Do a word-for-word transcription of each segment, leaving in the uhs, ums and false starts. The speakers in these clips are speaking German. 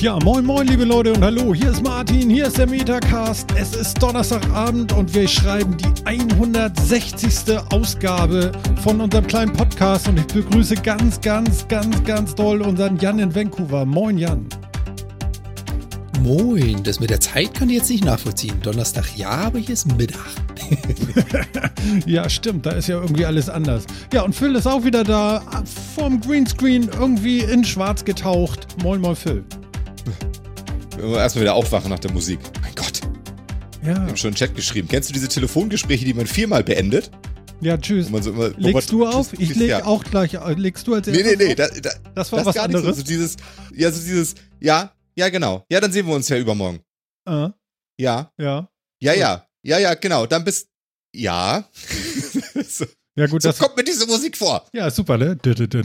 Ja, moin moin liebe Leute und hallo, hier ist Martin, hier ist der Metacast. Es ist Donnerstagabend und wir schreiben die hundertsechzigste Ausgabe von unserem kleinen Podcast und ich begrüße ganz, ganz, ganz, ganz doll unseren Jan in Vancouver. Moin Jan. Moin, das mit der Zeit kann ich jetzt nicht nachvollziehen. Donnerstag ja, aber hier ist Mittag. Ja, stimmt, da ist ja irgendwie alles anders. Ja, und Phil ist auch wieder da, vorm Greenscreen irgendwie in schwarz getaucht. Moin moin Phil. Erstmal wieder aufwachen nach der Musik. Mein Gott. Ja. Ich habe schon einen Chat geschrieben. Kennst du diese Telefongespräche, die man viermal beendet? Ja, tschüss. So immer, legst man, du auf? tschüss, ich tschüss, leg ja. auch gleich. Legst du als erstes Nee, nee, nee. auf? Da, da, das war das was gar anderes. Nicht so, so dieses, ja, so dieses, ja, ja, genau. Ja, dann sehen wir uns ja übermorgen. Uh, Ja. Ja. Ja, ja. Ja, ja, genau. Dann bist, ja. so ja, gut. so das kommt mir diese Musik vor. Ja, super, ne?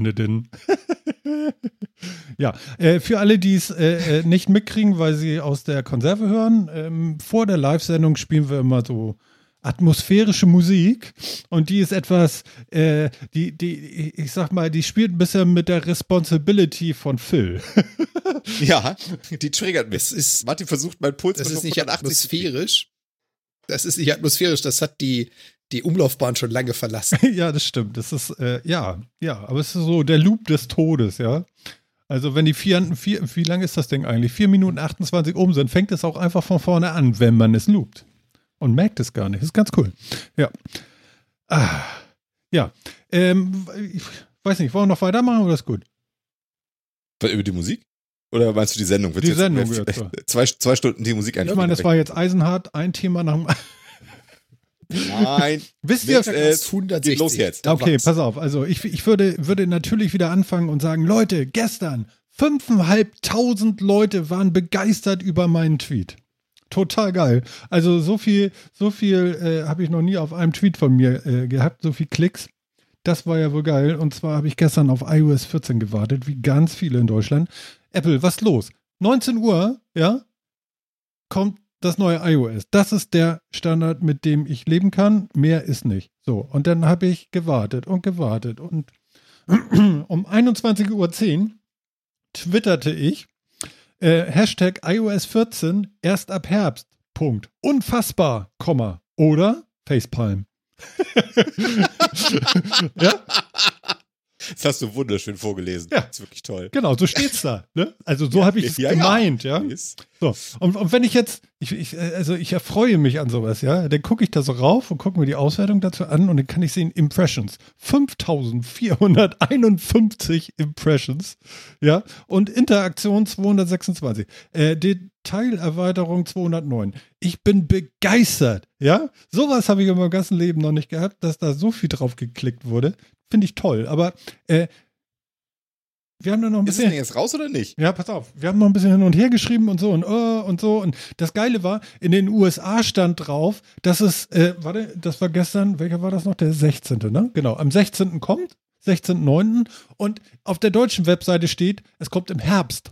Ja, äh, für alle, die es äh, nicht mitkriegen, weil sie aus der Konserve hören, ähm, vor der Live-Sendung spielen wir immer so atmosphärische Musik und die ist etwas, äh, die, die, ich sag mal, die spielt ein bisschen mit der Responsibility von Phil. Ja, die triggert mich. Das ist, Martin versucht, mein Puls Das mit ist nicht hundertachtzig atmosphärisch. Das ist nicht atmosphärisch, das hat die, die Umlaufbahn schon lange verlassen. Ja, das stimmt. Das ist, äh, ja, ja, aber es ist so der Loop des Todes, ja. Also wenn die vier, vier wie lang ist das Ding eigentlich? vier Minuten achtundzwanzig um sind, fängt es auch einfach von vorne an, wenn man es loopt. Und merkt es gar nicht. Das ist ganz cool. Ja. Ah, ja. Ähm, ich weiß nicht, wollen wir noch weitermachen oder ist gut? Über die Musik? Oder meinst du die Sendung? Willst Die jetzt, Sendung jetzt, jetzt, ja. zwei, zwei Stunden die Musik Ich meine, das war jetzt eisenhart, ein Thema nach dem Nein. Wisst ihr, äh, hundertsechzig. geht los jetzt. okay, war's. pass auf. Also ich, ich würde, würde natürlich wieder anfangen und sagen, Leute, gestern fünftausendfünfhundert Leute waren begeistert über meinen Tweet. Total geil. Also so viel, so viel äh, habe ich noch nie auf einem Tweet von mir äh, gehabt, so viel Klicks. Das war ja wohl geil. Und zwar habe ich gestern auf i O S vierzehn gewartet, wie ganz viele in Deutschland. Apple, was ist los? neunzehn Uhr, ja, kommt das neue iOS. Das ist der Standard, mit dem ich leben kann. Mehr ist nicht. So, und dann habe ich gewartet und gewartet. Und um einundzwanzig Uhr zehn twitterte ich, äh, Hashtag i O S vierzehn erst ab Herbst. Punkt. Unfassbar, Komma. Oder Facepalm. Ja? Das hast du wunderschön vorgelesen. Ja. Das ist wirklich toll. Genau, so steht's da. Ne? Also so Ja, habe ich es ja, ja. gemeint, ja. Ist- So, und, und wenn ich jetzt, ich, ich, also ich erfreue mich an sowas, ja, dann gucke ich da so rauf und gucke mir die Auswertung dazu an und dann kann ich sehen, Impressions. fünftausendvierhunderteinundfünfzig Impressions, ja, und Interaktion zweihundertsechsundzwanzig. Äh, Detailerweiterung zweihundertneun. Ich bin begeistert, ja. Sowas habe ich in meinem ganzen Leben noch nicht gehabt, dass da so viel drauf geklickt wurde. Finde ich toll, aber äh, wir haben da noch ein Ist es bisschen... denn jetzt raus oder nicht? Ja, pass auf. Wir haben noch ein bisschen hin und her geschrieben und so und oh, und so. Und das Geile war, in den U S A stand drauf, dass es, äh, warte, das war gestern, welcher war das noch? Der sechzehnte, ne? Genau, am sechzehnten kommt, sechzehnten neunten Und auf der deutschen Webseite steht, es kommt im Herbst.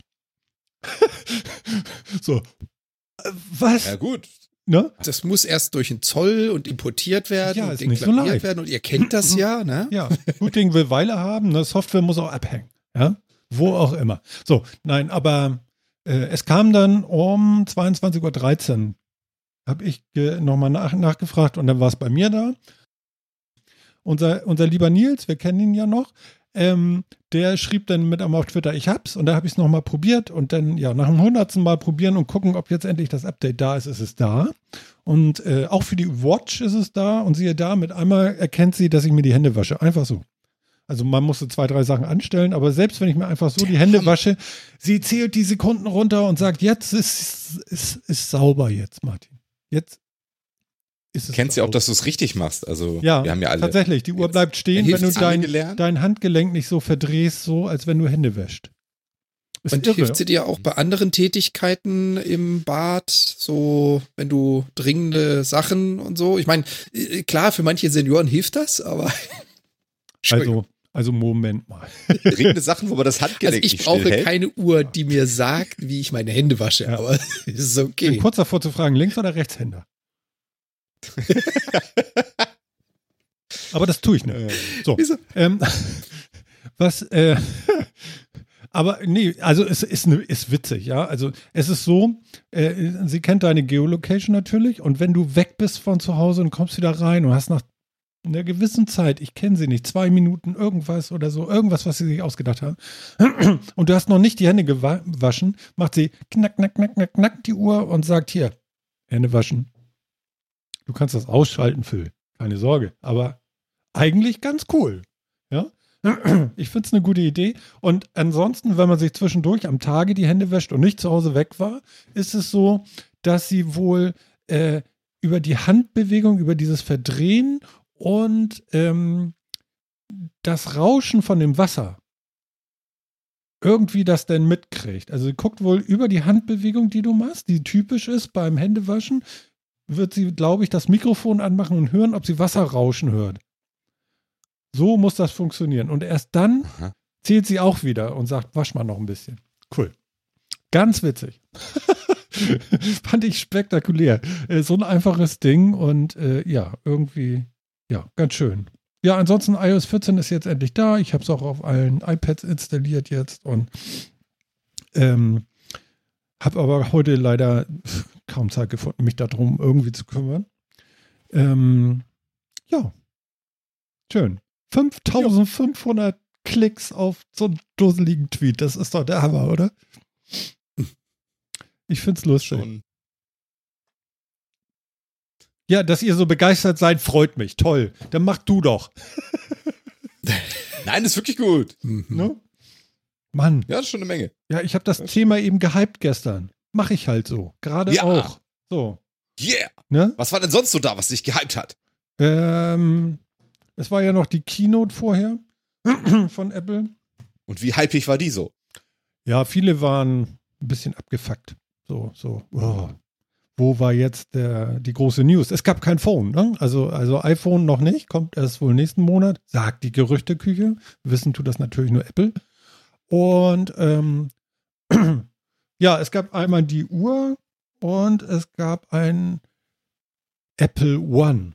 So. Äh, was? Ja, gut. Ne? Das muss erst durch den Zoll und importiert werden Ja, und ist nicht so deklariert leicht. werden. Und ihr kennt das ja, ne? Ja, gut Ding will Weile haben, ne? Software muss auch abhängen. Ja, wo auch immer. So, nein, aber äh, es kam dann um zweiundzwanzig Uhr dreizehn. Habe ich äh, nochmal nach, nachgefragt und dann war es bei mir da. Unser, unser lieber Nils, wir kennen ihn ja noch, ähm, der schrieb dann mit einmal auf Twitter, ich hab's und da habe ich es nochmal probiert und dann ja nach dem hundertsten Mal probieren und gucken, ob jetzt endlich das Update da ist, ist es da. Und äh, auch für die Watch ist es da und siehe da, mit einmal erkennt sie, dass ich mir die Hände wasche. Einfach so. Also man musste zwei, drei Sachen anstellen, aber selbst wenn ich mir einfach so die Hände wasche, sie zählt die Sekunden runter und sagt, jetzt ist es ist, ist sauber jetzt, Martin. Jetzt ist es Kennst du sauber. auch, dass du es richtig machst? Also, Ja, wir haben ja alle. tatsächlich. Die Uhr jetzt bleibt stehen, wenn du hilft's dein, angelernt. dein Handgelenk nicht so verdrehst, so als wenn du Hände wäscht. Ist Und irre. hilft sie dir auch bei anderen Tätigkeiten im Bad, so wenn du dringende Sachen und so? Ich meine, äh, klar, für manche Senioren hilft das, aber Also, also Moment mal. Dringende Sachen, wo man das also Handgelenk ich nicht brauche stillhält. keine Uhr, die mir sagt, wie ich meine Hände wasche, Ja. aber es ist Ich bin okay. kurz davor zu fragen, Links- oder Rechtshänder? Aber das tue ich nicht. So, Wieso? ähm, was, äh, Aber nee, also es ist, ne, ist witzig, ja. Also es ist so, äh, sie kennt deine Geolocation natürlich und wenn du weg bist von zu Hause und kommst wieder rein und hast nach einer gewissen Zeit, ich kenne sie nicht, zwei Minuten irgendwas oder so, irgendwas, was sie sich ausgedacht haben und du hast noch nicht die Hände gewaschen, macht sie knack, knack, knack, knack, knack die Uhr und sagt hier, Hände waschen. Du kannst das ausschalten, Phil, keine Sorge, aber eigentlich ganz cool, ja. Ich finde es eine gute Idee. Und ansonsten, wenn man sich zwischendurch am Tage die Hände wäscht und nicht zu Hause weg war, ist es so, dass sie wohl äh, über die Handbewegung, über dieses Verdrehen und ähm, das Rauschen von dem Wasser irgendwie das denn mitkriegt. Also sie guckt wohl über die Handbewegung, die du machst, die typisch ist beim Händewaschen, wird sie, glaube ich, das Mikrofon anmachen und hören, ob sie Wasserrauschen hört. So muss das funktionieren. Und erst dann Aha. zählt sie auch wieder und sagt, wasch mal noch ein bisschen. Cool. Ganz witzig. Fand ich spektakulär. Äh, so ein einfaches Ding und äh, ja, irgendwie, ja, ganz schön. Ja, ansonsten i O S vierzehn ist jetzt endlich da. Ich habe es auch auf allen iPads installiert jetzt und ähm, habe aber heute leider kaum Zeit gefunden, mich darum irgendwie zu kümmern. Ähm, ja, schön. fünftausendfünfhundert Klicks auf so einen dusseligen Tweet. Das ist doch der Hammer, oder? Ich find's lustig. Schon. Ja, dass ihr so begeistert seid, freut mich. Toll. Dann mach du doch. Nein, das ist wirklich gut. Mhm. Ne? Mann. Ja, das ist schon eine Menge. Ja, ich habe das ja, Thema eben gehypt gestern. Mach ich halt so. Gerade ja. auch. So. Yeah. Ne? Was war denn sonst so da, was dich gehypt hat? Ähm, es war ja noch die Keynote vorher von Apple. Und wie hypig war die so? Ja, viele waren ein bisschen abgefuckt. So, so, oh. Wo war jetzt der, die große News? Es gab kein Phone, ne? Also, also iPhone noch nicht, kommt erst wohl nächsten Monat, sagt die Gerüchteküche. Wissen tut das natürlich nur Apple. Und ähm, ja, es gab einmal die Uhr und es gab ein Apple One.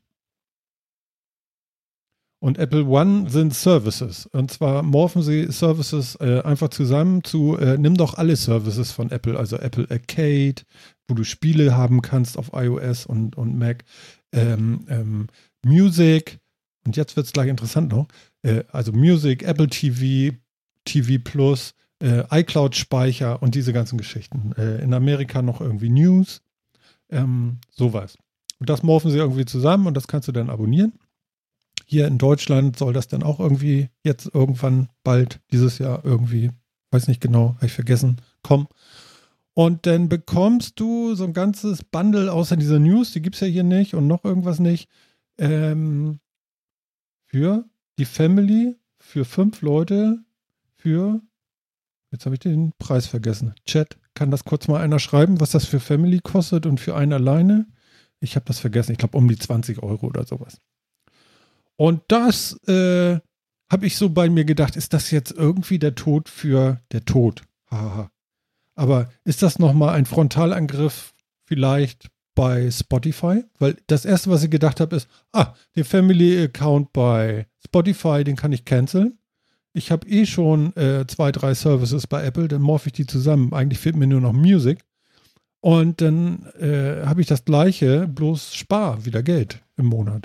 Und Apple One sind Services. Und zwar morphen sie Services äh, einfach zusammen zu, äh, nimm doch alle Services von Apple, also Apple Arcade, wo du Spiele haben kannst auf iOS und, und Mac, ähm, ähm, Music, und jetzt wird es gleich interessant noch, äh, also Music, Apple T V, T V Plus, äh, iCloud-Speicher und diese ganzen Geschichten. Äh, in Amerika noch irgendwie News, ähm, sowas. Und das morphen sie irgendwie zusammen und das kannst du dann abonnieren. Hier in Deutschland soll das dann auch irgendwie jetzt irgendwann bald dieses Jahr irgendwie, weiß nicht genau, habe ich vergessen, kommen. Und dann bekommst du so ein ganzes Bundle außer dieser News, die gibt es ja hier nicht und noch irgendwas nicht, ähm, für die Family, für fünf Leute, für, jetzt habe ich den Preis vergessen. Chat, kann das kurz mal einer schreiben, was das für Family kostet und für einen alleine? Ich habe das vergessen, ich glaube um die zwanzig Euro oder sowas. Und das äh, habe ich so bei mir gedacht, ist das jetzt irgendwie der Tod für der Tod? Haha. Aber ist das nochmal ein Frontalangriff vielleicht bei Spotify? Weil das erste, was ich gedacht habe, ist, ah, den Family-Account bei Spotify, den kann ich canceln. Ich habe eh schon äh, zwei, drei Services bei Apple, dann morphe ich die zusammen. Eigentlich fehlt mir nur noch Music. Und dann äh, habe ich das Gleiche, bloß spar wieder Geld im Monat.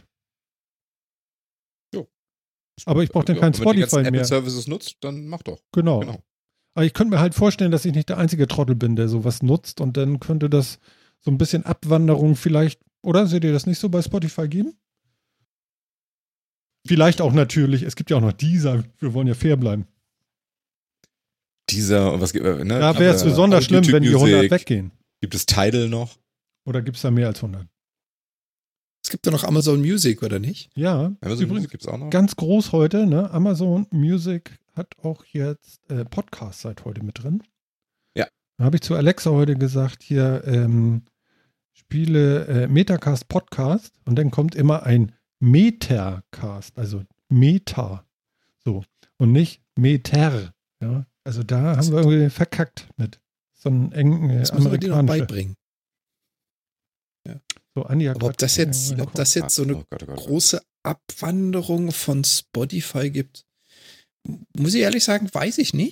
Aber ich brauche dann kein Spotify mehr. Wenn du die ganzen Apple-Services nutzt, dann mach doch. Genau. genau. Aber ich könnte mir halt vorstellen, dass ich nicht der einzige Trottel bin, der sowas nutzt und dann könnte das so ein bisschen Abwanderung vielleicht, oder? Seht ihr das nicht so bei Spotify geben? Vielleicht auch natürlich, es gibt ja auch noch dieser, wir wollen ja fair bleiben. Dieser, und was gibt es? Ne? Ja, wäre es besonders schlimm, YouTube wenn die hundert Music. Weggehen. Gibt es Tidal noch? Oder gibt es da mehr als hundert? Es gibt ja noch Amazon Music, oder nicht? Ja, Amazon Music gibt es auch noch. Ganz groß heute, ne? Amazon Music hat auch jetzt äh, Podcast seit heute mit drin. Ja. Da habe ich zu Alexa heute gesagt, hier ähm, spiele äh, Metacast Podcast und dann kommt immer ein Metacast, also Meta. So. Und nicht Meter. Ja? Also da haben wir irgendwie verkackt mit so einem engen äh, das muss man dir noch beibringen. Ja. So, Anja, aber ob das jetzt, ob das jetzt so eine oh Gott, oh Gott. große Abwanderung von Spotify gibt, muss ich ehrlich sagen, weiß ich nicht.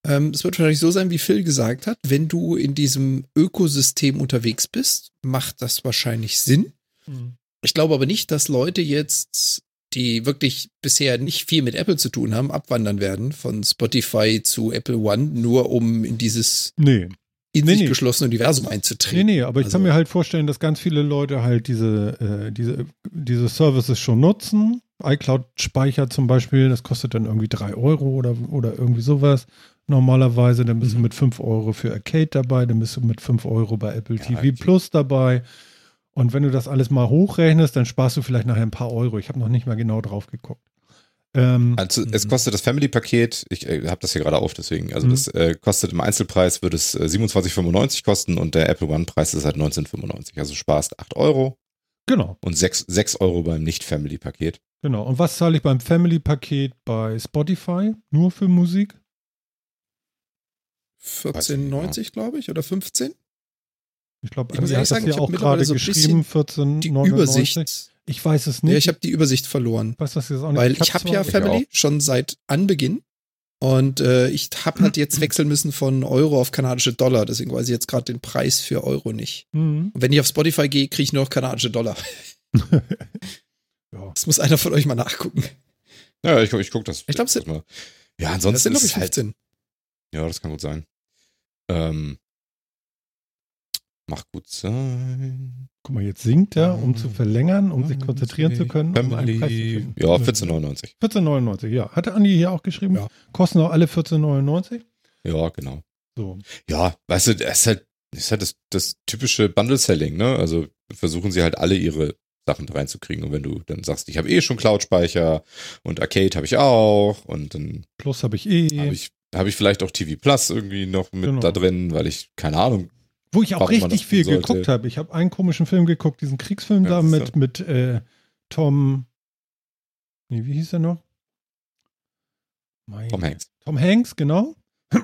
Ähm, es wird wahrscheinlich so sein, wie Phil gesagt hat, wenn du in diesem Ökosystem unterwegs bist, macht das wahrscheinlich Sinn. Mhm. Ich glaube aber nicht, dass Leute jetzt, die wirklich bisher nicht viel mit Apple zu tun haben, abwandern werden von Spotify zu Apple One, nur um in dieses Nee. in Nee, sich nee. geschlossene Universum einzutreten. Nee, nee, aber ich Also- kann mir halt vorstellen, dass ganz viele Leute halt diese, äh, diese, diese Services schon nutzen. iCloud-Speicher zum Beispiel, das kostet dann irgendwie drei Euro oder, oder irgendwie sowas. Normalerweise, dann bist du mit fünf Euro für Arcade dabei, dann bist du mit fünf Euro bei Apple Ja, T V okay. Plus dabei. Und wenn du das alles mal hochrechnest, dann sparst du vielleicht nachher ein paar Euro. Ich habe noch nicht mal genau drauf geguckt. Ähm, Also es Mhm. kostet das Family-Paket, ich äh, habe das hier gerade auf, deswegen, also Mhm. das äh, kostet im Einzelpreis, würde es äh, siebenundzwanzig fünfundneunzig kosten und der Apple One-Preis ist halt neunzehn fünfundneunzig. Also sparst acht Euro genau, und sechs Euro beim Nicht-Family-Paket. genau. Und was zahle ich beim Family-Paket bei Spotify? Nur für Musik? vierzehn neunzig, glaube ich, oder fünfzehn? Ich glaube, Ich muss Andi ehrlich hat das sagen, ich hier hab auch mittlerweile gerade so ein geschrieben, bisschen vierzehn Die neunundneunzig. Übersicht. Ich weiß es nicht. Ja, ich habe die Übersicht verloren. weiß das jetzt auch nicht. Weil ich hab habe zwar- ja Ich Family schon seit Anbeginn und äh, ich habe halt jetzt wechseln müssen von Euro auf kanadische Dollar. Deswegen weiß ich jetzt gerade den Preis für Euro nicht. Mhm. Und wenn ich auf Spotify gehe, kriege ich nur noch kanadische Dollar. Ja. Das muss einer von euch mal nachgucken. Ja, ich, ich gucke das. Ich glaub, es sind- mal. Ja, Das ansonsten sind, glaube ist ich, es halt, fünfzehn. ja, das kann gut sein. Ähm, macht gut sein. Guck mal, jetzt singt er, um zu verlängern, um sich konzentrieren zu können. Um einen Preis zu Family. finden. Ja, vierzehn neunundneunzig. vierzehn neunundneunzig, ja. Hatte Andi hier auch geschrieben? Ja. Kosten auch alle vierzehn neunundneunzig? Ja, genau. So. Ja, weißt du, das ist halt, das ist halt das, das typische Bundle-Selling, ne? Also versuchen sie halt alle ihre Sachen da reinzukriegen. Und wenn du dann sagst, ich habe eh schon Cloud-Speicher und Arcade habe ich auch und dann Plus habe ich eh. habe ich, habe ich vielleicht auch T V Plus irgendwie noch mit Genau. da drin, weil ich, keine Ahnung, Wo ich auch warum man richtig das viel tun sollte. geguckt habe. Ich habe einen komischen Film geguckt, diesen Kriegsfilm Ja, da das ist mit, so. mit äh, Tom. Nee, wie hieß er noch? Mein Tom Hanks. Tom Hanks, genau.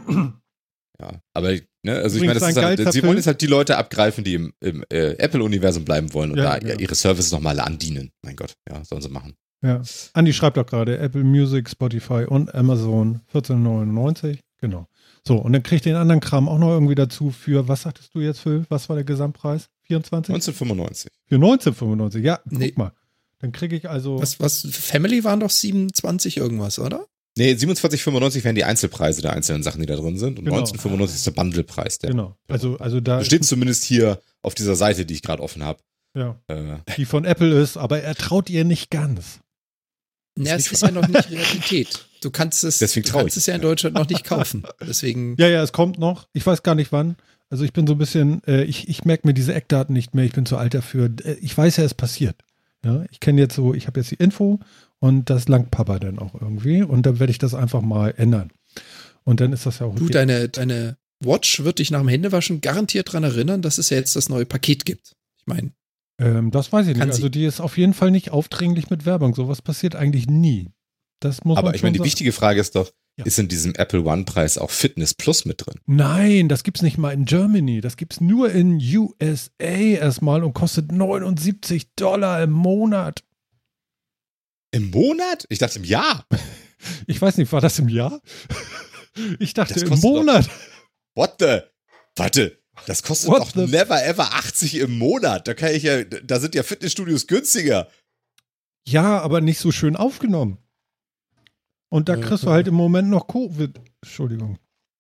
Ja, aber, ne, also ich Übrigens meine, das ein ist halt, geilster sie wollen Film. jetzt halt die Leute abgreifen, die im, im äh, Apple-Universum bleiben wollen und Ja, da genau. ihre Services nochmal andienen. Mein Gott, ja, sollen sie machen. Ja. Andi schreibt auch gerade Apple Music, Spotify und Amazon vierzehn neunundneunzig. Genau. So, und dann kriegt den anderen Kram auch noch irgendwie dazu für, was sagtest du jetzt, Phil? Was war der Gesamtpreis? vierundzwanzig? neunzehnhundertfünfundneunzig. Für neunzehn fünfundneunzig. Ja, guck Nee. mal. Dann kriege ich also. Was, was, Family waren doch siebenundzwanzig irgendwas, oder? Nee, siebenundzwanzig fünfundneunzig wären die Einzelpreise der einzelnen Sachen, die da drin sind. Und Genau. neunzehn fünfundneunzig ist der Bundlepreis. Der Genau. Also, also da. steht zumindest hier auf dieser Seite, die ich gerade offen habe. Ja, Äh, die von Apple ist, aber er traut ihr nicht ganz. Ja, es nicht- ist ja noch nicht Realität. Du kannst es, Deswegen du trau kannst ich es ja in Deutschland noch nicht kaufen. Deswegen, Ja, ja, es kommt noch. Ich weiß gar nicht wann. Also ich bin so ein bisschen, äh, ich, ich merke mir diese Eckdaten nicht mehr. Ich bin zu alt dafür. Äh, ich weiß ja, es passiert. Ja, ich kenne jetzt so, ich habe jetzt die Info und das langt Papa dann auch irgendwie. Und dann werde ich das einfach mal ändern. Und dann ist das ja auch du, okay. deine, deine Watch wird dich nach dem Händewaschen garantiert daran erinnern, dass es ja jetzt das neue Paket gibt. Ich meine, Ähm, das weiß ich nicht. Kann Also sie- die ist auf jeden Fall nicht aufdringlich mit Werbung. Sowas passiert eigentlich nie. Das muss aber man ich meine, die schon sagen. wichtige Frage ist doch, Ja. ist in diesem Apple One-Preis auch Fitness Plus mit drin? Nein, das gibt's nicht mal in Germany. Das gibt's nur in U S A erstmal und kostet neunundsiebzig Dollar im Monat. Im Monat? Ich dachte im Jahr. Ich weiß nicht, war das im Jahr? Ich dachte Das im kostet Monat. What the? Warte, das kostet What doch the- never ever achtzig im Monat. Da kann ich ja, da sind ja Fitnessstudios günstiger. Ja, aber nicht so schön aufgenommen. Und da Ja, kriegst du ja. halt im Moment noch Covid. Entschuldigung.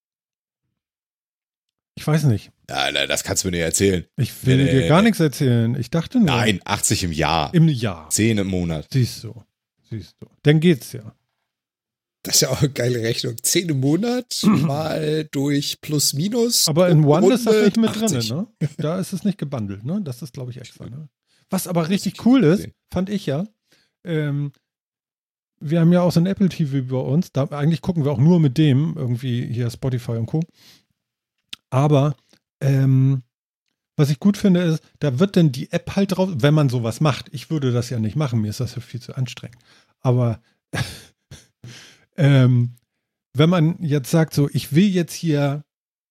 Ich weiß nicht. Ja, na, das kannst du mir nicht erzählen. Ich will Nee, nee, dir nee, gar nee. nichts erzählen. Ich dachte nur. Nein, achtzig im Jahr. Im Jahr. zehn im Monat. Siehst du. Siehst du. Dann geht's ja. das ist ja auch eine geile Rechnung. zehn im Monat mal durch plus minus. Aber in One ist das Runde nicht mit achtzig. drin, ne? Da ist es nicht gebundelt, ne? Das ist, glaube ich, extra, ne? Was aber richtig cool ist, fand ich ja, ähm, wir haben ja auch so ein Apple T V bei uns, da eigentlich gucken wir auch nur mit dem, irgendwie hier Spotify und Co. Aber ähm, was ich gut finde ist, da wird dann die App halt drauf, wenn man sowas macht. Ich würde das ja nicht machen, mir ist das ja viel zu anstrengend. Aber ähm, wenn man jetzt sagt, so, ich will jetzt hier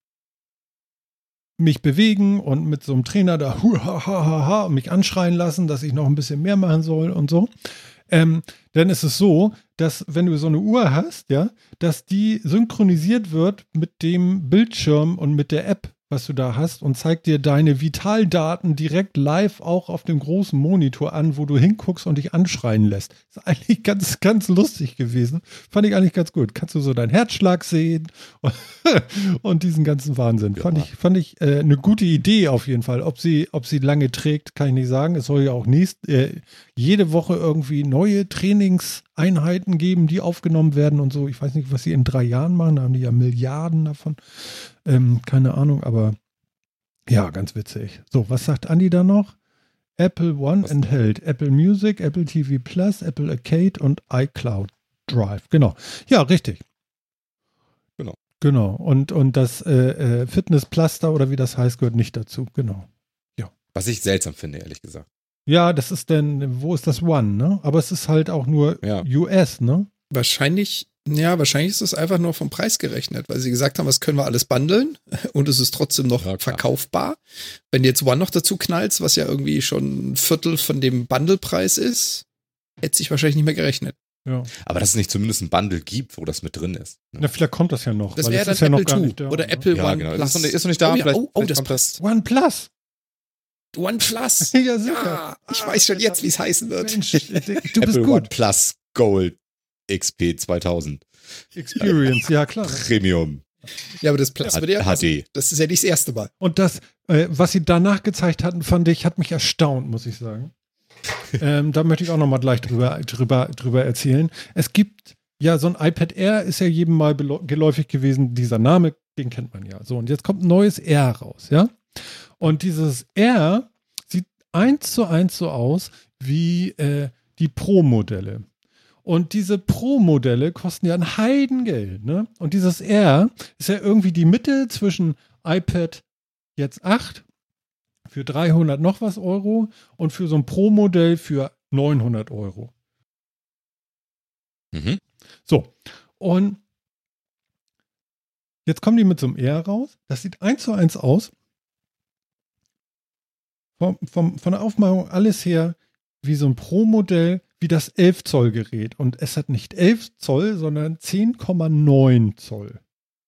mich bewegen und mit so einem Trainer da hu, ha, ha, ha, ha, mich anschreien lassen, dass ich noch ein bisschen mehr machen soll und so, Ähm, dann ist es so, dass wenn du so eine Uhr hast, ja, dass die synchronisiert wird mit dem Bildschirm und mit der App, was du da hast und zeigt dir deine Vitaldaten direkt live auch auf dem großen Monitor an, wo du hinguckst und dich anschreien lässt. Ist eigentlich ganz, ganz lustig gewesen. Fand ich eigentlich ganz gut. Kannst du so deinen Herzschlag sehen und, und diesen ganzen Wahnsinn. Ja. Fand ich, fand ich äh, eine gute Idee auf jeden Fall. Ob sie, ob sie lange trägt, kann ich nicht sagen. Es soll ja auch nächst, äh, jede Woche irgendwie neue Trainingseinheiten geben, die aufgenommen werden und so. Ich weiß nicht, was sie in drei Jahren machen. Da haben die ja Milliarden davon. Ähm, keine Ahnung, aber ja, ganz witzig. So, was sagt Andi da noch? Apple One was enthält Apple Music, Apple T V Plus, Apple Arcade und iCloud Drive. Genau. Ja, richtig. Genau. Genau. Und, und das äh, äh, Fitness Plaster oder wie das heißt, gehört nicht dazu. Genau. Ja. Was ich seltsam finde, ehrlich gesagt. Ja, das ist denn, wo ist das One, ne? Aber es ist halt auch nur Ja. U S, ne? Wahrscheinlich, ja, wahrscheinlich ist es einfach nur vom Preis gerechnet, weil sie gesagt haben, was können wir alles bundeln und es ist trotzdem noch Ja, klar. verkaufbar. Wenn du jetzt One noch dazu knallst, was ja irgendwie schon ein Viertel von dem Bundlepreis ist, hätte sich wahrscheinlich nicht mehr gerechnet. Ja. Aber dass es nicht zumindest ein Bundle gibt, wo das mit drin ist. Ne? Na, vielleicht kommt das ja noch. Das weil wäre dann ist ja Apple noch gar zwei nicht da, oder ne? Apple Ja, One genau. Plus. Ist noch nicht, ist noch nicht da. Oh, ja, vielleicht, oh, oh, vielleicht das kommt passt. One Plus. One Plus. Ja, sicher. Ja, ich weiß schon jetzt, wie es heißen wird. Mensch, du bist Apple One gut. Plus Gold X P zweitausend. Experience, ja klar. Premium. Ja, aber das Plus H- würde ja H passen. D. Das ist ja nicht das erste Mal. Und das, äh, was sie danach gezeigt hatten, fand ich, hat mich erstaunt, muss ich sagen. ähm, da möchte ich auch noch mal gleich drüber, drüber, drüber erzählen. Es gibt ja so ein iPad Air, ist ja jedem mal belo- geläufig gewesen. Dieser Name, den kennt man ja. So, und jetzt kommt ein neues Air raus, ja? Und dieses Air sieht eins zu eins so aus wie äh, die Pro-Modelle. Und diese Pro-Modelle kosten ja ein Heidengeld, ne? Und dieses Air ist ja irgendwie die Mitte zwischen iPad jetzt acht für dreihundert noch was Euro und für so ein Pro-Modell für neunhundert Euro. Mhm. So, und jetzt kommen die mit so einem Air raus. Das sieht eins zu eins aus. Vom, vom, von der Aufmachung alles her wie so ein Pro-Modell, wie das elf Zoll Gerät. Und es hat nicht elf Zoll, sondern zehn Komma neun Zoll.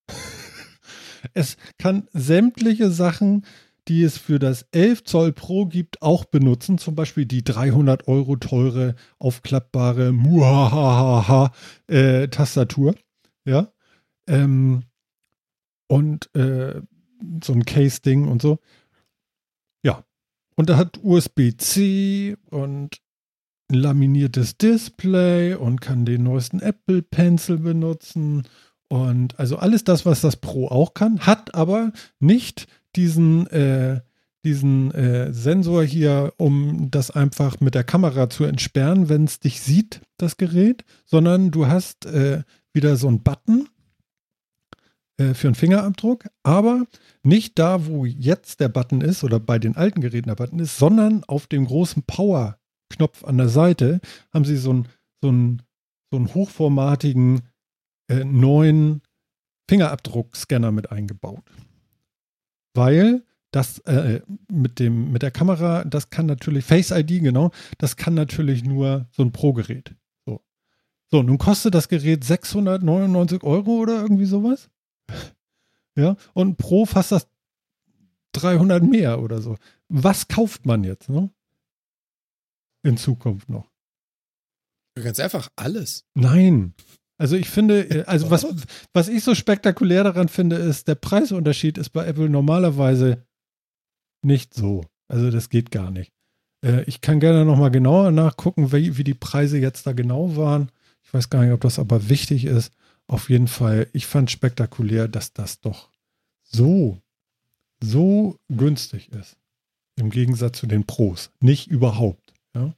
Es kann sämtliche Sachen, die es für das elf Zoll Pro gibt, auch benutzen. Zum Beispiel die dreihundert Euro teure, aufklappbare Muhahaha äh, Tastatur. Ja. Ähm, und äh, so ein Case-Ding und so. Ja. Und da hat U S B C und ein laminiertes Display und kann den neuesten Apple Pencil benutzen. Und also alles das, was das Pro auch kann, hat aber nicht diesen, äh, diesen äh, Sensor hier, um das einfach mit der Kamera zu entsperren, wenn es dich sieht, das Gerät, sondern du hast äh, wieder so einen Button äh, für einen Fingerabdruck, aber nicht da, wo jetzt der Button ist oder bei den alten Geräten der Button ist, sondern auf dem großen Power-Knopf an der Seite haben sie so einen, so einen, so einen hochformatigen äh, neuen Fingerabdruckscanner mit eingebaut. Weil das äh, mit dem, mit der Kamera, das kann natürlich, Face I D, genau, das kann natürlich nur so ein Pro-Gerät. So. So, nun kostet das Gerät sechshundertneunundneunzig Euro oder irgendwie sowas. Ja, und Pro fast das dreihundert mehr oder so. Was kauft man jetzt, ne? In Zukunft noch? Ganz einfach alles. Nein. Also ich finde, also was, was ich so spektakulär daran finde, ist, der Preisunterschied ist bei Apple normalerweise nicht so. Also das geht gar nicht. Äh, ich kann gerne nochmal genauer nachgucken, wie, wie die Preise jetzt da genau waren. Ich weiß gar nicht, ob das aber wichtig ist. Auf jeden Fall, ich fand spektakulär, dass das doch so, so günstig ist. Im Gegensatz zu den Pros. Nicht überhaupt. Ja?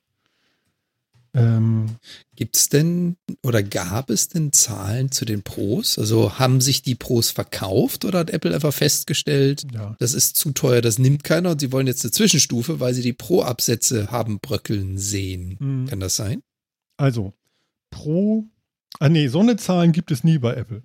Ähm, Gibt es denn oder gab es denn Zahlen zu den Pros? Also haben sich die Pros verkauft oder hat Apple einfach festgestellt, ja. das ist zu teuer, das nimmt keiner und sie wollen jetzt eine Zwischenstufe, weil sie die Pro-Absätze haben bröckeln sehen. Mhm. Kann das sein? Also, Pro, ah nee, so eine Zahlen gibt es nie bei Apple.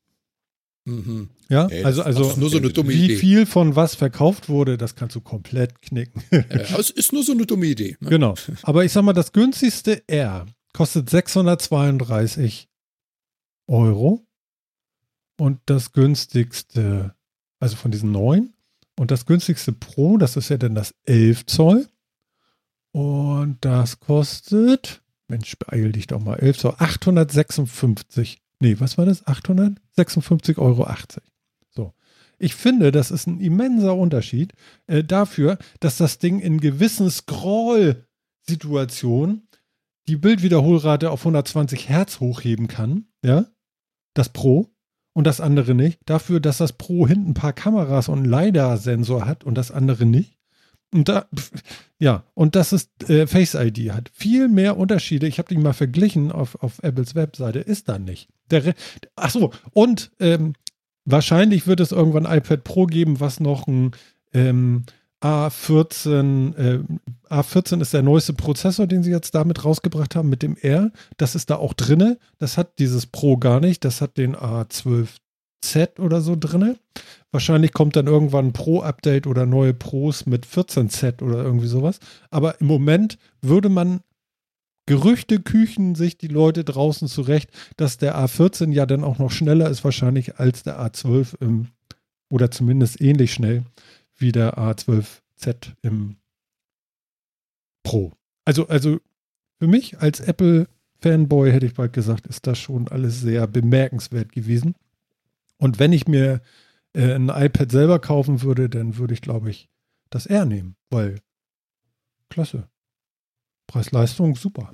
Mhm. Ja, Ey, also, das ist also doch nur so eine dumme wie Idee. viel von was verkauft wurde, das kannst du komplett knicken. Ja, aber es ist nur so eine dumme Idee. Ne? Genau. Aber ich sag mal, das günstigste R kostet sechshundertzweiunddreißig Euro. Und das günstigste, also von diesen neun, und das günstigste Pro, das ist ja dann das elf Zoll. Und das kostet, Mensch, beeil dich doch mal, elf Zoll, achthundertsechsundfünfzig. Nee, was war das? achthundertsechsundfünfzig Euro achtzig. So. Ich finde, das ist ein immenser Unterschied äh, dafür, dass das Ding in gewissen Scroll-Situationen die Bildwiederholrate auf hundertzwanzig Hertz hochheben kann. Ja, das Pro. Und das andere nicht. Dafür, dass das Pro hinten ein paar Kameras und einen LiDAR-Sensor hat und das andere nicht. Und da, ja, und dass es äh, Face I D hat. Viel mehr Unterschiede, ich habe die mal verglichen auf, auf Apples Webseite, ist da nicht. Der, ach so, und ähm, wahrscheinlich wird es irgendwann ein iPad Pro geben, was noch ein ähm, A vierzehn, äh, A vierzehn ist der neueste Prozessor, den sie jetzt damit rausgebracht haben mit dem R. Das ist da auch drinne. Das hat dieses Pro gar nicht. Das hat den A zwölf Z oder so drinne. Wahrscheinlich kommt dann irgendwann ein Pro-Update oder neue Pros mit vierzehn Z oder irgendwie sowas. Aber im Moment würde man Gerüchte küchen sich die Leute draußen zurecht, dass der A vierzehn ja dann auch noch schneller ist wahrscheinlich als der A zwölf im, oder zumindest ähnlich schnell wie der A zwölf Z im Pro. Also, also für mich als Apple-Fanboy hätte ich bald gesagt, ist das schon alles sehr bemerkenswert gewesen. Und wenn ich mir äh, ein iPad selber kaufen würde, dann würde ich, glaube ich, das R nehmen, weil klasse. Preis-Leistung, super.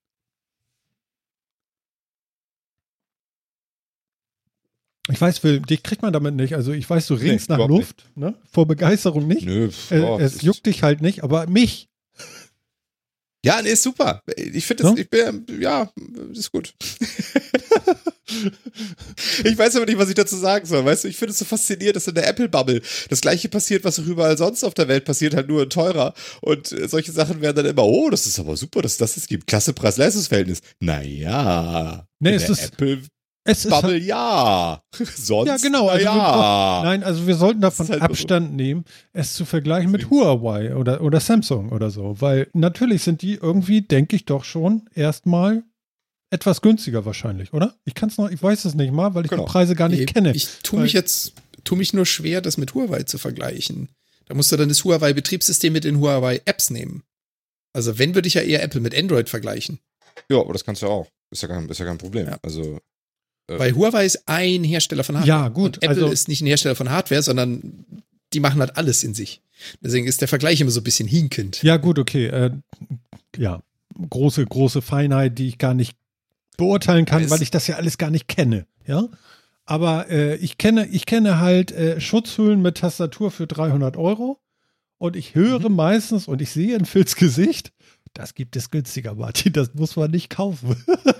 Ich weiß, Phil, dich kriegt man damit nicht. Also ich weiß, du ringst nee, nach Luft, ne? Vor Begeisterung nicht. Nö, äh, oh, es juckt dich halt nicht, aber mich. Ja, nee, ist super. Ich finde das, so? ich bin, ja, ist gut. Ich weiß aber nicht, was ich dazu sagen soll. Weißt du, ich finde es so faszinierend, dass in der Apple-Bubble das Gleiche passiert, was auch überall sonst auf der Welt passiert, halt nur teurer. Und solche Sachen werden dann immer, oh, das ist aber super, dass das es gibt. Klasse Preis-Leistungs-Verhältnis. Naja. Nee, es ist Apple Es ist Bubble, halt, ja. Sonst, ja, genau. Also ja. wir, nein, also wir sollten davon halt Abstand so. nehmen, es zu vergleichen mit Huawei oder, oder Samsung oder so. Weil natürlich sind die irgendwie, denke ich doch schon, erstmal etwas günstiger wahrscheinlich, oder? Ich kann es noch, ich weiß es nicht mal, weil ich genau. die Preise gar nicht nee, kenne. Ich tue mich jetzt, tue mich nur schwer, das mit Huawei zu vergleichen. Da musst du dann das Huawei-Betriebssystem mit den Huawei-Apps nehmen. Also wenn, würde ich ja eher Apple mit Android vergleichen. Ja, aber das kannst du ja auch. Ist ja kein, ist ja kein Problem. Ja. Also Weil Huawei ist ein Hersteller von Hardware. Ja, gut. Und Apple also, ist nicht ein Hersteller von Hardware, sondern die machen halt alles in sich. Deswegen ist der Vergleich immer so ein bisschen hinkend. Ja, gut, okay. Äh, ja, große, große Feinheit, die ich gar nicht beurteilen kann, es weil ich das ja alles gar nicht kenne. Ja, aber äh, ich kenne, ich kenne halt äh, Schutzhüllen mit Tastatur für dreihundert Euro und ich höre mhm. meistens und ich sehe in Phils Gesicht, das gibt es günstiger, Martin, das muss man nicht kaufen.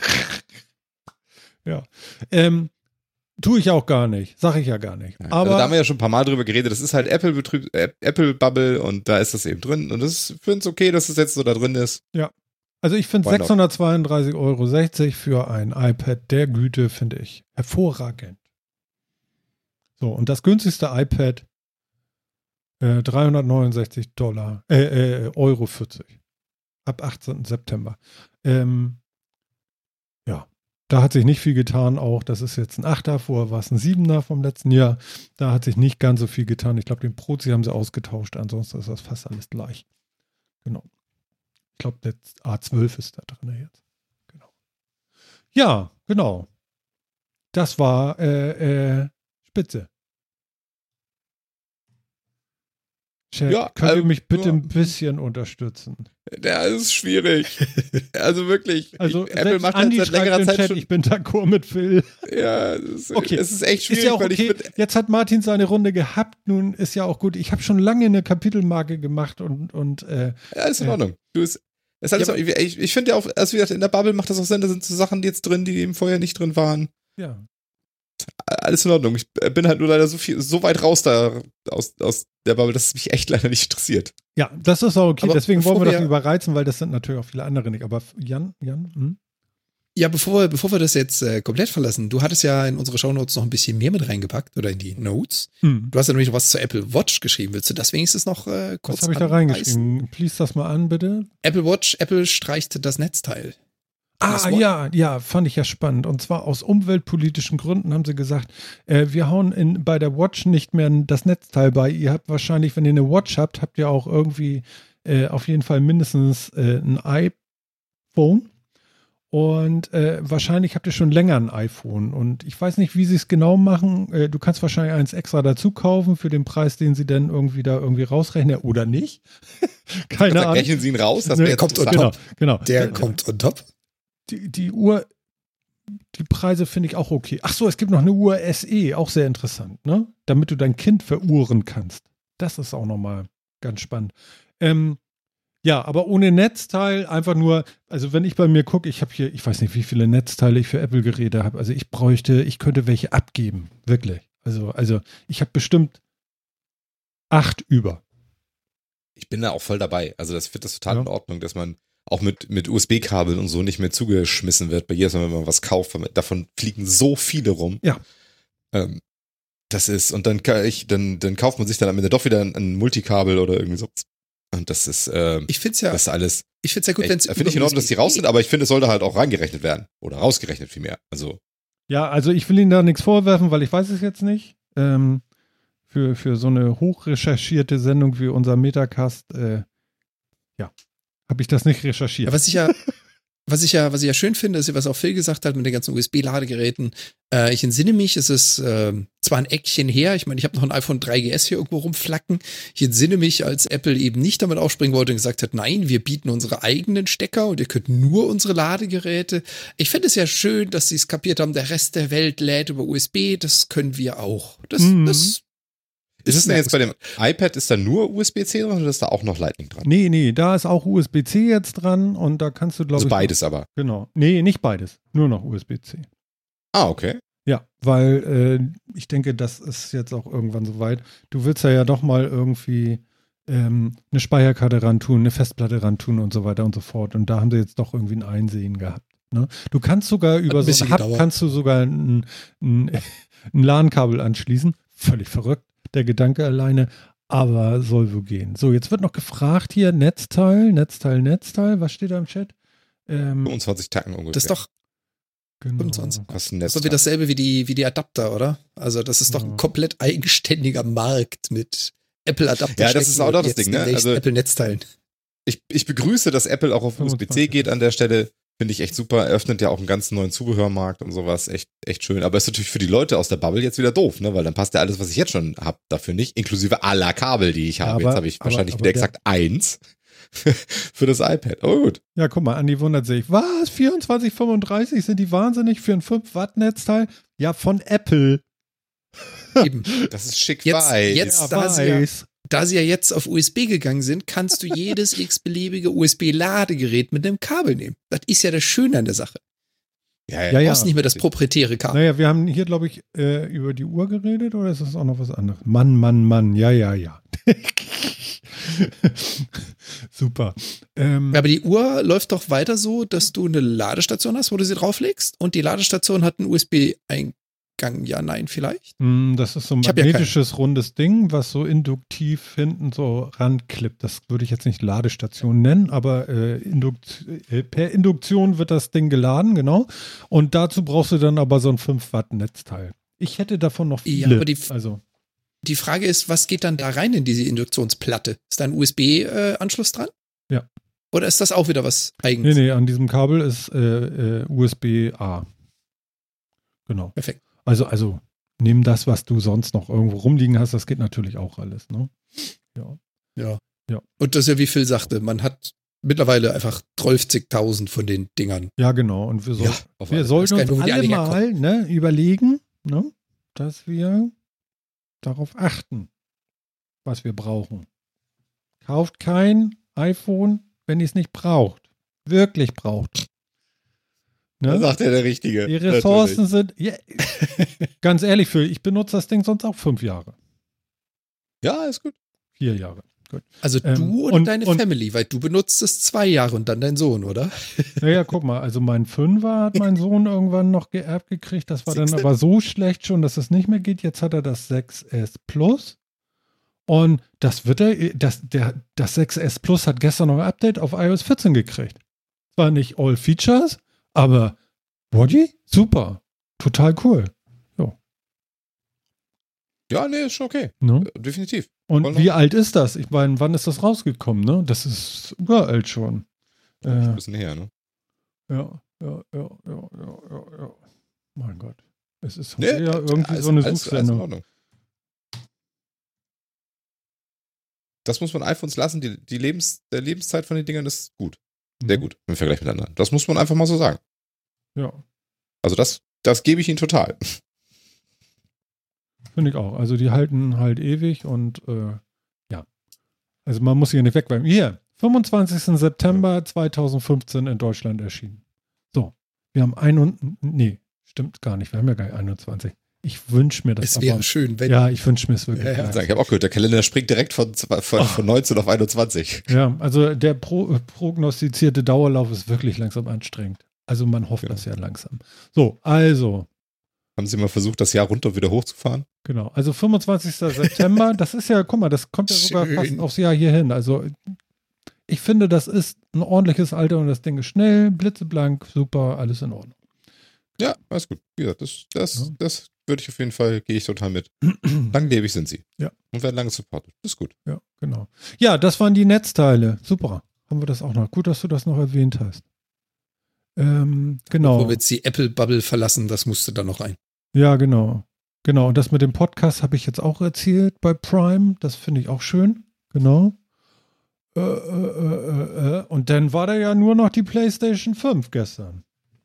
Ja, ähm, tue ich auch gar nicht, sage ich ja gar nicht. Ja, aber also da haben wir ja schon ein paar Mal drüber geredet, das ist halt Apple-Betrieb, Apple Bubble und da ist das eben drin und das finde ich okay, dass es jetzt so da drin ist. Ja, also ich finde sechshundertzweiunddreißig Euro sechzig für ein iPad der Güte finde ich hervorragend. So, und das günstigste iPad äh, dreihundertneunundsechzig Dollar, äh, äh, Euro vierzig. Ab achtzehnten September. Ähm, ja. Da hat sich nicht viel getan, auch das ist jetzt ein Achter, vorher war es ein Siebener vom letzten Jahr. Da hat sich nicht ganz so viel getan. Ich glaube, den Prozi haben sie ausgetauscht, ansonsten ist das fast alles gleich. Genau. Ich glaube, der A zwölf ist da drin jetzt. Genau. Ja, genau. Das war äh, äh, Spitze. Chat, ja, könnt ihr also, mich bitte ja. ein bisschen unterstützen? Ja, das ist schwierig. Also wirklich. Also ich, Apple macht Andi halt seit längerer Zeit Chat, schon. ich bin d'accord mit Phil. Ja, es ist, okay. es ist echt schwierig. Ist ja auch weil okay. ich bin, Jetzt hat Martin seine Runde gehabt. Nun ist ja auch gut. Ich habe schon lange eine Kapitelmarke gemacht und und äh, ja, ist in Ordnung. Du ist, ist alles ja, auch, ich ich finde ja auch, also wie gesagt, in der Bubble macht das auch Sinn. Da sind so Sachen jetzt drin, die eben vorher nicht drin waren. Ja. Alles in Ordnung. Ich bin halt nur leider so viel, so weit raus da aus, aus der Bubble, dass es mich echt leider nicht interessiert. Ja, das ist auch okay. Aber deswegen wollen wir das wir, nicht überreizen, weil das sind natürlich auch viele andere nicht. Aber Jan, Jan, hm? Ja, bevor wir, bevor wir das jetzt äh, komplett verlassen, du hattest ja in unsere Shownotes noch ein bisschen mehr mit reingepackt oder in die Notes. Hm. Du hast ja nämlich noch was zur Apple Watch geschrieben. Willst du das wenigstens noch äh, kurz Was habe ich da reingeschrieben? Please das mal an, bitte. Apple Watch, Apple streicht das Netzteil. Ah, ja, ja, fand ich ja spannend. Und zwar aus umweltpolitischen Gründen haben sie gesagt, äh, wir hauen in, bei der Watch nicht mehr das Netzteil bei. Ihr habt wahrscheinlich, wenn ihr eine Watch habt, habt ihr auch irgendwie äh, auf jeden Fall mindestens äh, ein iPhone. Und äh, wahrscheinlich habt ihr schon länger ein iPhone. Und ich weiß nicht, wie sie es genau machen. Äh, du kannst wahrscheinlich eins extra dazu kaufen für den Preis, den sie dann irgendwie da irgendwie rausrechnen oder nicht. Keine Ahnung. Rechnen sie ihn raus? Das Ne, jetzt kommt on genau, top. genau. Der Äh, kommt on top. Die, die Uhr, die Preise finde ich auch okay. Ach so, es gibt noch eine Uhr S E, auch sehr interessant, ne? Damit du dein Kind veruhren kannst. Das ist auch nochmal ganz spannend. Ähm, ja, aber ohne Netzteil, einfach nur, also wenn ich bei mir gucke, ich habe hier, ich weiß nicht, wie viele Netzteile ich für Apple-Geräte habe. Also ich bräuchte, ich könnte welche abgeben, wirklich. Also, also ich habe bestimmt acht über. Ich bin da auch voll dabei. Also das wird das total Ja. in Ordnung, dass man auch mit, mit U S B-Kabeln und so nicht mehr zugeschmissen wird bei jedes Mal, wenn man was kauft. Davon fliegen so viele rum. Ja. Ähm, das ist, und dann kann ich, dann, dann kauft man sich dann am Ende doch wieder ein, ein Multikabel oder irgendwie so. Und das ist, ähm, Ich finde es ja, das ist alles. ich find's ja gut, wenn es Finde ich in Ordnung, dass die raus sind, aber ich finde, es sollte halt auch reingerechnet werden. Oder rausgerechnet vielmehr. Also. Ja, also ich will Ihnen da nichts vorwerfen, weil ich weiß es jetzt nicht. Ähm, für, für so eine hochrecherchierte Sendung wie unser Metacast, äh, ja, habe ich das nicht recherchiert. Ja, was ich ja, was ich ja, was ich ja schön finde, ist, was auch Phil gesagt hat mit den ganzen U S B-Ladegeräten. Äh, ich entsinne mich, es ist äh, zwar ein Eckchen her, ich meine, ich habe noch ein iPhone drei G S hier irgendwo rumflacken. Ich entsinne mich, als Apple eben nicht damit aufspringen wollte und gesagt hat, nein, wir bieten unsere eigenen Stecker und ihr könnt nur unsere Ladegeräte. Ich finde es ja schön, dass sie es kapiert haben, der Rest der Welt lädt über U S B, das können wir auch. Das, Mhm. das Ist es denn jetzt bei dem iPad, ist da nur U S B C dran oder ist da auch noch Lightning dran? Nee, nee, da ist auch U S B C jetzt dran und da kannst du, glaube Also ich. beides aber. Genau. Nee, nicht beides. Nur noch U S B C. Ah, okay. Ja, weil äh, ich denke, das ist jetzt auch irgendwann soweit. Du willst ja ja doch mal irgendwie ähm, eine Speicherkarte ran tun, eine Festplatte ran tun und so weiter und so fort. Und da haben sie jetzt doch irgendwie ein Einsehen gehabt. Ne? Du kannst sogar über ein so bisschen ein Hub gedauert. kannst du sogar ein, ein, ein LAN-Kabel anschließen. Völlig verrückt, der Gedanke alleine. Aber soll wohl gehen. So, jetzt wird noch gefragt hier, Netzteil, Netzteil, Netzteil. Was steht da im Chat? Ähm, fünfundzwanzig Tacken ungefähr. Das ist doch genau. fünfundzwanzig. Kostet ein Das ist doch wie Netzteil. dasselbe wie die, wie die Adapter, oder? Also das ist doch Ja. ein komplett eigenständiger Markt mit Apple-Adapter. Ja, das ist auch noch das Ding, ne? Also- Apple-Netzteilen. Ich, ich begrüße, dass Apple auch auf U S B C fünfundzwanzig. geht an der Stelle. Finde ich echt super. Eröffnet ja auch einen ganz neuen Zubehörmarkt und sowas. Echt, echt schön. Aber ist natürlich für die Leute aus der Bubble jetzt wieder doof, ne? Weil dann passt ja alles, was ich jetzt schon habe, dafür nicht. Inklusive aller Kabel, die ich habe. Aber- jetzt habe ich aber- wahrscheinlich aber wieder der- exakt eins für das iPad. Aber gut. Ja, guck mal, Andi wundert sich. Was? vierundzwanzig fünfunddreißig sind die wahnsinnig für ein fünf Watt Netzteil? Ja, von Apple. Eben. Das ist schick Jetzt- weiß. jetzt- Ja, da sie ja- weiß. Da sie ja jetzt auf U S B gegangen sind, kannst du jedes x-beliebige U S B-Ladegerät mit einem Kabel nehmen. Das ist ja das Schöne an der Sache. Ja, Ja, Du ja. brauchst nicht mehr das proprietäre Kabel. Naja, wir haben hier, glaube ich, äh, über die Uhr geredet oder ist das auch noch was anderes? Mann, Mann, Mann. Ja, ja, ja. Super. Ähm, Aber die Uhr läuft doch weiter so, dass du eine Ladestation hast, wo du sie drauflegst und die Ladestation hat einen U S B-Eingang. Ja, nein, vielleicht? mh, das ist so ein Ich hab ja magnetisches, rundes Ding, was so induktiv hinten so ranklippt. Das würde ich jetzt nicht Ladestation nennen, aber äh, Indukt äh, per Induktion wird das Ding geladen, genau. Und dazu brauchst du dann aber so ein fünf Watt Netzteil. Ich hätte davon noch Ja, viele. aber die- also, Die Frage ist, was geht dann da rein in diese Induktionsplatte? Ist da ein U S B-Anschluss dran? Ja. Oder ist das auch wieder was nee, Eigenes? nee, an diesem Kabel ist äh, äh, U S B A. Genau. Perfekt. Also, also, nimm das, was du sonst noch irgendwo rumliegen hast, das geht natürlich auch alles, ne? Ja. Ja. Ja. Und das ist ja, wie Phil sagte, man hat mittlerweile einfach zwölfzigtausend von den Dingern. Ja, genau. Und wir, soll, Ja, auf wir alle sollten Fälle. uns Wo die alle alle mal ne, überlegen, ne, dass wir darauf achten, was wir brauchen. Kauft kein iPhone, wenn ihr es nicht braucht. Wirklich braucht. Da Ne? sagt ja der Richtige. Die Ressourcen sind, ja, ganz ehrlich, Phil, ich benutze das Ding sonst auch fünf Jahre. Natürlich. Ja, ist gut. Vier Jahre. Gut. Also Ähm, du und, und- deine und- Family, weil du benutzt es zwei Jahre und dann dein Sohn, oder? Naja, guck mal, also mein Fünfer hat mein Sohn irgendwann noch geerbt gekriegt. Das war dann Siehste? aber so schlecht schon, dass es nicht mehr geht. Jetzt hat er das sechs S Plus. Und das wird er, das, der, das sechs S Plus hat gestern noch ein Update auf iOS vierzehn gekriegt. Zwar nicht all Features, Aber Body? Super. Total cool. Ja, nee, ist schon okay. Ne? Definitiv. Und Voll wie noch- alt ist das? Ich meine, wann ist das rausgekommen? Ne? Das ist uralt schon. Ja, ist Äh, ein bisschen her, ne? ja, ja, ja, ja, ja, ja, ja. Mein Gott. Es ist Nee, ja irgendwie alles- so eine alles- alles in Suchsendung. Ordnung. Das muss man iPhones lassen. Die, die Lebens, der Lebenszeit von den Dingern ist gut. Sehr Mhm. gut im Vergleich mit anderen. Das muss man einfach mal so sagen. Ja, Also das, das gebe ich Ihnen total. finde ich auch. Also die halten halt ewig und äh, ja. Also man muss hier nicht wegwerfen. Hier, fünfundzwanzigsten September zweitausendfünfzehn in Deutschland erschienen. So, wir haben ein und nee, stimmt gar nicht. Wir haben ja gar nicht einundzwanzig. Ich wünsche mir das. Es wäre aber- schön, wenn. Ja, ich wünsche mir es wirklich. Ja, ja. Ja. Ich habe auch gehört, der Kalender springt direkt von, von, von neunzehn auf einundzwanzig. Ja, also der pro, prognostizierte Dauerlauf ist wirklich langsam anstrengend. Also man hofft Genau. das ja langsam. So, also, Haben Sie mal versucht, das Jahr runter und wieder hochzufahren? genau. Also fünfundzwanzigsten September, das ist ja, guck mal, das kommt ja sogar Schön. fast aufs Jahr hier hin. Also ich finde, das ist ein ordentliches Alter und das Ding ist schnell, blitzeblank, super, alles in Ordnung. Ja, alles gut. Wie gesagt, das, das, Ja. das würde ich auf jeden Fall, gehe ich total mit. Langlebig sind sie. Ja. Und werden lange supportet. Das ist gut. Ja, genau. Ja, das waren die Netzteile. Super. Haben wir das auch noch. Gut, dass du das noch erwähnt hast. Ähm, genau. Wo wir jetzt die Apple-Bubble verlassen, das musste da noch rein. Ja, genau. Genau. Und das mit dem Podcast habe ich jetzt auch erzählt bei Prime. Das finde ich auch schön. Genau. Äh, äh, äh, äh, äh. Und dann war da ja nur noch die PlayStation fünf gestern.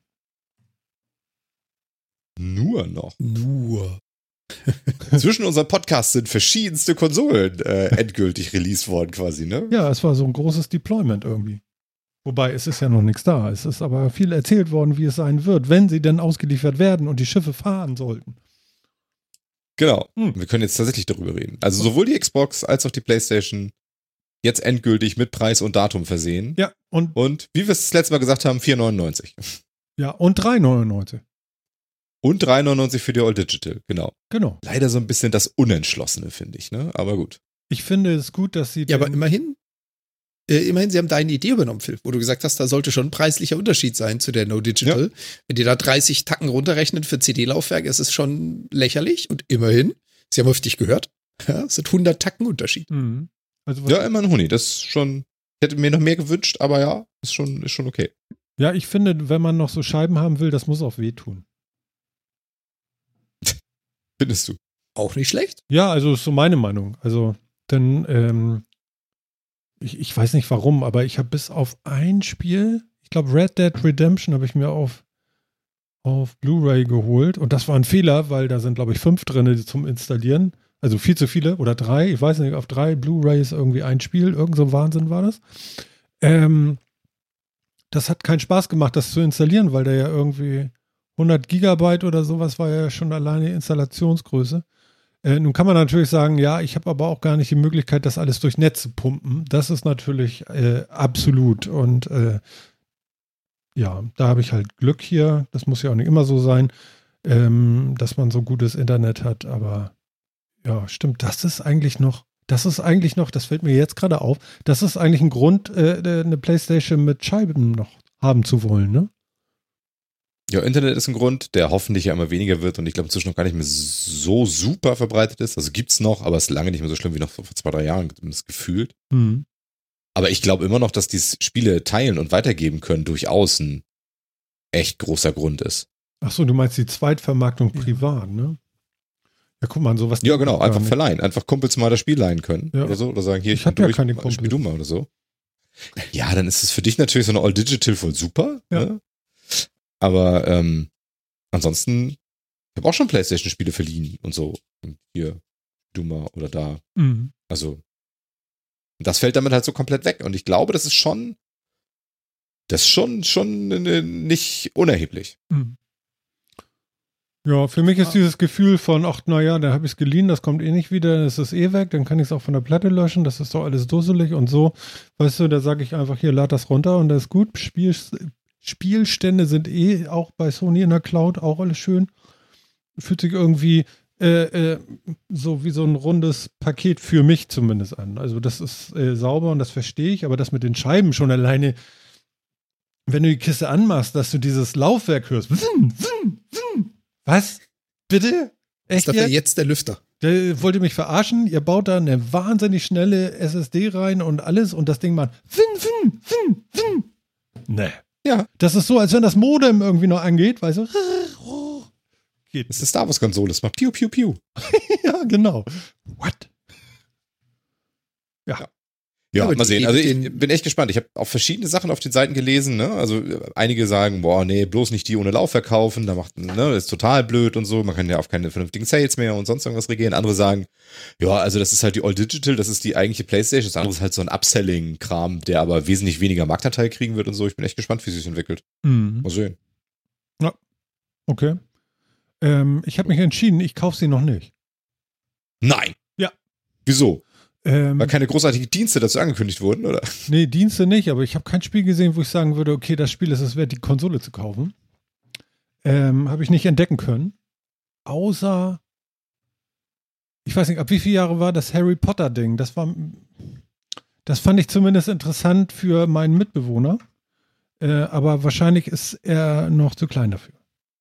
Nur noch. Nur. Zwischen unseren Podcasts sind verschiedenste Konsolen äh, endgültig released worden quasi, ne? Ja, es war so ein großes Deployment irgendwie. Wobei, es ist ja noch nichts da. Es ist aber viel erzählt worden, wie es sein wird, wenn sie denn ausgeliefert werden und die Schiffe fahren sollten. Genau. Hm. Wir können jetzt tatsächlich darüber reden. Also sowohl die Xbox als auch die PlayStation jetzt endgültig mit Preis und Datum versehen. Ja, und, Und wie wir es das letzte Mal gesagt haben, vier neunundneunzig. ja, und drei neunundneunzig. Und drei neunundneunzig für die All Digital, genau. Genau. Leider so ein bisschen das Unentschlossene, finde ich, ne? Aber gut. Ich finde es gut, dass sie. Ja, aber den- immerhin. Äh, immerhin, sie haben deine Idee übernommen, Phil, wo du gesagt hast, da sollte schon ein preislicher Unterschied sein zu der No Digital. Ja. Wenn die da dreißig Tacken runterrechnet für C D-Laufwerk, ist es schon lächerlich. Und immerhin, sie haben auf dich gehört, ja, es sind hundert Tacken Unterschied. Mhm. Also was, Ja, immer ein Huni. Das ist schon. Ich hätte mir noch mehr gewünscht, aber ja, ist schon, ist schon okay. ja, ich finde, wenn man noch so Scheiben haben will, das muss auch wehtun. Findest du? Auch nicht schlecht. Ja, also ist so meine Meinung. Also, denn ähm, ich, ich weiß nicht warum, aber ich habe bis auf ein Spiel, ich glaube Red Dead Redemption habe ich mir auf, auf Blu-ray geholt und das war ein Fehler, weil da sind, glaube ich, fünf drin zum Installieren. Also viel zu viele oder drei, ich weiß nicht, auf drei Blu-rays irgendwie ein Spiel, irgend so ein Wahnsinn war das. Ähm, das hat keinen Spaß gemacht, das zu installieren, weil da ja irgendwie hundert Gigabyte oder sowas war ja schon alleine die Installationsgröße. Äh, nun kann man natürlich sagen, ja, ich habe aber auch gar nicht die Möglichkeit, das alles durch Netz zu pumpen. Das ist natürlich äh, absolut. Und äh, ja, da habe ich halt Glück hier. Das muss ja auch nicht immer so sein, ähm, dass man so gutes Internet hat. Aber ja, stimmt, das ist eigentlich noch, das ist eigentlich noch, das fällt mir jetzt gerade auf, das ist eigentlich ein Grund, äh, eine PlayStation mit Scheiben noch haben zu wollen, ne? Ja, Internet ist ein Grund, der hoffentlich ja immer weniger wird und ich glaube inzwischen noch gar nicht mehr so super verbreitet ist. Also gibt's noch, aber es ist lange nicht mehr so schlimm wie noch vor zwei, drei Jahren, zumindest gefühlt. Hm. Aber ich glaube immer noch, dass die Spiele teilen und weitergeben können durchaus ein echt großer Grund ist. Ach so, du meinst die Zweitvermarktung privat, ne? Ja, guck mal, sowas. Ja, genau, gar einfach nicht. verleihen. Einfach Kumpels mal das Spiel leihen können Ja. oder so. Oder sagen, hier, Ich ich hab bin ja durch, keine spiel Kumpels. du mal oder so. Ja, dann ist es für dich natürlich so eine All-Digital voll super. Ja. Ne? Aber ähm, ansonsten, ich habe auch schon PlayStation-Spiele verliehen und so. Und hier, du mal oder da. Mhm. Also, das fällt damit halt so komplett weg. Und ich glaube, das ist schon, das ist schon, schon äh, nicht unerheblich. Mhm. Ja, für mich ist dieses Gefühl von, ach, naja, da habe ich es geliehen, das kommt eh nicht wieder, dann ist es eh weg, dann kann ich es auch von der Platte löschen, das ist doch alles dusselig und so. Weißt du, da sage ich einfach, hier, lad das runter und das ist gut. Spiel, Spielstände sind eh auch bei Sony in der Cloud, auch alles schön. Fühlt sich irgendwie äh, äh, so wie so ein rundes Paket für mich zumindest an. Also das ist äh, sauber und das verstehe ich, aber das mit den Scheiben schon alleine, wenn du die Kiste anmachst, dass du dieses Laufwerk hörst. Wum, wum, wum. Was? Bitte? Echt Das ist dafür jetzt? jetzt der Lüfter. Der wollte mich verarschen. Ihr baut da eine wahnsinnig schnelle S S D rein und alles und das Ding macht. Wum, wum, wum, wum. Nee. Ja. Das ist so, als wenn das Modem irgendwie noch angeht, weißt du? Geht. Das ist eine Star Wars Konsole, das macht piu, piu, piu. Ja, genau. What? Ja. Ja, Ja, aber mal die- sehen. Also ich den- bin echt gespannt. Ich habe auch verschiedene Sachen auf den Seiten gelesen. Ne? Also einige sagen, boah, nee, bloß nicht die ohne Laufwerk kaufen. Da macht, ne, das ist total blöd und so. Man kann ja auf keine vernünftigen Sales mehr und sonst irgendwas reagieren. Andere sagen, ja, also das ist halt die All Digital, das ist die eigentliche PlayStation. Das andere ist halt so ein Upselling-Kram, der aber wesentlich weniger Marktanteil kriegen wird und so. Ich bin echt gespannt, wie sich entwickelt. Mhm. Mal sehen. Okay. Ähm, ich habe mich entschieden, ich kaufe sie noch nicht. Nein. Ja. Wieso? Ähm, Weil keine großartigen Dienste dazu angekündigt wurden, oder? Nee, Dienste nicht, aber ich habe kein Spiel gesehen, wo ich sagen würde, okay, das Spiel ist es wert, die Konsole zu kaufen. Ähm, habe ich nicht entdecken können. Außer, ich weiß nicht, ab wie viele Jahre war das Harry Potter-Ding? Das war, das fand ich zumindest interessant für meinen Mitbewohner. Äh, aber wahrscheinlich ist er noch zu klein dafür.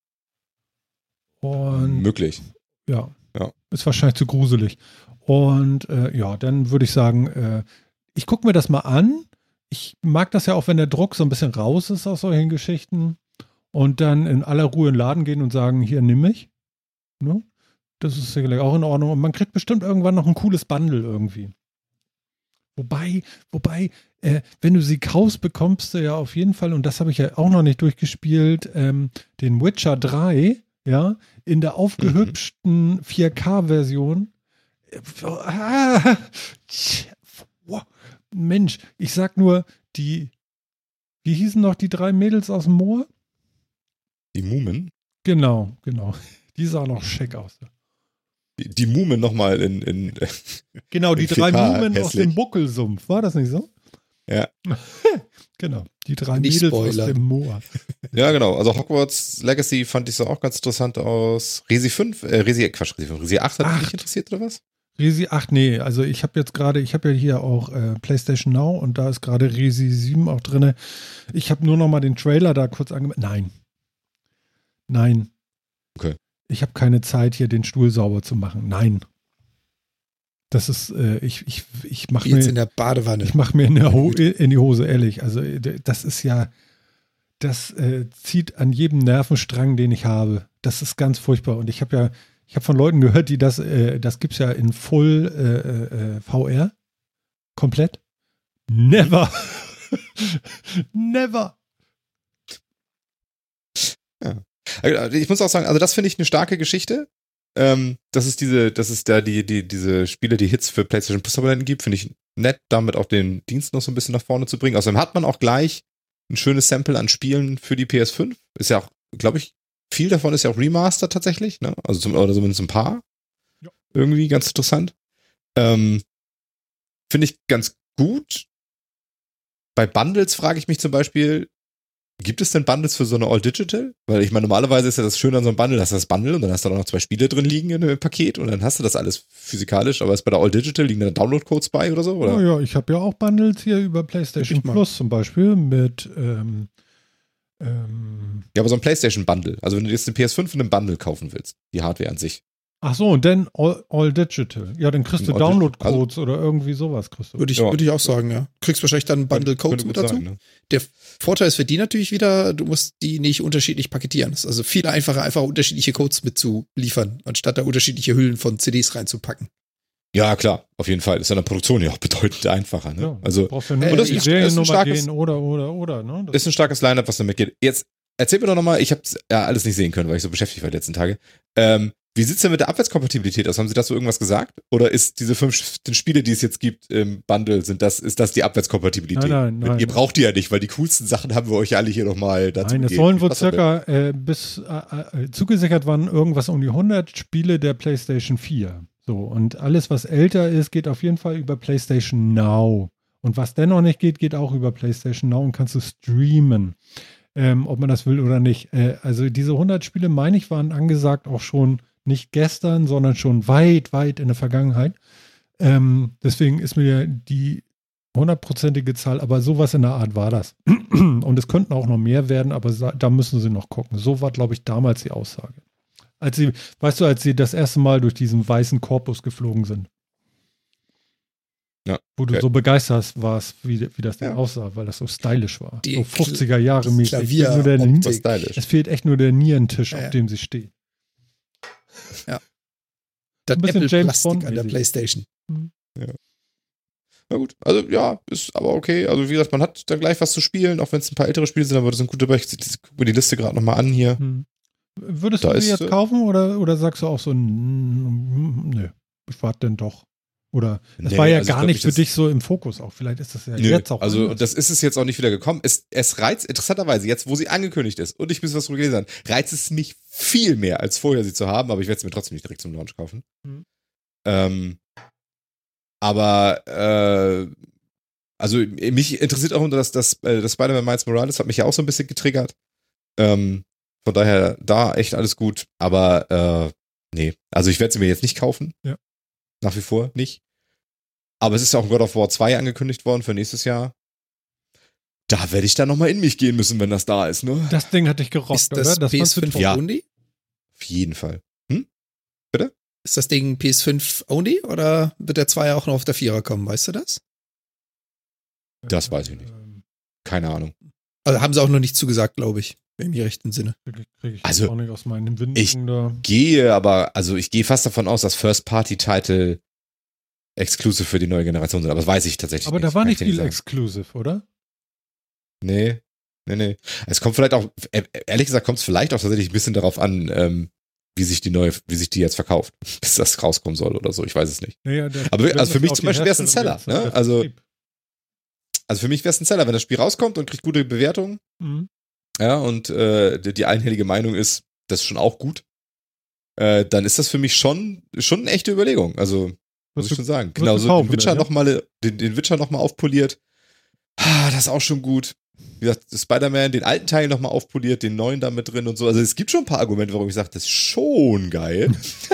Und Möglich. ja, Ja. ist wahrscheinlich zu gruselig. Und äh, ja, dann würde ich sagen, äh, ich gucke mir das mal an. Ich mag das ja auch, wenn der Druck so ein bisschen raus ist aus solchen Geschichten und dann in aller Ruhe in den Laden gehen und sagen, hier, nimm mich. Ne? Das ist sicherlich auch in Ordnung. Und man kriegt bestimmt irgendwann noch ein cooles Bundle irgendwie. Wobei, wobei, äh, wenn du sie kaufst, bekommst du ja auf jeden Fall, und das habe ich ja auch noch nicht durchgespielt, ähm, den Witcher drei, ja, in der aufgehübschten vier K-Version. Ah, wow. Mensch, ich sag nur, die, wie hießen noch die drei Mädels aus dem Moor? Die Mumen. Genau, genau. Die sahen noch schick aus. Die, die Mumen nochmal in, in Genau, die In drei vier K Mumen aus hässlich. dem Buckelsumpf. War das nicht so? Ja. Genau, die drei Nicht Mädels spoilern. aus dem Moor. Ja, genau. Also Hogwarts Legacy fand ich so auch ganz interessant aus. Resi fünf, äh, Resi, Quatsch, Resi fünf, Resi acht hat Acht. dich interessiert oder was? Resi acht, nee, also ich habe jetzt gerade, ich habe ja hier auch äh, PlayStation Now und da ist gerade Resi sieben auch drin. Ich habe nur noch mal den Trailer da kurz angemacht. Nein. Nein. Okay. Ich habe keine Zeit, hier den Stuhl sauber zu machen. Nein. Das ist, äh, ich, ich, ich mache Wie jetzt mir, in der Badewanne. ich mach mir in, der Ho in die Hose, ehrlich. Also äh, das ist ja, das äh, zieht an jedem Nervenstrang, den ich habe. Das ist ganz furchtbar. Und ich habe ja, ich habe von Leuten gehört, die das, äh, das gibt's ja in Full äh, äh, V R. Komplett. Never. Never. Also ich muss auch sagen, also das finde ich eine starke Geschichte. Ähm, das ist diese, das ist da die, die, diese Spiele, die Hits für PlayStation Plus Abonnenten gibt, finde ich nett, damit auch den Dienst noch so ein bisschen nach vorne zu bringen. Außerdem hat man auch gleich ein schönes Sample an Spielen für die P S fünf. Ist ja auch, glaube ich, viel davon ist ja auch Remaster tatsächlich, ne? Also zum, oder zumindest ein paar. Ja. Irgendwie ganz interessant. Ähm, finde ich ganz gut. Bei Bundles frage ich mich zum Beispiel, gibt es denn Bundles für so eine All-Digital? Weil ich meine, normalerweise ist ja das Schöne an so einem Bundle, dass du das Bundle und dann hast du da noch zwei Spiele drin liegen in einem Paket und dann hast du das alles physikalisch, aber ist bei der All-Digital, liegen da Download-Codes bei oder so? Oder? Oh ja, ich habe ja auch Bundles hier über PlayStation Ich mal. Plus zum Beispiel mit ähm, ähm, Ja, aber so ein PlayStation-Bundle. Also wenn du jetzt eine P S fünf in einem Bundle kaufen willst, die Hardware an sich. ach so, und dann all, all Digital. Ja, dann kriegst du All Digital. Download-Codes oder irgendwie sowas kriegst du. Würde ich, Ja. würde ich auch sagen, ja. Kriegst wahrscheinlich dann Bundle-Codes Könnte mit gut dazu. sein, ne? Der Vorteil ist für die natürlich wieder, du musst die nicht unterschiedlich paketieren. Es ist also viel einfacher, einfach unterschiedliche Codes mitzuliefern, anstatt da unterschiedliche Hüllen von C Ds reinzupacken. Ja, klar, auf jeden Fall. Ist ja in der Produktion ja auch bedeutend einfacher. Ne? Ja, Also brauchst ja nur äh, die das ist- das ist Seriennummer ein starkes- gehen oder, oder, oder. Ne? Das ist ein starkes Line-Up, was damit geht. Jetzt erzähl mir doch nochmal, ich habe ja alles nicht sehen können, weil ich so beschäftigt war die letzten Tage. Ähm, wie sieht's denn mit der Abwärtskompatibilität aus? Haben Sie dazu irgendwas gesagt? Oder ist diese fünfzehn Spiele, die es jetzt gibt im Bundle, sind das, ist das die Abwärtskompatibilität? Nein, nein, nein. Ihr braucht die ja nicht, weil die coolsten Sachen haben wir euch alle hier nochmal dazu Nein, es gegeben. sollen wohl Was soll circa äh, bis äh, äh, zugesichert waren irgendwas um die hundert Spiele der PlayStation vier. So, und alles, was älter ist, geht auf jeden Fall über PlayStation Now. Und was dennoch nicht geht, geht auch über PlayStation Now und kannst du streamen, ähm, ob man das will oder nicht. Äh, also diese hundert Spiele, meine ich, waren angesagt auch schon nicht gestern, sondern schon weit, weit in der Vergangenheit. Ähm, deswegen ist mir die Hundertprozentige Zahl, aber sowas in der Art war das. Und es könnten auch noch mehr werden, aber da müssen sie noch gucken. So war, glaube ich, damals die Aussage. Als sie, weißt du, als sie das erste Mal durch diesen weißen Korpus geflogen sind. Ja, wo du okay. so begeistert warst, wie, wie das Ding Ja. aussah, weil das so stylisch war. Die so fünfziger Jahre mäßig. Klavier- Nur der, Optik. Das ist stylisch. es fehlt echt nur der Nierentisch, Ja, ja. auf dem sie steht. Das Ein bisschen James Apple-Plastik Bond an der mäßig. Playstation. Na gut, also ja, ist aber okay. Also wie gesagt, man hat da gleich was zu spielen, auch wenn es ein paar ältere Spiele sind, aber das sind gute dabei. Ich gucke mir die Liste gerade nochmal an hier. Hm. Würdest Da du sie ist, jetzt äh, kaufen oder, oder sagst du auch so, mm, nö, ich warte denn doch? Oder das Nee, war ja also ich gar glaub nicht nicht, für dass- dich so im Fokus auch. Vielleicht ist das ja Nö, jetzt auch. also anders. das ist es jetzt auch nicht wieder gekommen. Es, es reizt, interessanterweise, jetzt wo sie angekündigt ist und ich ein bisschen was drüber gelesen habe, reizt es mich viel mehr, als vorher sie zu haben, aber ich werde es mir trotzdem nicht direkt zum Launch kaufen. Mhm. Ähm, aber äh, also mich interessiert auch das, das, äh, das Spider-Man Miles Morales, hat mich ja auch so ein bisschen getriggert. Ähm, von daher da echt alles gut, aber äh, nee, also ich werde sie mir jetzt nicht kaufen. Ja. Nach wie vor nicht. Aber es ist ja auch God of War zwei angekündigt worden für nächstes Jahr. Da werde ich dann nochmal in mich gehen müssen, wenn das da ist, ne? Das Ding hat dich gerockt, Ist das oder? Das P S fandst du fünf toll. Ja. only? Auf jeden Fall. Ist das Ding P S fünf only oder wird der Zweier auch noch auf der Vierer kommen? Weißt du das? Das weiß ich nicht. Ähm, Keine Ahnung. Also haben sie auch noch nicht zugesagt, glaube ich. Im rechten Sinne. Kriege krieg ich Also, auch nicht aus meinen Winden ich- da. Gehe aber, also ich gehe fast davon aus, dass First-Party-Title exclusive für die neue Generation sind. Aber das weiß ich tatsächlich Aber nicht. da war Kann nicht ich dir viel sagen. exclusive, oder? Nee, nee, nee. Es kommt vielleicht auch, e- ehrlich gesagt, kommt es vielleicht auch tatsächlich ein bisschen darauf an, ähm, wie sich die neue, wie sich die jetzt verkauft, bis das rauskommen soll oder so. Ich weiß es nicht. Naja, der- Aber wenn also für das mich auf zum die Beispiel wär's ein Herstellung Seller, geht, ne? der Also- Vertrieb. Also für mich wäre es ein Seller, wenn das Spiel rauskommt und kriegt gute Bewertungen. Mhm. Ja, und äh, die, die einhellige Meinung ist, das ist schon auch gut. Äh, dann ist das für mich schon, schon eine echte Überlegung. Also, muss Wirst ich du- schon sagen. du Genauso kaufen, den Witcher dann, ja? noch mal, den, den Witcher nochmal aufpoliert. Ah, das ist auch schon gut. Wie gesagt, Spider-Man, den alten Teil nochmal aufpoliert, den neuen da mit drin und so. Also es gibt schon ein paar Argumente, warum ich sage, das ist schon geil.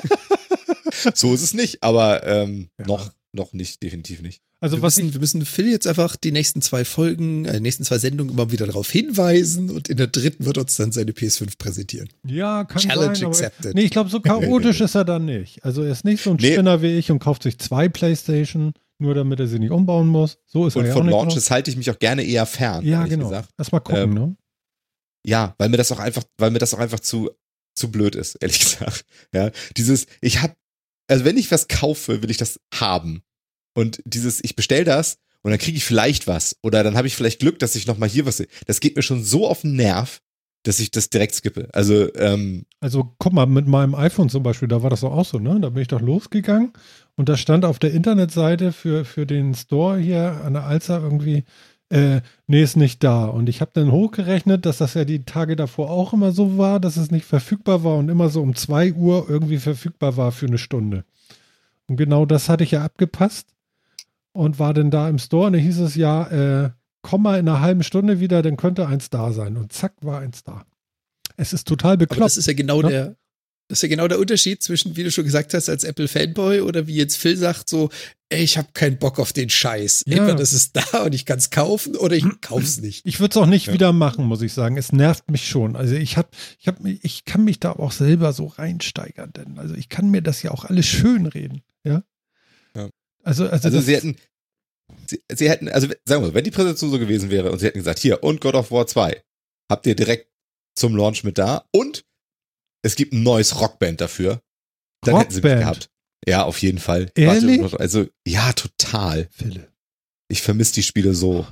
So ist es nicht, aber ähm, Ja. noch, noch nicht, definitiv nicht. Also wir, was müssen, ich, wir müssen Phil jetzt einfach die nächsten zwei Folgen, äh, die nächsten zwei Sendungen immer wieder darauf hinweisen und in der dritten wird uns dann seine P S fünf präsentieren. ja, kann Challenge sein, aber accepted. nee, ich glaube, so chaotisch ist er dann nicht. Also er ist nicht so ein Nee. Spinner wie ich und kauft sich zwei Playstation, nur damit er sie nicht umbauen muss. So ist Und er ja auch von nicht. Launches halte ich mich auch gerne eher fern. ja, ehrlich genau. gesagt. Erst mal gucken, Ähm, ne? Ja, weil mir das auch einfach, weil mir das auch einfach zu, zu blöd ist, ehrlich gesagt. Ja, dieses, ich hab, also wenn ich was kaufe, will ich das haben. Und dieses, ich bestell das und dann kriege ich vielleicht was. Oder dann habe ich vielleicht Glück, dass ich nochmal hier was sehe. Das geht mir schon so auf den Nerv, dass ich das direkt skippe. Also, ähm, Also guck mal, mit meinem iPhone zum Beispiel, da war das doch auch so, ne? Da bin ich doch losgegangen und da stand auf der Internetseite für, für den Store hier an der Alster irgendwie, äh, nee, ist nicht da. Und ich habe dann hochgerechnet, dass das ja die Tage davor auch immer so war, dass es nicht verfügbar war und immer so um zwei Uhr irgendwie verfügbar war für eine Stunde. Und genau das hatte ich ja abgepasst und war dann da im Store und da hieß es ja, äh, komm mal in einer halben Stunde wieder, dann könnte eins da sein. Und zack, war eins da. Es ist total Aber bekloppt. das ist ja genau Ja. der, das ist ja genau der Unterschied zwischen, wie du schon gesagt hast, als Apple-Fanboy oder wie jetzt Phil sagt, so, ey, ich habe keinen Bock auf den Scheiß. Ja. Entweder das ist da und ich kann es kaufen oder ich kauf's nicht. Ich würde es auch nicht Ja. wieder machen, muss ich sagen. Es nervt mich schon. Also ich hab, ich hab, mich- ich kann mich da auch selber so reinsteigern, denn also ich kann mir das ja auch alles schön reden, ja. Ja. Also, also, also das, sie hätten, sie, sie hätten, also sagen wir so, wenn die Präsentation so gewesen wäre und sie hätten gesagt, hier, und God of War zwei, habt ihr direkt zum Launch mit da und es gibt ein neues Rockband dafür, dann hätten sie mich Rockband? gehabt. Ja, auf jeden Fall. Ehrlich? Warte, also, ja, total. Philipp. Ich vermisse die Spiele so.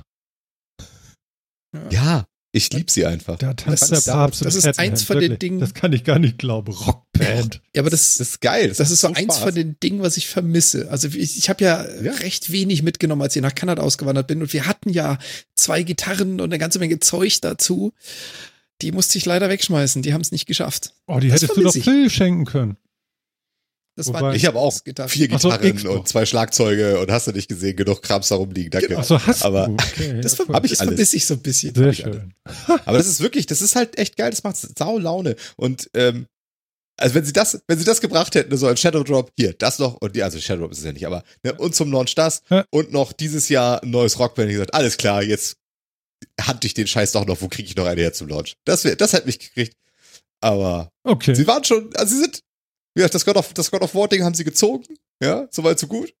Ja, ich lieb sie einfach. Da tanzt Das der ist- Papst das im ist eins Kettenhemd, von den wirklich. Dingen- Das kann ich gar nicht glauben. Rockband. Ja, aber das, Das ist geil. das ist so eins Spaß. von den Dingen, was ich vermisse. Also ich, ich habe ja, Ja. recht wenig mitgenommen, als ich nach Kanada ausgewandert bin. Und wir hatten ja zwei Gitarren und eine ganze Menge Zeug dazu. Die musste ich leider wegschmeißen. Die haben es nicht geschafft. Oh, die Das hättest du doch vermisse ich. Phil schenken können. Das Wobei- waren Ich habe auch Gitarren. vier Ach so, Gitarren Xbox. und zwei Schlagzeuge und hast du nicht gesehen, genug Krams da rumliegen. Danke. Ach so, hast Aber- du. Okay, Das, ja, ver voll. hab ich das alles. vermisse ich so ein bisschen. Sehr ich alle. schön. Aber das ist wirklich, das ist halt echt geil, das macht sau Laune. Und ähm, Also wenn sie das, wenn sie das gebracht hätten, so ein Shadow Drop, hier, das noch, und die, also Shadow Drop ist es ja nicht, aber, ne, und zum Launch das, ja. und noch dieses Jahr ein neues Rockband, ich gesagt, alles klar, jetzt hatte ich den Scheiß doch noch, wo kriege ich noch eine her zum Launch? Das wäre, das hätte mich gekriegt. Aber okay. sie waren schon, also sie sind, ja, das God of, das God of War Ding haben sie gezogen, ja, soweit so gut.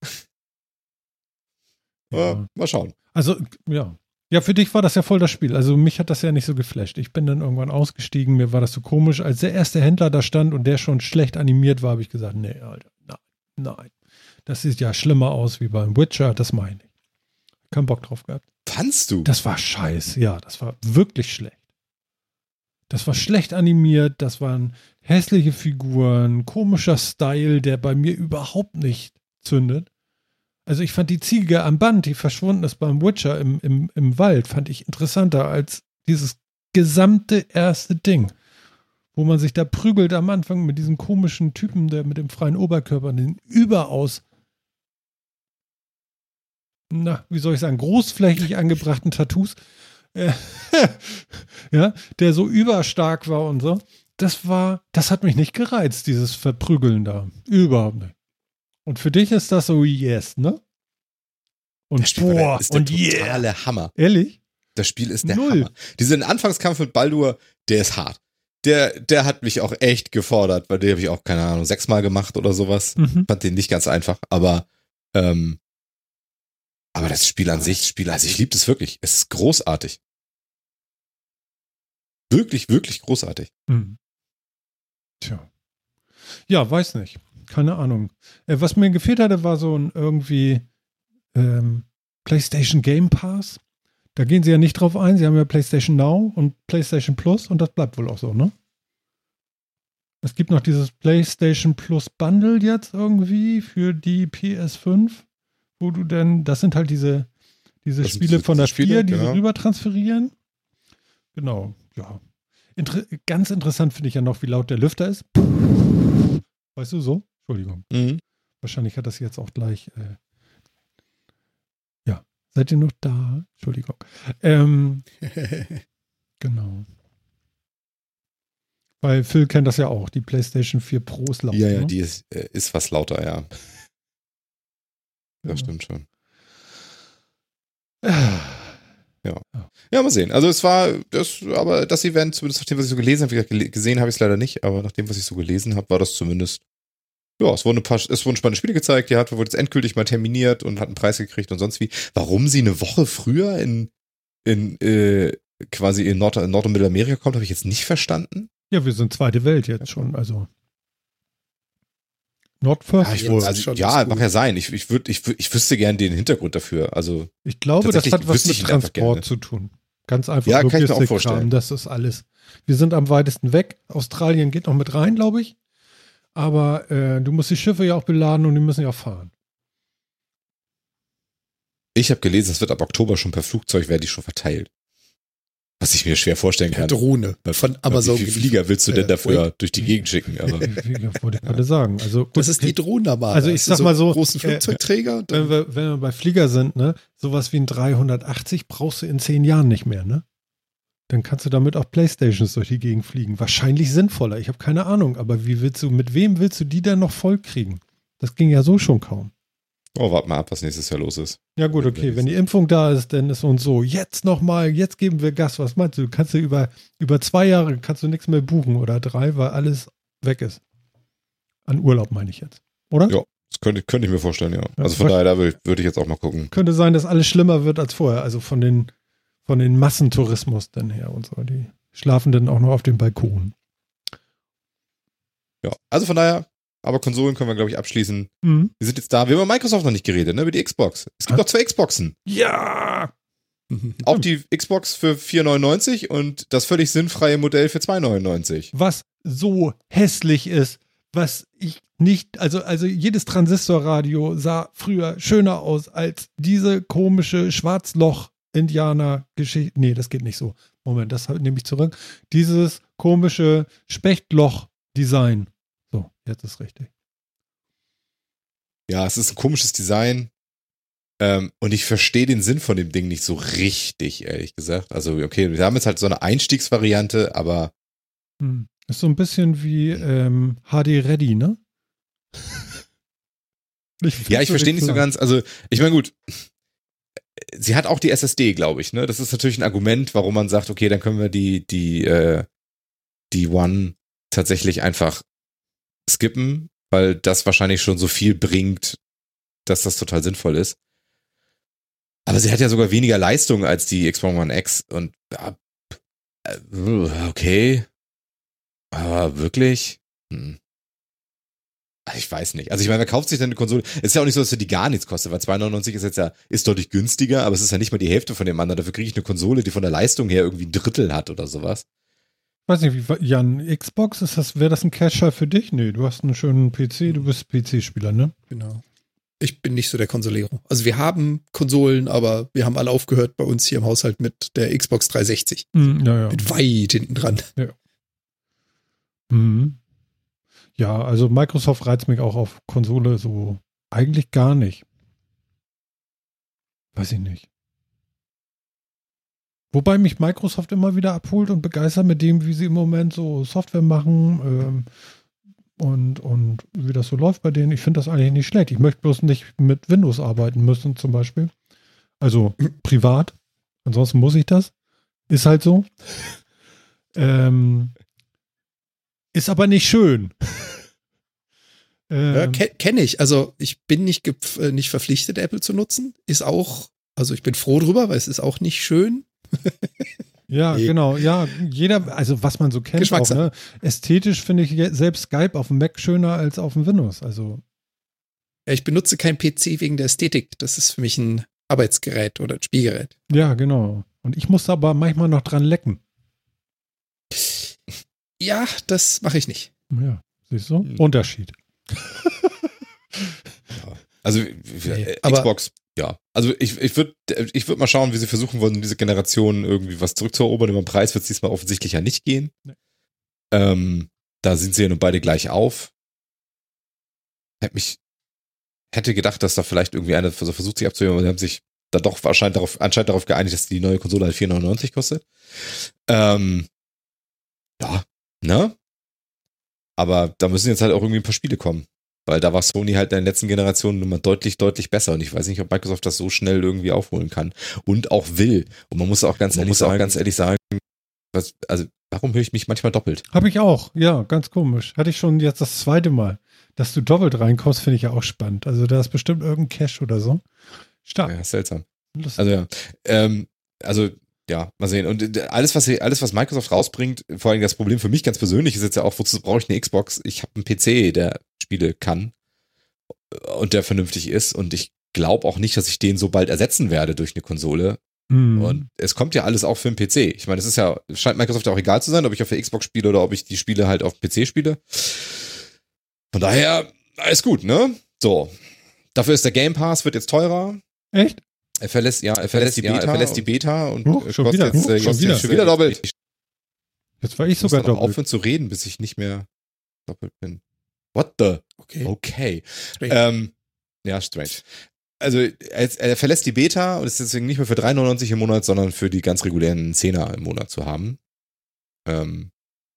Ja. äh, mal schauen. Also, ja. Ja, für dich war das ja voll das Spiel. Also mich hat das ja nicht so geflasht. Ich bin dann irgendwann ausgestiegen, mir war das so komisch. Als der erste Händler da stand und der schon schlecht animiert war, habe ich gesagt, nee, Alter, nein, nein. Das sieht ja schlimmer aus wie beim Witcher, das meine ich. Kein Bock drauf gehabt. Fandst du? Das war scheiße, ja, das war wirklich schlecht. Das war schlecht animiert, das waren hässliche Figuren, komischer Style, der bei mir überhaupt nicht zündet. Also ich fand die Ziege am Band, die verschwunden ist beim Witcher im, im, im Wald, fand ich interessanter als dieses gesamte erste Ding, wo man sich da prügelt am Anfang mit diesem komischen Typen, der mit dem freien Oberkörper, den überaus, na, wie soll ich sagen, großflächig angebrachten Tattoos, äh, ja, der so überstark war und so. Das war, das hat mich nicht gereizt, dieses Verprügeln da. Überhaupt nicht. Und für dich ist das so yes, ne? Und das Spiel boah, ist der und totale yeah. Hammer. Ehrlich? Das Spiel ist der Null. Hammer. Diesen Anfangskampf mit Baldur, der ist hart. Der, der hat mich auch echt gefordert, weil den habe ich auch, keine Ahnung, sechsmal gemacht oder sowas. Mhm. Fand den nicht ganz einfach, aber ähm, aber das Spiel an sich, Spiel, also ich liebe das wirklich. Es ist großartig. Wirklich, wirklich großartig. Mhm. Tja. Ja, weiß nicht. Keine Ahnung. Äh, was mir gefehlt hatte, war so ein irgendwie ähm, PlayStation Game Pass. Da gehen sie ja nicht drauf ein. Sie haben ja PlayStation Now und PlayStation Plus und das bleibt wohl auch so, ne? Es gibt noch dieses PlayStation Plus Bundle jetzt irgendwie für die P S fünf, wo du denn, das sind halt diese, diese Das sind Spiele so- von der diese Spiele, vier, die genau. sie rüber transferieren. Genau, ja. Inter- ganz interessant finde ich ja noch, wie laut der Lüfter ist. Weißt du so? Entschuldigung. Mhm. Wahrscheinlich hat das jetzt auch gleich. Äh, ja, seid ihr noch da? Entschuldigung. Ähm, genau. Weil Phil kennt das ja auch. Die PlayStation vier Pro ist laut. Ja, ja, ne? die ist, äh, ist was lauter, ja. Das Ja. stimmt schon. Ah, Ja. Ja, mal sehen. Also es war das, aber das Event, zumindest nach dem, was ich so gelesen habe, wie gesagt, gele- gesehen habe ich es leider nicht, aber nach dem, was ich so gelesen habe, war das zumindest, ja, es wurden ein paar, es wurden spannende Spiele gezeigt, die hat, wurde jetzt endgültig mal terminiert und hat einen Preis gekriegt und sonst wie. Warum sie eine Woche früher in, in, äh, quasi in Nord-, Nord- und Mittelamerika kommt, habe ich jetzt nicht verstanden. ja, wir sind zweite Welt jetzt schon. Also Not first. Ja, ich, jetzt also, schon ja ist mag gut. ja sein. Ich, ich, würd, ich, würd, ich wüsste gern den Hintergrund dafür. Also, Ich glaube, das Tatsächlich hat was wüsste mit ich ihn einfach Transport gerne. zu tun. Ganz einfach. Ja, kann ich mir auch Logistikkram, vorstellen. Das ist alles. Wir sind am weitesten weg. Australien geht noch mit rein, glaube ich. Aber äh, du musst die Schiffe ja auch beladen und die müssen ja auch fahren. ich habe gelesen, es wird ab Oktober schon per Flugzeug, werden die schon verteilt. Was ich mir schwer vorstellen Per kann. Drohne von Amazon. Wie viele Flieger willst du denn Äh, dafür durch die Gegend schicken? Aber Wie, wie, wollte ich gerade sagen. Also, gut, Das ist die Drohne Also ich sag mal so, großen äh, Flugzeugträger. und wenn dann- wir, wenn wir bei Flieger sind, ne, sowas wie ein dreihundertachtzig brauchst du in zehn Jahren nicht mehr, ne? Dann kannst du damit auch Playstations durch die Gegend fliegen. Wahrscheinlich sinnvoller. Ich habe keine Ahnung, aber wie willst du, mit wem willst du die denn noch voll kriegen? Das ging ja so schon kaum. oh, warte mal ab, was nächstes Jahr los ist. Ja gut, okay, wenn die Impfung da ist, dann ist und so. Jetzt nochmal, jetzt geben wir Gas. Was meinst du? Du kannst du über, über zwei Jahre kannst du nichts mehr buchen oder drei, weil alles weg ist. An Urlaub meine ich jetzt. Oder? Ja. Das könnte, könnte ich mir vorstellen, ja. Ja, Also von ver- daher, da würde würd ich jetzt auch mal gucken. Könnte sein, dass alles schlimmer wird als vorher. Also von den, von den Massentourismus dann her und so. Die schlafen dann auch noch auf dem Balkon. Ja. Also von daher, aber Konsolen können wir, glaube ich, abschließen. Mhm. Wir sind jetzt da. Wir haben über Microsoft noch nicht geredet, ne? Über die Xbox. Es gibt Ah. noch zwei Xboxen. Ja! Auch die Xbox für vier neunundneunzig und das völlig sinnfreie Modell für zwei neunundneunzig. Was so hässlich ist, was ich nicht, also, also jedes Transistorradio sah früher schöner aus als diese komische Schwarzloch-Indianer-Geschichte. Nee, das geht nicht so. Moment, das nehme ich zurück. Dieses komische Spechtloch-Design. So, jetzt ist richtig. Ja, es ist ein komisches Design. Ähm, und ich verstehe den Sinn von dem Ding nicht so richtig, ehrlich gesagt. Also, okay, wir haben jetzt halt so eine Einstiegsvariante, aber Hm. Ist so ein bisschen wie ähm, H D Ready, ne? Ich Ja, ich verstehe nicht so ganz, also ich meine gut, sie hat auch die S S D, glaube ich, ne? Das ist natürlich ein Argument, warum man sagt, okay, dann können wir die, die, äh, die One tatsächlich einfach skippen, weil das wahrscheinlich schon so viel bringt, dass das total sinnvoll ist. Aber sie hat ja sogar weniger Leistung als die Xbox One X und ja, okay. Aber wirklich? Hm. Ich weiß nicht. Also ich meine, wer kauft sich denn eine Konsole? Es ist ja auch nicht so, dass die gar nichts kostet, weil zwei neunundneunzig ist jetzt ja, ist deutlich günstiger, aber es ist ja nicht mal die Hälfte von dem anderen. Dafür kriege ich eine Konsole, die von der Leistung her irgendwie ein Drittel hat oder sowas. Ich weiß nicht, wie, Jan, Xbox, ist das, wäre das ein Cacher für dich? Nee, du hast einen schönen P C, du bist P C-Spieler, ne? Genau. Ich bin nicht so der Konsolero. Also wir haben Konsolen, aber wir haben alle aufgehört bei uns hier im Haushalt mit der Xbox dreihundertsechzig. Mm, ja, ja. Mit weit hinten dran. Ja. Mhm. Ja, also Microsoft reizt mich auch auf Konsole so eigentlich gar nicht. Weiß ich nicht. Wobei mich Microsoft immer wieder abholt und begeistert mit dem, wie sie im Moment so Software machen ähm, und, und wie das so läuft bei denen. Ich finde das eigentlich nicht schlecht. Ich möchte bloß nicht mit Windows arbeiten müssen zum Beispiel. Also privat. Ansonsten muss ich das. Ist halt so. ähm, ist aber nicht schön. Ja, ke- kenne ich. Also ich bin nicht, gep- äh, nicht verpflichtet, Apple zu nutzen. Ist auch, also ich bin froh drüber, weil es ist auch nicht schön. Ja, Nee. genau. Ja, jeder, also was man so kennt, auch, Geschmackssache. ne? Ästhetisch finde ich je- selbst Skype auf dem Mac schöner als auf dem Windows. Also Ja, ich benutze kein P C wegen der Ästhetik. Das ist für mich ein Arbeitsgerät oder ein Spielgerät. ja, genau. Und ich muss aber manchmal noch dran lecken. Ja, das mache ich nicht. Ja, siehst du? Hm. Unterschied. Also Nee, äh, aber- Xbox, ja. Also ich, ich würde ich würd mal schauen, wie sie versuchen wollen, diese Generation irgendwie was zurückzuerobern. Über den Preis wird es diesmal offensichtlich ja nicht gehen. Nee. Ähm, da sind sie ja nun beide gleich auf. Hätte mich, hätte gedacht, dass da vielleicht irgendwie einer so versucht, sich abzuhören, aber sie haben sich da doch wahrscheinlich darauf, anscheinend darauf geeinigt, dass die neue Konsole halt vier neunundneunzig kostet. Ähm, ja, ne? Aber da müssen jetzt halt auch irgendwie ein paar Spiele kommen. Weil da war Sony halt in den letzten Generationen nun mal deutlich, deutlich besser. Und ich weiß nicht, ob Microsoft das so schnell irgendwie aufholen kann. Und auch will. Und man muss auch ganz, man muss auch ganz ehrlich sagen, was, also warum höre ich mich manchmal doppelt? Habe ich auch. Ja, ganz komisch. Hatte ich schon jetzt das zweite Mal. Dass du doppelt reinkommst, finde ich ja auch spannend. Also da ist bestimmt irgendein Cache oder so. Stark. Ja, seltsam. Lustig. Also ja. Ähm, also ja, mal sehen. Und alles, was sie, alles, was Microsoft rausbringt, vor allem das Problem für mich ganz persönlich ist jetzt ja auch, wozu brauche ich eine Xbox? Ich habe einen P C, der Spiele kann und der vernünftig ist. Und ich glaube auch nicht, dass ich den so bald ersetzen werde durch eine Konsole. Mhm. Und es kommt ja alles auch für den P C. Ich meine, es ist ja, scheint Microsoft ja auch egal zu sein, ob ich auf der Xbox spiele oder ob ich die Spiele halt auf dem P C spiele. Von daher, alles gut, ne? So. Dafür ist der Game Pass, wird jetzt teurer. Echt? Er verlässt, ja, er verlässt, die, Beta, er verlässt die Beta und Huch, äh, schon kostet wieder, jetzt, äh, huch, schon kostet wieder. jetzt schon wieder doppelt. Ich Jetzt war ich muss sogar dann auch doppelt. aufhören zu reden, bis ich nicht mehr doppelt bin. What the? Okay. Okay. Strange. Ähm, ja, strange. Also er, er verlässt die Beta und ist deswegen nicht mehr für drei neunundneunzig im Monat, sondern für die ganz regulären Zehner im Monat zu haben. Ähm,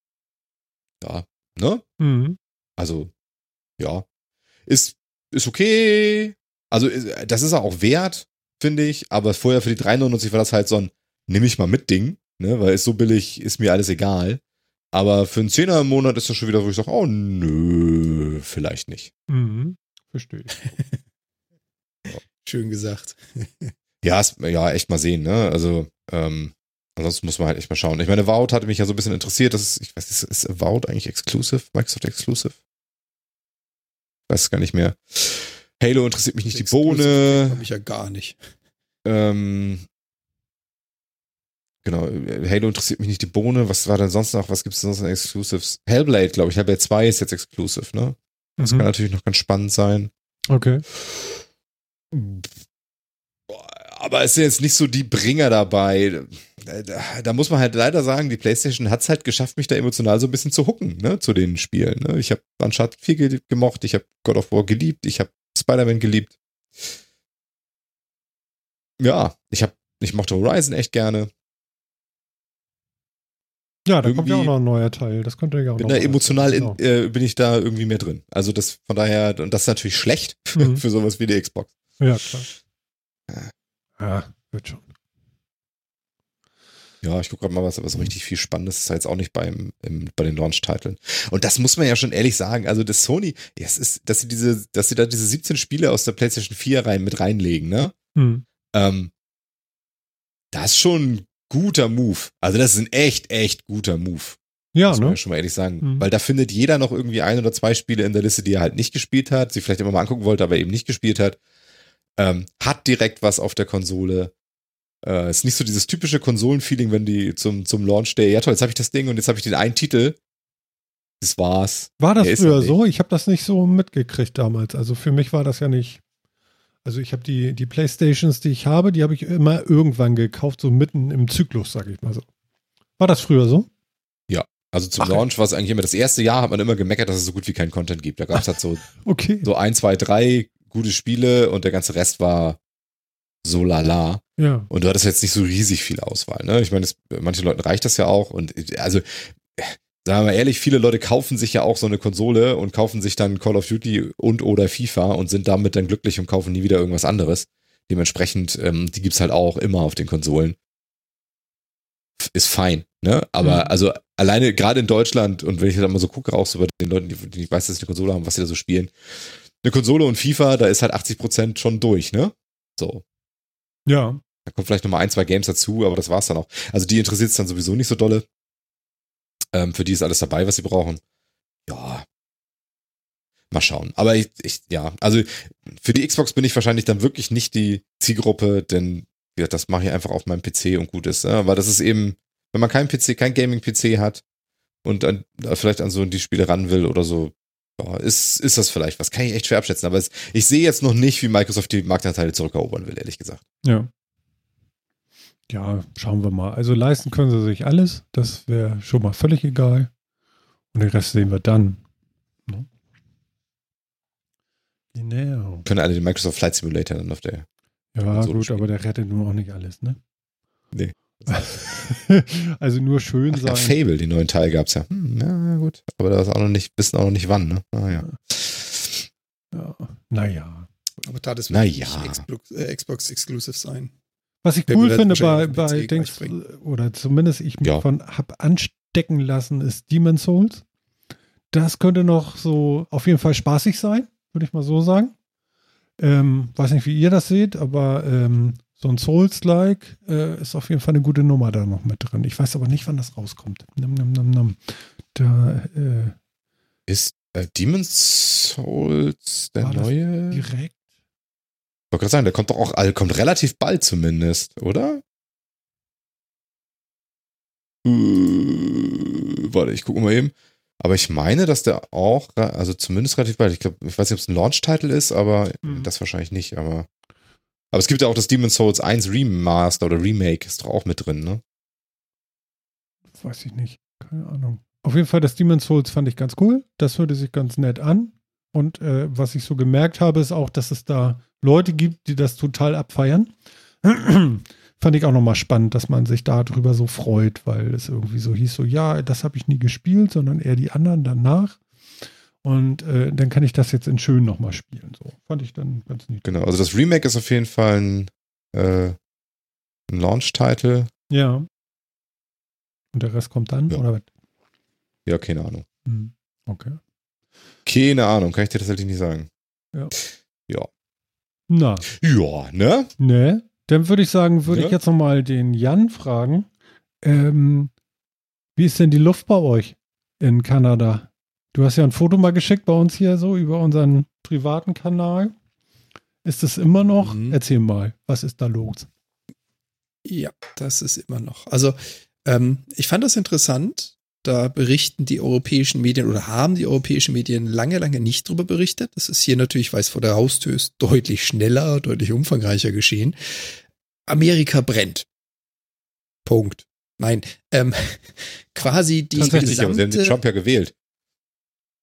ja, ne? Mhm. Also, ja. Ist, ist okay. Also, ist- das ist er auch wert, finde ich. Aber vorher für die drei neunundneunzig war das halt so ein nimm ich mal mit Ding, ne? Weil ist so billig, ist mir alles egal. Aber für einen Zehner im Monat ist das schon wieder, wo ich sage, oh nö, vielleicht nicht. Mhm. Verstehe ich. Schön gesagt. Ja, ist, ja, echt mal sehen, ne? Also, ähm, ansonsten muss man halt echt mal schauen. Ich meine, Avowed hatte mich ja so ein bisschen interessiert. Das ist, ich weiß, ist, ist Avowed eigentlich exclusive? Microsoft exclusive? Ich weiß es gar nicht mehr. Halo interessiert mich nicht die Bohne. Habe ich ja gar nicht. Ähm, genau, Halo interessiert mich nicht die Bohne. Was war denn sonst noch? Was gibt es sonst noch Exclusives? Hellblade, glaube ich. Hellblade zwei ist jetzt exclusive, ne? Das Mhm. kann natürlich noch ganz spannend sein. Okay. Aber es sind jetzt nicht so die Bringer dabei. Da, da muss man halt leider sagen, die PlayStation hat es halt geschafft, mich da emotional so ein bisschen zu hooken, ne, zu den Spielen. Ne? Ich habe Uncharted vier ge- gemocht, ich habe God of War geliebt, ich habe Spider-Man geliebt. Ja, ich habe, ich mochte Horizon echt gerne. Ja, da kommt ja auch irgendwie- noch ein neuer Teil. Das könnte ja auch bin noch da mal- emotional in, Genau. äh, bin ich da irgendwie mehr drin. Also das von daher, und das ist natürlich schlecht Mhm. für sowas wie die Xbox. Ja, klar. Ja, wird schon. Ja, ich gucke gerade mal, was aber so richtig viel Spannendes ist jetzt auch nicht beim, im, bei den Launch-Titeln. Und das muss man ja schon ehrlich sagen. Also das Sony, ja, es ist, dass sie diese, dass sie da diese siebzehn Spiele aus der PlayStation vier rein mit reinlegen, ne? Hm. Ähm, das ist schon ein guter Move. Also das ist ein echt, echt guter Move. Ja, Muss man ne? ja schon mal ehrlich sagen. Mhm. Weil da findet jeder noch irgendwie ein oder zwei Spiele in der Liste, die er halt nicht gespielt hat, sie vielleicht immer mal angucken wollte, aber eben nicht gespielt hat. Ähm, hat direkt was auf der Konsole. Äh, ist nicht so dieses typische Konsolenfeeling, wenn die zum, zum Launch Day, ja toll, jetzt habe ich das Ding und jetzt habe ich den einen Titel. Das war's. War das Der ist früher noch nicht. so? Ich habe das nicht so mitgekriegt damals. Also für mich war das ja nicht. Also ich habe die, die Playstations, die ich habe, die habe ich immer irgendwann gekauft, so mitten im Zyklus, sage ich mal so. War das früher so? Also zum Ach, Launch war es eigentlich immer, das erste Jahr hat man immer gemeckert, dass es so gut wie keinen Content gibt. Da gab es halt so, Okay. so ein, zwei, drei gute Spiele und der ganze Rest war so lala. Ja. Und du hattest jetzt nicht so riesig viel Auswahl, ne? Ich meine, es- manchen Leuten reicht das ja auch und also, sagen wir mal ehrlich, viele Leute kaufen sich ja auch so eine Konsole und kaufen sich dann Call of Duty und oder FIFA und sind damit dann glücklich und kaufen nie wieder irgendwas anderes. Dementsprechend, ähm, die gibt's halt auch immer auf den Konsolen. F- Ist fein, ne? Aber Mhm. also alleine gerade in Deutschland und wenn ich da mal so gucke, auch so bei den Leuten, die, die ich weiß, dass sie eine Konsole haben, was sie da so spielen. Eine Konsole und FIFA, da ist halt achtzig Prozent schon durch, ne? So. Ja. Da kommt vielleicht nochmal ein, zwei Games dazu, aber das war's dann auch. Also die interessiert es dann sowieso nicht so dolle. Ähm, für die ist alles dabei, was sie brauchen. Ja. Mal schauen. Aber ich, ich, ja, also für die Xbox bin ich wahrscheinlich dann wirklich nicht die Zielgruppe, denn ja, das mache ich einfach auf meinem P C und gut ist. Ja? Weil das ist eben, wenn man keinen P C, kein Gaming-P C hat und dann da vielleicht an so die Spiele ran will oder so, ja, ist, ist das vielleicht was. Kann ich echt schwer abschätzen. Aber es, ich sehe jetzt noch nicht, wie Microsoft die Marktanteile zurückerobern will, ehrlich gesagt. Ja. Ja, schauen wir mal. Also leisten können sie sich alles. Das wäre schon mal völlig egal. Und den Rest sehen wir dann. Ne? Genau. Können alle den Microsoft Flight Simulator dann auf der. Ja, so gut, spielen. aber der rettet nun auch nicht alles, ne? Nee. Also nur schön Ach ja, sein. Fable, den neuen Teil gab's ja. Hm, ja, gut. Aber da ist auch noch nicht, wissen auch noch nicht wann, ne? Ah, ja. Ja, naja. Aber da das Na wird ja. nicht Xbox, äh, Xbox Exclusive sein. Was ich Der cool wird finde bei, wahrscheinlich auf bei den P C Dings, gleich bringen. oder zumindest ich mich Ja. von hab anstecken lassen, ist Demon's Souls. Das könnte noch so auf jeden Fall spaßig sein, würde ich mal so sagen. Ähm, weiß nicht, wie ihr das seht, aber ähm, so ein Souls-like äh, ist auf jeden Fall eine gute Nummer da noch mit drin. Ich weiß aber nicht, wann das rauskommt. Nam, nam, nam, nam. Da äh, Ist äh, Demon's Souls der War das neue? Ich direkt. wollte gerade sagen, der kommt doch auch, also kommt relativ bald zumindest, oder? Äh, warte, ich gucke mal eben. Aber ich meine, dass der auch, also zumindest relativ bald, ich glaube, ich weiß nicht, ob es ein Launch-Title ist, aber Mhm. das wahrscheinlich nicht, aber aber es gibt ja auch das Demon's Souls eins Remaster oder Remake, ist doch auch mit drin, ne? Weiß ich nicht. Keine Ahnung. Auf jeden Fall, das Demon's Souls fand ich ganz cool. Das hörte sich ganz nett an. Und äh, was ich so gemerkt habe, ist auch, dass es da Leute gibt, die das total abfeiern. Fand ich auch nochmal spannend, dass man sich darüber so freut, weil es irgendwie so hieß, so ja, das habe ich nie gespielt, sondern eher die anderen danach. Und äh, dann kann ich das jetzt in schön nochmal spielen. So fand ich dann ganz niedlich. Genau, also das Remake ist auf jeden Fall ein, äh, ein Launch-Title. Ja. Und der Rest kommt dann, Ja. oder was? Ja, keine Ahnung. Hm. Okay. Keine Ahnung, kann ich dir tatsächlich nicht sagen. Ja. Ja. Na, Ja, ne? ne? Dann würde ich sagen, würde Ja. ich jetzt nochmal den Jan fragen. Ähm, wie ist denn die Luft bei euch in Kanada? Du hast ja ein Foto mal geschickt bei uns hier so über unseren privaten Kanal. Ist es immer noch? Mhm. Erzähl mal, was ist da los? Ja, das ist immer noch. Also, ähm, ich fand das interessant. Da berichten die europäischen Medien oder haben die europäischen Medien lange, lange nicht drüber berichtet. Das ist hier natürlich, weil es vor der Haustür ist, deutlich schneller, deutlich umfangreicher geschehen. Amerika brennt. Punkt. Nein, ähm, quasi die Tatsächlich, aber sie haben den gesamte, Trump ja gewählt.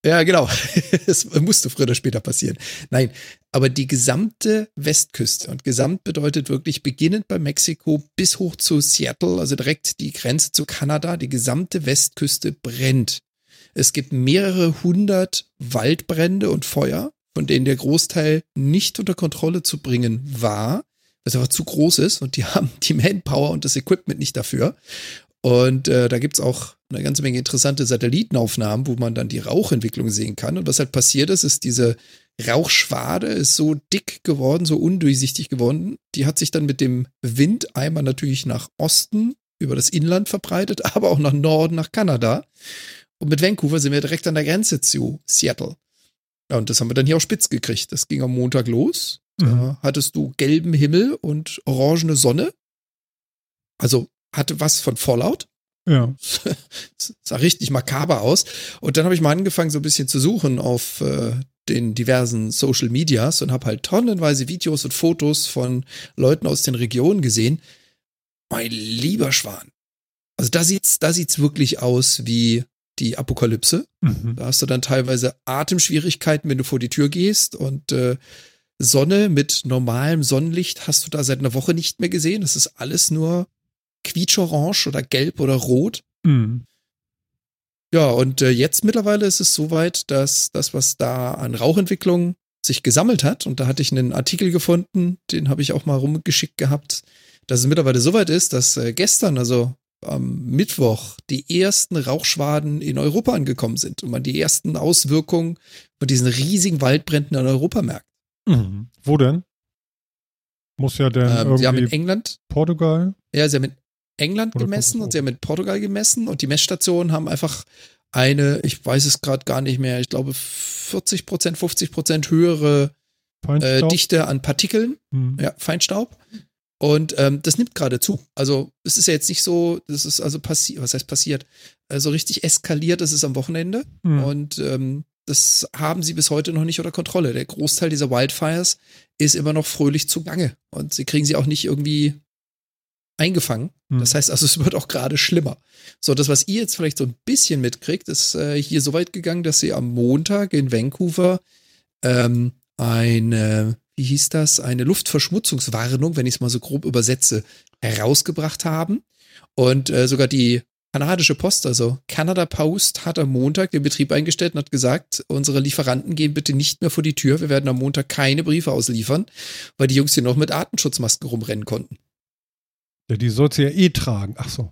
Ja, genau. Das musste früher oder später passieren. Nein, aber die gesamte Westküste, und gesamt bedeutet wirklich beginnend bei Mexiko bis hoch zu Seattle, also direkt die Grenze zu Kanada, die gesamte Westküste brennt. Es gibt mehrere hundert Waldbrände und Feuer, von denen der Großteil nicht unter Kontrolle zu bringen war, was einfach zu groß ist, und die haben die Manpower und das Equipment nicht dafür. Und äh, da gibt's auch eine ganze Menge interessante Satellitenaufnahmen, wo man dann die Rauchentwicklung sehen kann. Und was halt passiert ist, ist diese Rauchschwade ist so dick geworden, so undurchsichtig geworden. Die hat sich dann mit dem Wind einmal natürlich nach Osten über das Inland verbreitet, aber auch nach Norden, nach Kanada. Und mit Vancouver sind wir direkt an der Grenze zu Seattle. Ja, und das haben wir dann hier auch spitz gekriegt. Das ging am Montag los. Mhm. Da hattest du gelben Himmel und orangene Sonne. Also hatte was von Fallout. Ja. Sah richtig makaber aus. Und dann habe ich mal angefangen, so ein bisschen zu suchen auf äh, den diversen Social Medias und habe halt tonnenweise Videos und Fotos von Leuten aus den Regionen gesehen. Mein lieber Schwan. Also da sieht's, da sieht's wirklich aus wie die Apokalypse. Mhm. Da hast du dann teilweise Atemschwierigkeiten, wenn du vor die Tür gehst, und äh, Sonne mit normalem Sonnenlicht hast du da seit einer Woche nicht mehr gesehen. Das ist alles nur quietsch-orange oder gelb oder rot. Mhm. Ja, und äh, jetzt mittlerweile ist es soweit, dass das, was da an Rauchentwicklung sich gesammelt hat, und da hatte ich einen Artikel gefunden, den habe ich auch mal rumgeschickt gehabt, dass es mittlerweile soweit ist, dass äh, gestern, also am Mittwoch, die ersten Rauchschwaden in Europa angekommen sind und man die ersten Auswirkungen von diesen riesigen Waldbränden in Europa merkt. Mhm. Wo denn? Muss ja denn ähm, irgendwie Sie haben in England, Portugal? Ja, sie haben in England Oder gemessen und Portugal? sie haben in Portugal gemessen, und die Messstationen haben einfach eine, ich weiß es gerade gar nicht mehr, ich glaube vierzig Prozent, fünfzig Prozent höhere äh, Feinstaub? Dichte an Partikeln, Mhm. ja, Feinstaub. Und ähm, das nimmt gerade zu. Also es ist ja jetzt nicht so, das ist also passiert, was heißt passiert? Also richtig eskaliert ist es am Wochenende. Mhm. Und ähm, das haben sie bis heute noch nicht unter Kontrolle. Der Großteil dieser Wildfires ist immer noch fröhlich zugange. Und sie kriegen sie auch nicht irgendwie eingefangen. Mhm. Das heißt also, es wird auch gerade schlimmer. So, das, was ihr jetzt vielleicht so ein bisschen mitkriegt, ist äh, hier so weit gegangen, dass sie am Montag in Vancouver ähm, eine, wie hieß das, eine Luftverschmutzungswarnung, wenn ich es mal so grob übersetze, herausgebracht haben. Und äh, sogar die kanadische Post, also Canada Post, hat am Montag den Betrieb eingestellt und hat gesagt, unsere Lieferanten gehen bitte nicht mehr vor die Tür. Wir werden am Montag keine Briefe ausliefern, weil die Jungs hier noch mit Atemschutzmasken rumrennen konnten. Ja, die sollst du ja eh tragen. Ach so.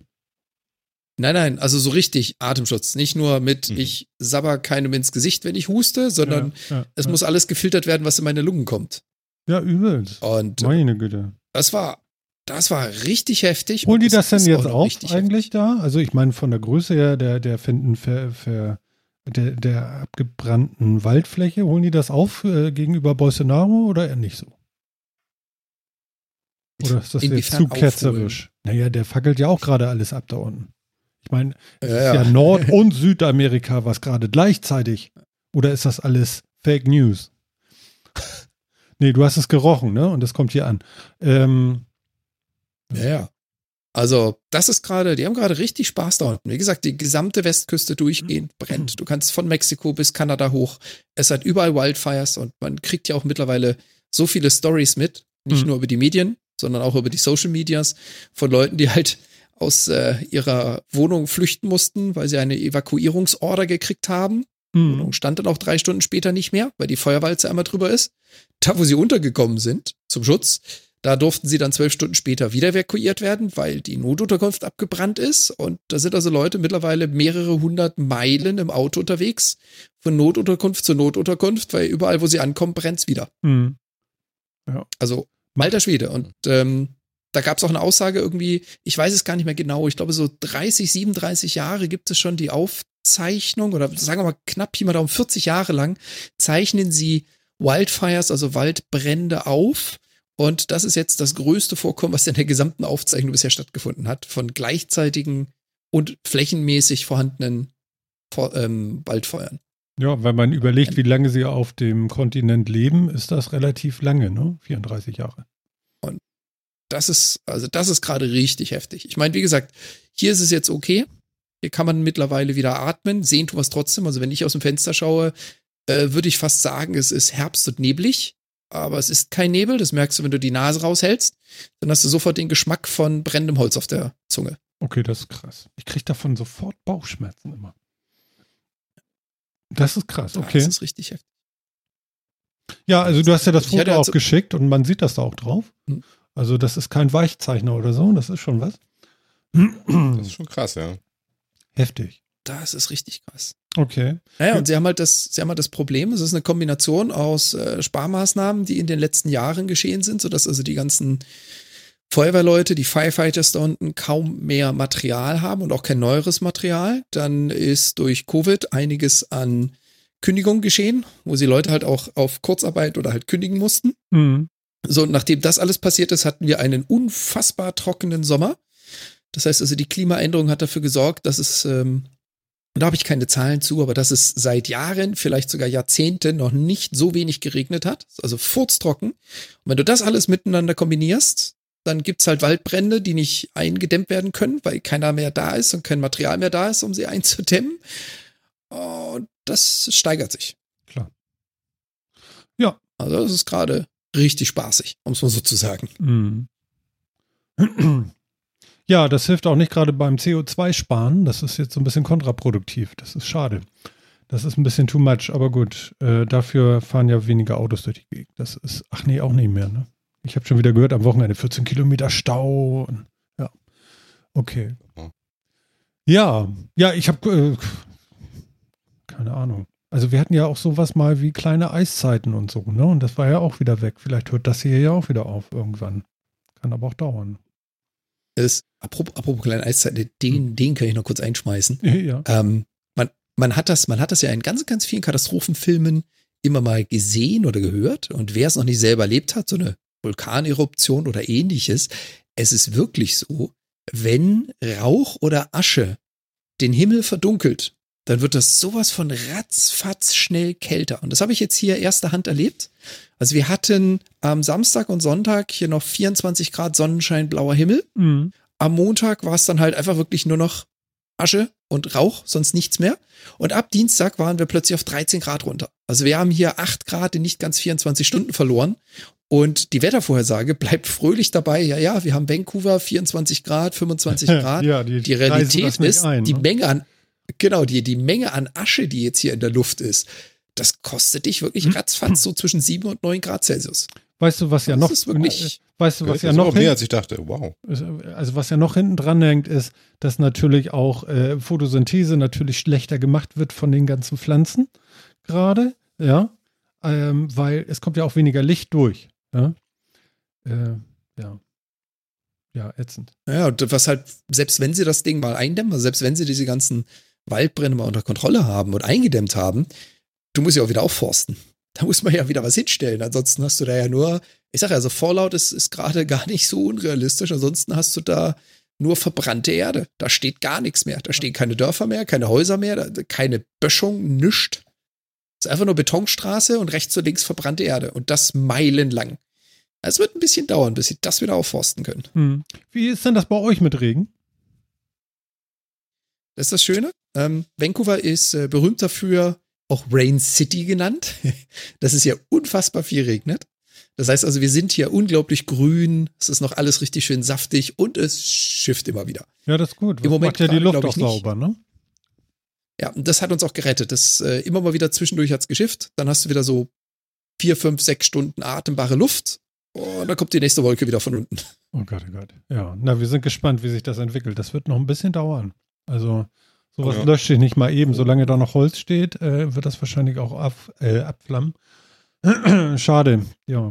Nein, nein, also so richtig Atemschutz. Nicht nur mit, Mhm. ich sabber keinem ins Gesicht, wenn ich huste, sondern ja, ja, es ja. muss alles gefiltert werden, was in meine Lungen kommt. Ja, übelst. Und äh, Meine Güte. das war, das war richtig heftig. Holen die Und das denn ist jetzt auch noch auf richtig eigentlich da? Also ich meine von der Größe her der, der finden ver, ver, der, der abgebrannten Waldfläche, holen die das auf äh, gegenüber Bolsonaro oder eher nicht so? Oder ist das jetzt Inwiefern zu aufholen? ketzerisch? Naja, der fackelt ja auch gerade alles ab da unten. Ich meine, es Ja, ist ja. ja Nord- und Südamerika, was gerade gleichzeitig. Oder ist das alles Fake News? Nee, du hast es gerochen, ne? Und das kommt hier an. Ähm, Ja, ja. Also, das ist gerade, die haben gerade richtig Spaß da unten. Wie gesagt, die gesamte Westküste durchgehend brennt. Du kannst von Mexiko bis Kanada hoch. Es hat überall Wildfires, und man kriegt ja auch mittlerweile so viele Stories mit. Nicht Mhm. nur über die Medien, sondern auch über die Social Medias von Leuten, die halt aus äh, ihrer Wohnung flüchten mussten, weil sie eine Evakuierungsorder gekriegt haben. Die mh. Wohnung stand dann auch drei Stunden später nicht mehr, weil die Feuerwalze einmal drüber ist. Da, wo sie untergekommen sind, zum Schutz, da durften sie dann zwölf Stunden später wieder evakuiert werden, weil die Notunterkunft abgebrannt ist. Und da sind also Leute mittlerweile mehrere hundert Meilen im Auto unterwegs, von Notunterkunft zu Notunterkunft, weil überall, wo sie ankommen, brennt's wieder. Mh. Also, alter Schwede. Und ähm, da gab es auch eine Aussage irgendwie, ich weiß es gar nicht mehr genau, ich glaube so dreißig, siebenunddreißig Jahre gibt es schon die Aufzeichnung, oder sagen wir mal knapp Pi mal Daumen, vierzig Jahre lang zeichnen sie Wildfires, also Waldbrände auf. Und das ist jetzt das größte Vorkommen, was in der gesamten Aufzeichnung bisher stattgefunden hat, von gleichzeitigen und flächenmäßig vorhandenen Vor- ähm, Waldfeuern. Ja, wenn man überlegt, wie lange sie auf dem Kontinent leben, ist das relativ lange, ne? vierunddreißig Jahre. Das ist, also das ist gerade richtig heftig. Ich meine, wie gesagt, hier ist es jetzt okay. Hier kann man mittlerweile wieder atmen, sehen tun wir es trotzdem. Also wenn ich aus dem Fenster schaue, äh, würde ich fast sagen, es ist Herbst und neblig. Aber es ist kein Nebel, das merkst du, wenn du die Nase raushältst. Dann hast du sofort den Geschmack von brennendem Holz auf der Zunge. Okay, das ist krass. Ich kriege davon sofort Bauchschmerzen immer. Das ist krass, okay. Das ist richtig heftig. Ja, also du hast ja das Ich Foto hatte auch also- geschickt und man sieht das da auch drauf. Hm. Also das ist kein Weichzeichner oder so, das ist schon was. Das ist schon krass, ja. Heftig. Das ist richtig krass. Okay. Naja, und sie haben halt das, sie haben halt das Problem, es ist eine Kombination aus äh, Sparmaßnahmen, die in den letzten Jahren geschehen sind, sodass also die ganzen Feuerwehrleute, die Firefighters da unten kaum mehr Material haben und auch kein neueres Material. Dann ist durch Covid einiges an Kündigung geschehen, wo sie Leute halt auch auf Kurzarbeit oder halt kündigen mussten. Mhm. So, und nachdem das alles passiert ist, hatten wir einen unfassbar trockenen Sommer. Das heißt also, die Klimaänderung hat dafür gesorgt, dass es, ähm, und da habe ich keine Zahlen zu, aber dass es seit Jahren, vielleicht sogar Jahrzehnten noch nicht so wenig geregnet hat. Also furztrocken. Und wenn du das alles miteinander kombinierst, dann gibt's halt Waldbrände, die nicht eingedämmt werden können, weil keiner mehr da ist und kein Material mehr da ist, um sie einzudämmen. Und das steigert sich. Klar. Ja. Also das ist gerade richtig spaßig, um es mal so zu sagen. Mhm. Ja, das hilft auch nicht gerade beim C O zwei Sparen. Das ist jetzt so ein bisschen kontraproduktiv. Das ist schade. Das ist ein bisschen too much, aber gut. Äh, dafür fahren ja weniger Autos durch die Gegend. Das ist, ach nee, auch nicht mehr, ne? Ich habe schon wieder gehört, am Wochenende vierzehn Kilometer Stau. Und, ja, okay. Ja, ja, ich habe äh, keine Ahnung. Also wir hatten ja auch sowas mal wie kleine Eiszeiten und so, ne? Und das war ja auch wieder weg. Vielleicht hört das hier ja auch wieder auf irgendwann. Kann aber auch dauern. Das, apropos, apropos kleine Eiszeit, den, den kann ich noch kurz einschmeißen. Ja. Ähm, man, man hat das, man hat das ja in ganz, ganz vielen Katastrophenfilmen immer mal gesehen oder gehört. Und wer es noch nicht selber erlebt hat, so eine Vulkaneruption oder ähnliches, es ist wirklich so, wenn Rauch oder Asche den Himmel verdunkelt, dann wird das sowas von ratzfatz schnell kälter. Und das habe ich jetzt hier erster Hand erlebt. Also wir hatten am Samstag und Sonntag hier noch vierundzwanzig Grad Sonnenschein, blauer Himmel. Mhm. Am Montag war es dann halt einfach wirklich nur noch Asche und Rauch, sonst nichts mehr. Und ab Dienstag waren wir plötzlich auf dreizehn Grad runter. Also wir haben hier acht Grad in nicht ganz vierundzwanzig Stunden verloren. Und die Wettervorhersage bleibt fröhlich dabei. Ja, ja, wir haben Vancouver vierundzwanzig Grad, fünfundzwanzig Grad. Ja, die, die reißen Realität das nicht ist, ein, die ne? Menge an, genau, die, die Menge an Asche, die jetzt hier in der Luft ist, das kostet dich wirklich ratzfatz so zwischen sieben und neun Grad Celsius. Weißt du, was ja Das noch, ist wirklich- äh, weißt du, was Das ja ist noch auch mehr, hin, als ich dachte. Wow. also was ja noch hinten dran hängt, ist, dass natürlich auch äh, Photosynthese natürlich schlechter gemacht wird von den ganzen Pflanzen gerade, ja, ähm, weil es kommt ja auch weniger Licht durch, ja, äh, ja, ja, ätzend. Ja, und was halt, selbst wenn sie das Ding mal eindämmen, also selbst wenn sie diese ganzen Waldbrände mal unter Kontrolle haben und eingedämmt haben, du musst ja auch wieder aufforsten. Da muss man ja wieder was hinstellen. Ansonsten hast du da ja nur, ich sage ja, also Fallout ist, ist gerade gar nicht so unrealistisch. Ansonsten hast du da nur verbrannte Erde. Da steht gar nichts mehr. Da stehen keine Dörfer mehr, keine Häuser mehr, da, keine Böschung, nichts. Es ist einfach nur Betonstraße und rechts und links verbrannte Erde. Und das meilenlang. Es wird ein bisschen dauern, bis sie das wieder aufforsten können. Hm. Wie ist denn das bei euch mit Regen? Das ist das Schöne. Ähm, Vancouver ist äh, berühmt dafür, auch Rain City genannt, dass es hier unfassbar viel regnet. Das heißt also, wir sind hier unglaublich grün, es ist noch alles richtig schön saftig und es schifft immer wieder. Ja, das ist gut. Im Moment macht ja die gerade, Luft glaub auch ich, nicht. sauber, ne? Ja, und das hat uns auch gerettet. Das äh, immer mal wieder zwischendurch hat's geschifft. Dann hast du wieder so vier, fünf, sechs Stunden atembare Luft und dann kommt die nächste Wolke wieder von unten. Oh Gott, oh Gott. Ja, na, wir sind gespannt, wie sich das entwickelt. Das wird noch ein bisschen dauern. Also sowas Ja. löscht sich nicht mal eben. Solange da noch Holz steht, äh, wird das wahrscheinlich auch ab, äh, abflammen. Schade, ja.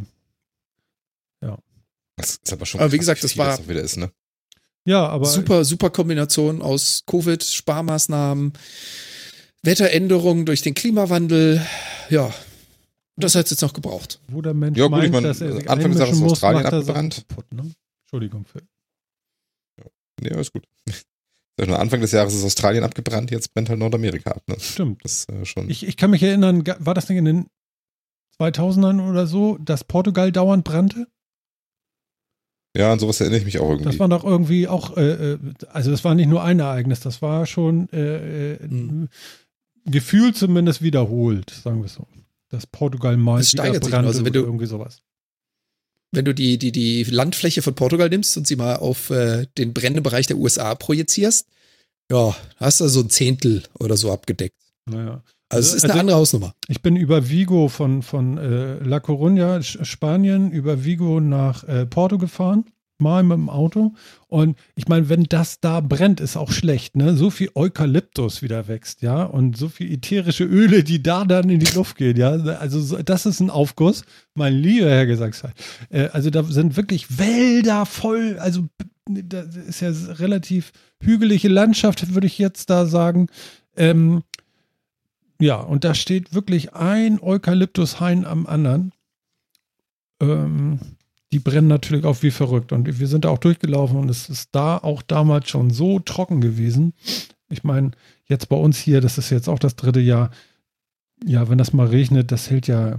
Das ist aber schon Aber wie krass, gesagt, das viel war- auch wieder ist, ne? Ja, aber Super, super Kombination aus Covid, Sparmaßnahmen, Wetteränderungen durch den Klimawandel. Ja, das hat es jetzt noch gebraucht. wo der Mensch Ja, gut, ich meint, meine, dass er sich Anfang des Jahres einmischen ist muss, Australien macht er Sachen abgebrannt. kaputt, ne? Entschuldigung. Phil. Nee, alles gut. Sag nur, Anfang des Jahres ist Australien abgebrannt, jetzt brennt halt Nordamerika ab, ne? Stimmt. Das ist äh, schon. Ich, ich kann mich erinnern, ga- war das nicht in den zweitausendern oder so, dass Portugal dauernd brannte? Ja, an sowas erinnere ich mich auch irgendwie. Das war doch irgendwie auch, äh, also das war nicht nur ein Ereignis, das war schon äh, hm. gefühlt zumindest wiederholt, sagen wir es so. Dass Portugal mal es steigert sich, also wenn du, irgendwie sowas. Wenn du die, die, die Landfläche von Portugal nimmst und sie mal auf äh, den brennenden Bereich der U S A projizierst, ja, hast du so ein Zehntel oder so abgedeckt. Naja. Also es ist eine also, andere Hausnummer. Ich bin über Vigo von, von äh, La Coruña, Spanien, über Vigo nach äh, Porto gefahren, mal mit dem Auto. Und ich meine, wenn das da brennt, ist auch schlecht, ne? So viel Eukalyptus wieder wächst, ja, und so viel ätherische Öle, die da dann in die Luft gehen, ja. Also so, das ist ein Aufguss, mein lieber Herr Gesangsverein. Äh, also da sind wirklich Wälder voll, also das ist ja relativ hügelige Landschaft, würde ich jetzt da sagen. Ähm, Ja, und da steht wirklich ein Eukalyptushain am anderen. Ähm, die brennen natürlich auch wie verrückt. Und wir sind da auch durchgelaufen und es ist da auch damals schon so trocken gewesen. Ich meine, jetzt bei uns hier, das ist jetzt auch das dritte Jahr. Ja, wenn das mal regnet, das hält ja.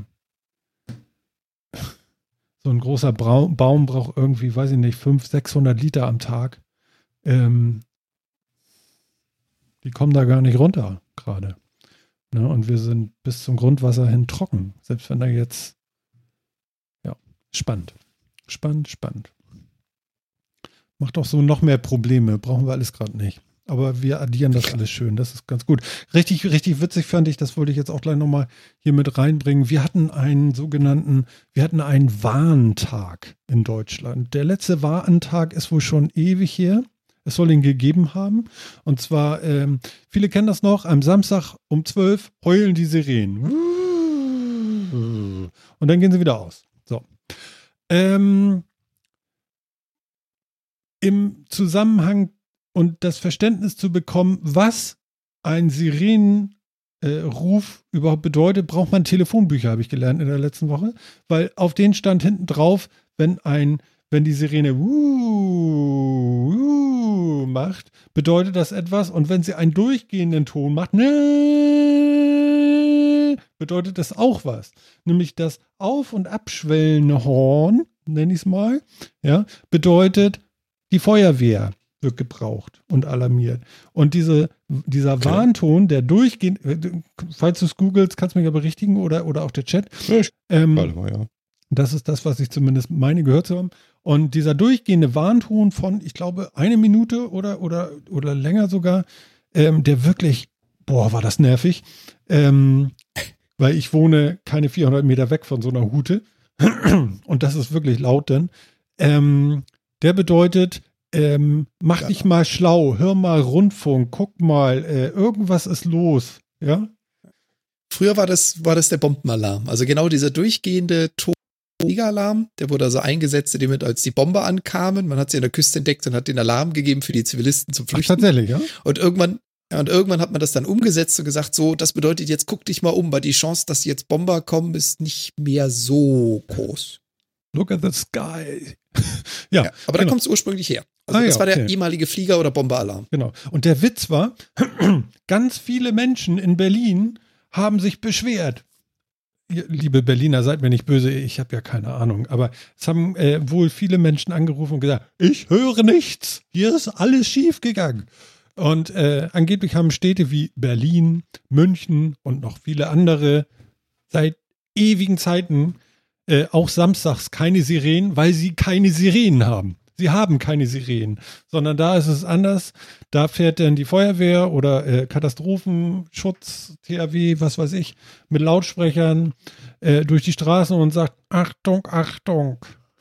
So ein großer Brau- Baum braucht irgendwie, weiß ich nicht, fünfhundert, sechshundert Liter am Tag. Ähm, die kommen da gar nicht runter gerade. Ne, und wir sind bis zum Grundwasser hin trocken. Selbst wenn da jetzt, ja, spannend. Spannend, spannend. Macht auch so noch mehr Probleme. Brauchen wir alles gerade nicht. Aber wir addieren das alles schön. Das ist ganz gut. Richtig, richtig witzig fand ich, das wollte ich jetzt auch gleich nochmal hier mit reinbringen. Wir hatten einen sogenannten, wir hatten einen Warntag in Deutschland. Der letzte Warntag ist wohl schon ewig her. Es soll ihn gegeben haben. Und zwar, ähm, viele kennen das noch, am Samstag um zwölf heulen die Sirenen. Und dann gehen sie wieder aus. So. Ähm, im Zusammenhang und das Verständnis zu bekommen, was ein Sirenenruf äh, überhaupt bedeutet, braucht man Telefonbücher, habe ich gelernt in der letzten Woche. Weil auf denen stand hinten drauf, wenn ein Wenn die Sirene wuh, wuh macht, bedeutet das etwas. Und wenn sie einen durchgehenden Ton macht, ne, bedeutet das auch was. Nämlich das auf- und abschwellende Horn, nenne ich es mal, ja, bedeutet, die Feuerwehr wird gebraucht und alarmiert. Und diese, dieser okay. Warnton, der durchgehend, falls du es googelst, kannst du mich ja berichtigen oder, oder auch der Chat. Ähm, Warte mal, ja. Das ist das, was ich zumindest meine gehört zu haben. Und dieser durchgehende Warnton von, ich glaube, eine Minute oder, oder, oder länger sogar, ähm, der wirklich, boah, war das nervig, ähm, weil ich wohne keine vierhundert Meter weg von so einer Hute und das ist wirklich laut denn. Ähm, der bedeutet, ähm, mach ja. dich mal schlau, hör mal Rundfunk, guck mal, äh, irgendwas ist los, ja? Früher war das, war das der Bombenalarm, also genau dieser durchgehende Ton. Alarm, der wurde also eingesetzt, in dem, als die Bomber ankamen. Man hat sie an der Küste entdeckt und hat den Alarm gegeben für die Zivilisten zum Flüchten. Tatsächlich, ja. Und irgendwann, ja, und irgendwann hat man das dann umgesetzt und gesagt, so, das bedeutet jetzt, guck dich mal um, weil die Chance, dass jetzt Bomber kommen, ist nicht mehr so groß. Look at the sky. ja, ja, aber genau. Da kommt es ursprünglich her. Also ah, das ja, war der okay. ehemalige Flieger- oder Bomberalarm. Genau. Und der Witz war, ganz viele Menschen in Berlin haben sich beschwert. Liebe Berliner, seid mir nicht böse, ich habe ja keine Ahnung, aber es haben äh, wohl viele Menschen angerufen und gesagt, ich höre nichts, hier ist alles schief gegangen. Und äh, angeblich haben Städte wie Berlin, München und noch viele andere seit ewigen Zeiten äh, auch samstags keine Sirenen, weil sie keine Sirenen haben. Sie haben keine Sirenen, sondern da ist es anders. Da fährt dann die Feuerwehr oder äh, Katastrophenschutz, T H W, was weiß ich, mit Lautsprechern äh, durch die Straßen und sagt, Achtung, Achtung.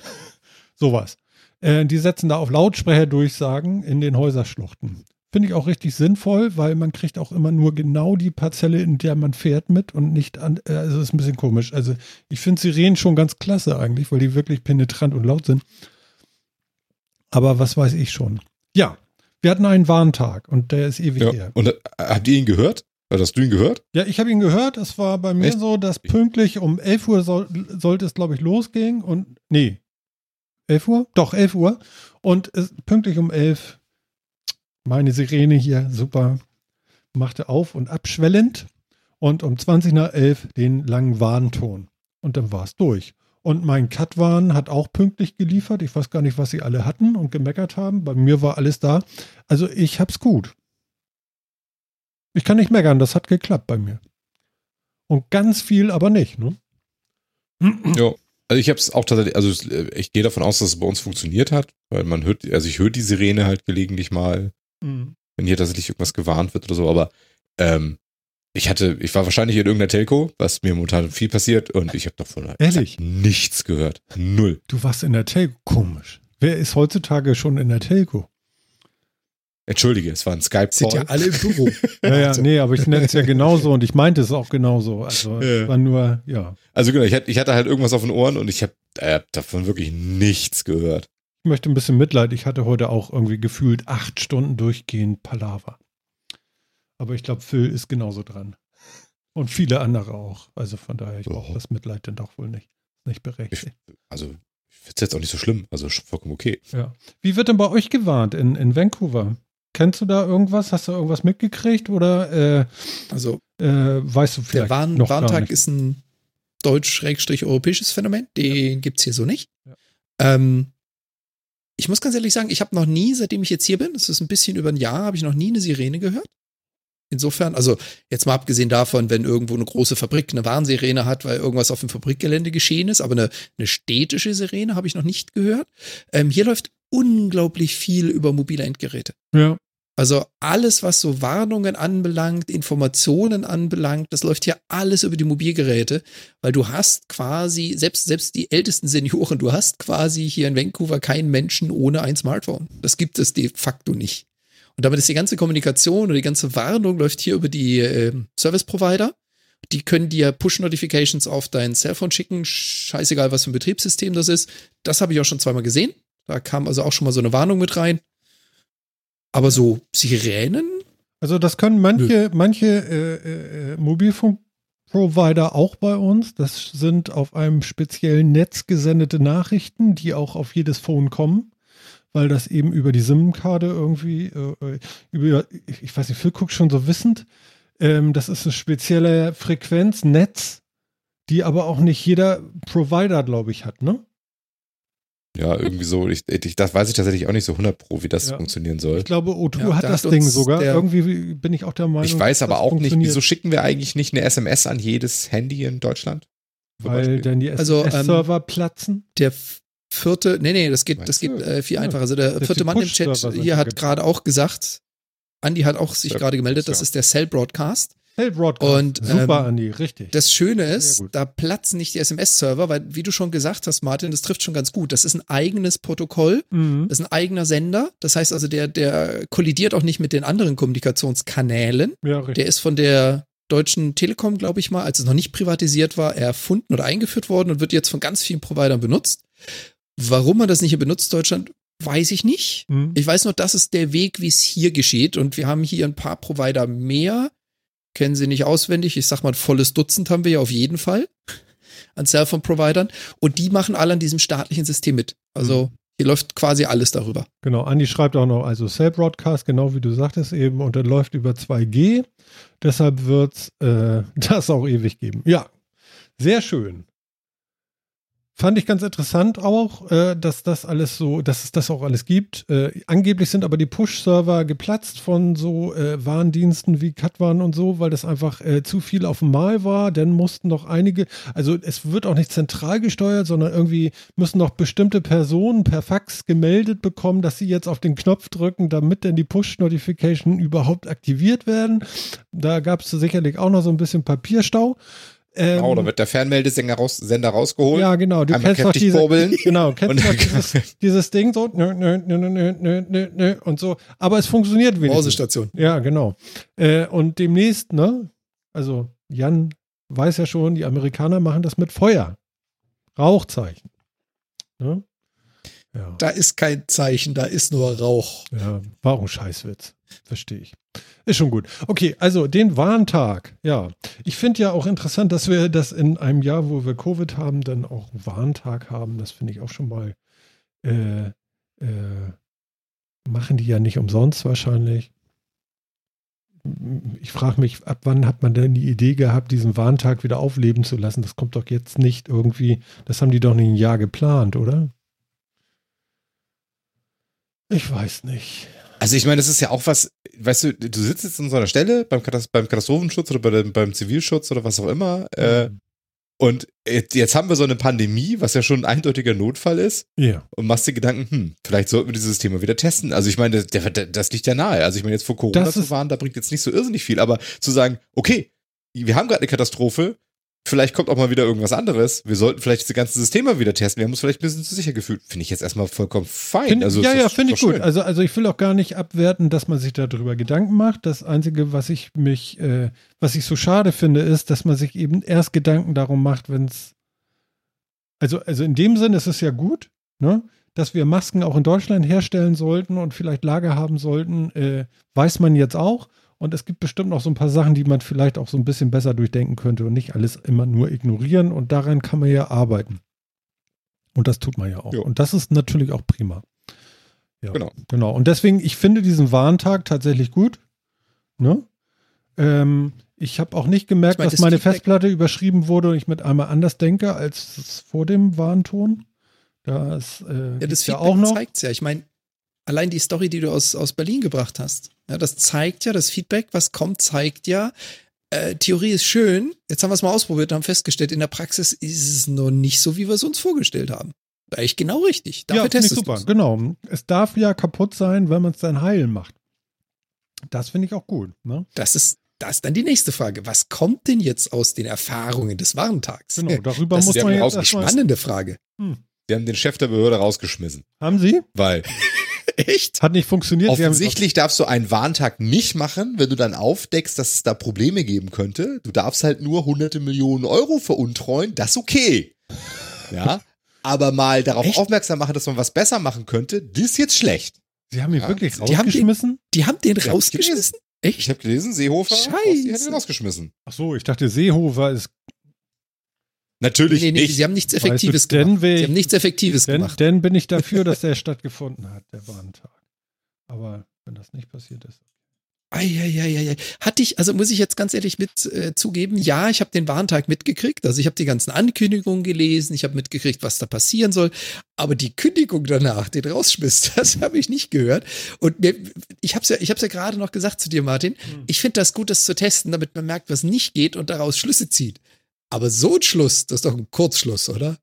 Sowas. Äh, die setzen da auf Lautsprecherdurchsagen in den Häuserschluchten. Finde ich auch richtig sinnvoll, weil man kriegt auch immer nur genau die Parzelle, in der man fährt mit und nicht an, äh, also es ist ein bisschen komisch. Also ich finde Sirenen schon ganz klasse eigentlich, weil die wirklich penetrant und laut sind. Aber was weiß ich schon. Ja, wir hatten einen Warntag und der ist ewig ja, her. Und äh, habt ihr ihn gehört? Oder hast du ihn gehört? Ja, ich habe ihn gehört. Es war bei mir Echt? so, dass pünktlich um elf Uhr soll, sollte es, glaube ich, losgehen. Und nee, elf Uhr? Doch, elf Uhr. Und es, pünktlich um elf, meine Sirene hier, super, machte auf und abschwellend. Und um zwanzig nach elf den langen Warnton. Und dann war es durch. Und mein Katwan hat auch pünktlich geliefert. Ich weiß gar nicht, was sie alle hatten und gemeckert haben. Bei mir war alles da. Also ich hab's gut. Ich kann nicht meckern, das hat geklappt bei mir. Und ganz viel aber nicht, ne? Ja, also ich habe es auch tatsächlich, also ich gehe davon aus, dass es bei uns funktioniert hat, weil man hört, also ich höre die Sirene halt gelegentlich mal, Mhm. wenn hier tatsächlich irgendwas gewarnt wird oder so, aber ähm, ich hatte, ich war wahrscheinlich in irgendeiner Telco, was mir momentan viel passiert und ich habe davon halt Ehrlich? nichts gehört. Null. Du warst in der Telco. Komisch. Wer ist heutzutage schon in der Telco? Entschuldige, es war ein Sind ja Skype-Call. alle im Büro. Ja, ja, nee, aber ich nenne es ja genauso und ich meinte es auch genauso. Also Ja. es war nur, ja. Also genau, ich hatte, ich hatte halt irgendwas auf den Ohren und ich habe äh, davon wirklich nichts gehört. Ich möchte ein bisschen Mitleid. Ich hatte heute auch irgendwie gefühlt acht Stunden durchgehend Palaver. Aber ich glaube, Phil ist genauso dran. Und viele andere auch. Also von daher, ich brauche Oh. das Mitleid dann doch wohl nicht. Nicht berechtigt. Also ich finde es jetzt auch nicht so schlimm, also schon vollkommen okay. Ja. Wie wird denn bei euch gewarnt in, in Vancouver? Kennst du da irgendwas? Hast du irgendwas mitgekriegt? Oder äh, Also äh, weißt du der vielleicht Warn noch gar Warntag nicht? ist ein deutsch-europäisches Phänomen. Den gibt es hier so nicht. Ja. Ähm, ich muss ganz ehrlich sagen, ich habe noch nie, seitdem ich jetzt hier bin, das ist ein bisschen über ein Jahr, habe ich noch nie eine Sirene gehört. Insofern, also jetzt mal abgesehen davon, wenn irgendwo eine große Fabrik eine Warnsirene hat, weil irgendwas auf dem Fabrikgelände geschehen ist, aber eine, eine städtische Sirene habe ich noch nicht gehört. Ähm, hier läuft unglaublich viel über mobile Endgeräte. Ja. Also alles, was so Warnungen anbelangt, Informationen anbelangt, das läuft hier alles über die Mobilgeräte, weil du hast quasi, selbst, selbst die ältesten Senioren, du hast quasi hier in Vancouver keinen Menschen ohne ein Smartphone. Das gibt es de facto nicht. Und damit ist die ganze Kommunikation oder die ganze Warnung läuft hier über die äh, Service-Provider. Die können dir Push-Notifications auf dein Cellphone schicken, scheißegal, was für ein Betriebssystem das ist. Das habe ich auch schon zweimal gesehen. Da kam also auch schon mal so eine Warnung mit rein. Aber so Sirenen? Also das können manche, manche äh, äh, Mobilfunkprovider auch bei uns. Das sind auf einem speziellen Netz gesendete Nachrichten, die auch auf jedes Phone kommen, weil das eben über die SIM-Karte irgendwie, äh, über, ich weiß nicht, Phil guckt schon so wissend, ähm, das ist eine spezielle Frequenznetz, die aber auch nicht jeder Provider, glaube ich, hat, ne? Ja, irgendwie so, ich, ich, das weiß ich tatsächlich auch nicht so hundert Pro, wie das Ja. funktionieren soll. Ich glaube, O zwei Ja, hat da das hat Ding uns sogar. der- Irgendwie bin ich auch der Meinung, Ich weiß aber das auch nicht, funktioniert, wieso schicken wir eigentlich nicht eine S M S an jedes Handy in Deutschland? Zum weil Beispiel. dann die Also, ähm, S M S-Server platzen. Der f- vierte, nee, nee, das geht, das Meinst geht du? äh, viel Ja. einfacher. Also der Dass vierte die Mann im Chat Push-Server sind hier hat gebaut. gerade auch gesagt, Andi hat auch sich Cell- gerade gemeldet, das ja. ist der Cell Broadcast. Hey, Broadcast. Und, Super, ähm, Andi, richtig. Das Schöne Sehr ist, gut. da platzen nicht die S M S-Server, weil, wie du schon gesagt hast, Martin, das trifft schon ganz gut. Das ist ein eigenes Protokoll, Mhm. das ist ein eigener Sender. Das heißt also, der, der kollidiert auch nicht mit den anderen Kommunikationskanälen. Ja, richtig. Der ist von der Deutschen Telekom, glaube ich mal, als es noch nicht privatisiert war, erfunden oder eingeführt worden und wird jetzt von ganz vielen Providern benutzt. Warum man das nicht benutzt, Deutschland, weiß ich nicht. Mhm. Ich weiß nur, das ist der Weg, wie es hier geschieht. Und wir haben hier ein paar Provider mehr. Kennen sie nicht auswendig. Ich sag mal, ein volles Dutzend haben wir ja auf jeden Fall an Cellphone-Providern. Und die machen alle an diesem staatlichen System mit. Also hier läuft quasi alles darüber. Genau, Andi schreibt auch noch, also Cell Broadcast, genau wie du sagtest eben, und dann läuft über zwei G. Deshalb wird es äh, das auch ewig geben. Ja, sehr schön. Fand ich ganz interessant auch, äh, dass das alles so, dass es das auch alles gibt. Äh, angeblich sind aber die Push-Server geplatzt von so äh, Warndiensten wie Katwan und so, weil das einfach äh, zu viel auf einmal war. Dann mussten noch einige, also es wird auch nicht zentral gesteuert, sondern irgendwie müssen noch bestimmte Personen per Fax gemeldet bekommen, dass sie jetzt auf den Knopf drücken, damit denn die Push-Notification überhaupt aktiviert werden. Da gab es sicherlich auch noch so ein bisschen Papierstau. Ähm, Genau, da wird der Fernmeldesender raus, Sender rausgeholt. ja, genau. Du Einmal kennst doch kräftig diese, kurbeln. genau, kennst Und- doch dieses, dieses Ding so, nö, nö, nö, nö, nö, nö, nö, und so. Aber es funktioniert wenigstens. Mausestation. Ja, genau. Äh, und demnächst, ne, also Jan weiß ja schon, die Amerikaner machen das mit Feuer. Rauchzeichen. Ne? Ja, Da ist kein Zeichen, da ist nur Rauch. ja, war auch ein Scheißwitz. Verstehe ich. Ist schon gut. Okay, also den Warntag. Ja, ich finde ja auch interessant, dass wir das in einem Jahr, wo wir Covid haben, dann auch einen Warntag haben. Das finde ich auch schon mal, äh, äh, machen die ja nicht umsonst wahrscheinlich. ich frage mich, ab wann hat man denn die Idee gehabt, diesen Warntag wieder aufleben zu lassen? Das kommt doch jetzt nicht irgendwie, das haben die doch nicht ein Jahr geplant, oder? Ich weiß nicht. Also ich meine, das ist ja auch was, weißt du, du sitzt jetzt an so einer Stelle beim, Katast- beim Katastrophenschutz oder bei dem, beim Zivilschutz oder was auch immer äh, Mhm. und jetzt, jetzt haben wir so eine Pandemie, was ja schon ein eindeutiger Notfall ist Ja. und machst dir Gedanken, hm, vielleicht sollten wir dieses Thema wieder testen. Also ich meine, das, das, das liegt ja nahe. Also ich meine, jetzt vor Corona Das zu ist- warnen, da bringt jetzt nicht so irrsinnig viel, aber zu sagen, okay, wir haben gerade eine Katastrophe, vielleicht kommt auch mal wieder irgendwas anderes. Wir sollten vielleicht diese ganzen Systeme wieder testen. Wir haben uns vielleicht ein bisschen zu sicher gefühlt. Finde ich jetzt erstmal vollkommen fein. Find, also, ja, ist ja, doch- finde ist ich doch gut. schön. Also, also ich will auch gar nicht abwerten, dass man sich darüber Gedanken macht. Das Einzige, was ich mich, äh, was ich so schade finde, ist, dass man sich eben erst Gedanken darum macht, wenn es, also, also in dem Sinne ist es ja gut, ne, dass wir Masken auch in Deutschland herstellen sollten und vielleicht Lager haben sollten, äh, weiß man jetzt auch. Und es gibt bestimmt noch so ein paar Sachen, die man vielleicht auch so ein bisschen besser durchdenken könnte und nicht alles immer nur ignorieren. Und daran kann man ja arbeiten. Und das tut man ja auch. Jo. Und das ist natürlich auch prima. Ja, Genau. Genau. Und deswegen, ich finde diesen Warntag tatsächlich gut. Ne? Ähm, ich habe auch nicht gemerkt, Ich meine, dass das meine Feedback- Festplatte überschrieben wurde und ich mit einmal anders denke als vor dem Warnton. Da ist äh, Ja, das ja Feedback auch noch. zeigt's ja. Ich meine, allein die Story, die du aus, aus Berlin gebracht hast, ja, das zeigt ja, das Feedback, was kommt, zeigt ja, äh, Theorie ist schön, jetzt haben wir es mal ausprobiert und haben festgestellt, in der Praxis ist es noch nicht so, wie wir es uns vorgestellt haben. War echt genau richtig. Dafür Ja, finde ich testest super. du's. Genau. Es darf ja kaputt sein, wenn man es dann heilen macht. Das finde ich auch gut. Ne? Das ist, das ist dann die nächste Frage. Was kommt denn jetzt aus den Erfahrungen des Warntags? Genau, darüber Das muss ist ja man auch jetzt die erstmal. Spannende Frage. Die haben den Chef der Behörde rausgeschmissen, Haben Sie? weil Echt? Hat nicht funktioniert. Sie haben- offensichtlich darfst du einen Warntag nicht machen, wenn du dann aufdeckst, dass es da Probleme geben könnte. Du darfst halt nur hunderte Millionen Euro veruntreuen, das ist okay. Ja, aber mal darauf Echt? aufmerksam machen, dass man was besser machen könnte, das ist jetzt schlecht. Sie haben ihn Ja, wirklich die haben den- rausgeschmissen? Die haben den Ja, rausgeschmissen? Ich Echt? habe gelesen, Seehofer, Scheiße. die hat ihn rausgeschmissen. Ach so, ich dachte, Seehofer ist. Natürlich Nee, nee, nicht. sie haben nichts Weißt du, Effektives denn gemacht. wär Sie ich- haben nichts Effektives Denn, gemacht. denn bin ich dafür, dass der stattgefunden hat, der Warntag. Aber wenn das nicht passiert ist. Eieieiei. Hatte ich, also muss ich jetzt ganz ehrlich mit äh, zugeben, ja, ich habe den Warntag mitgekriegt, also ich habe die ganzen Ankündigungen gelesen, ich habe mitgekriegt, was da passieren soll, aber die Kündigung danach, den rausschmiss, das habe ich nicht gehört. Und mir, ich habe es ja, ich hab's ja gerade noch gesagt zu dir, Martin, ich finde das gut, das zu testen, damit man merkt, was nicht geht und daraus Schlüsse zieht. Aber so ein Schluss, das ist doch ein Kurzschluss, oder?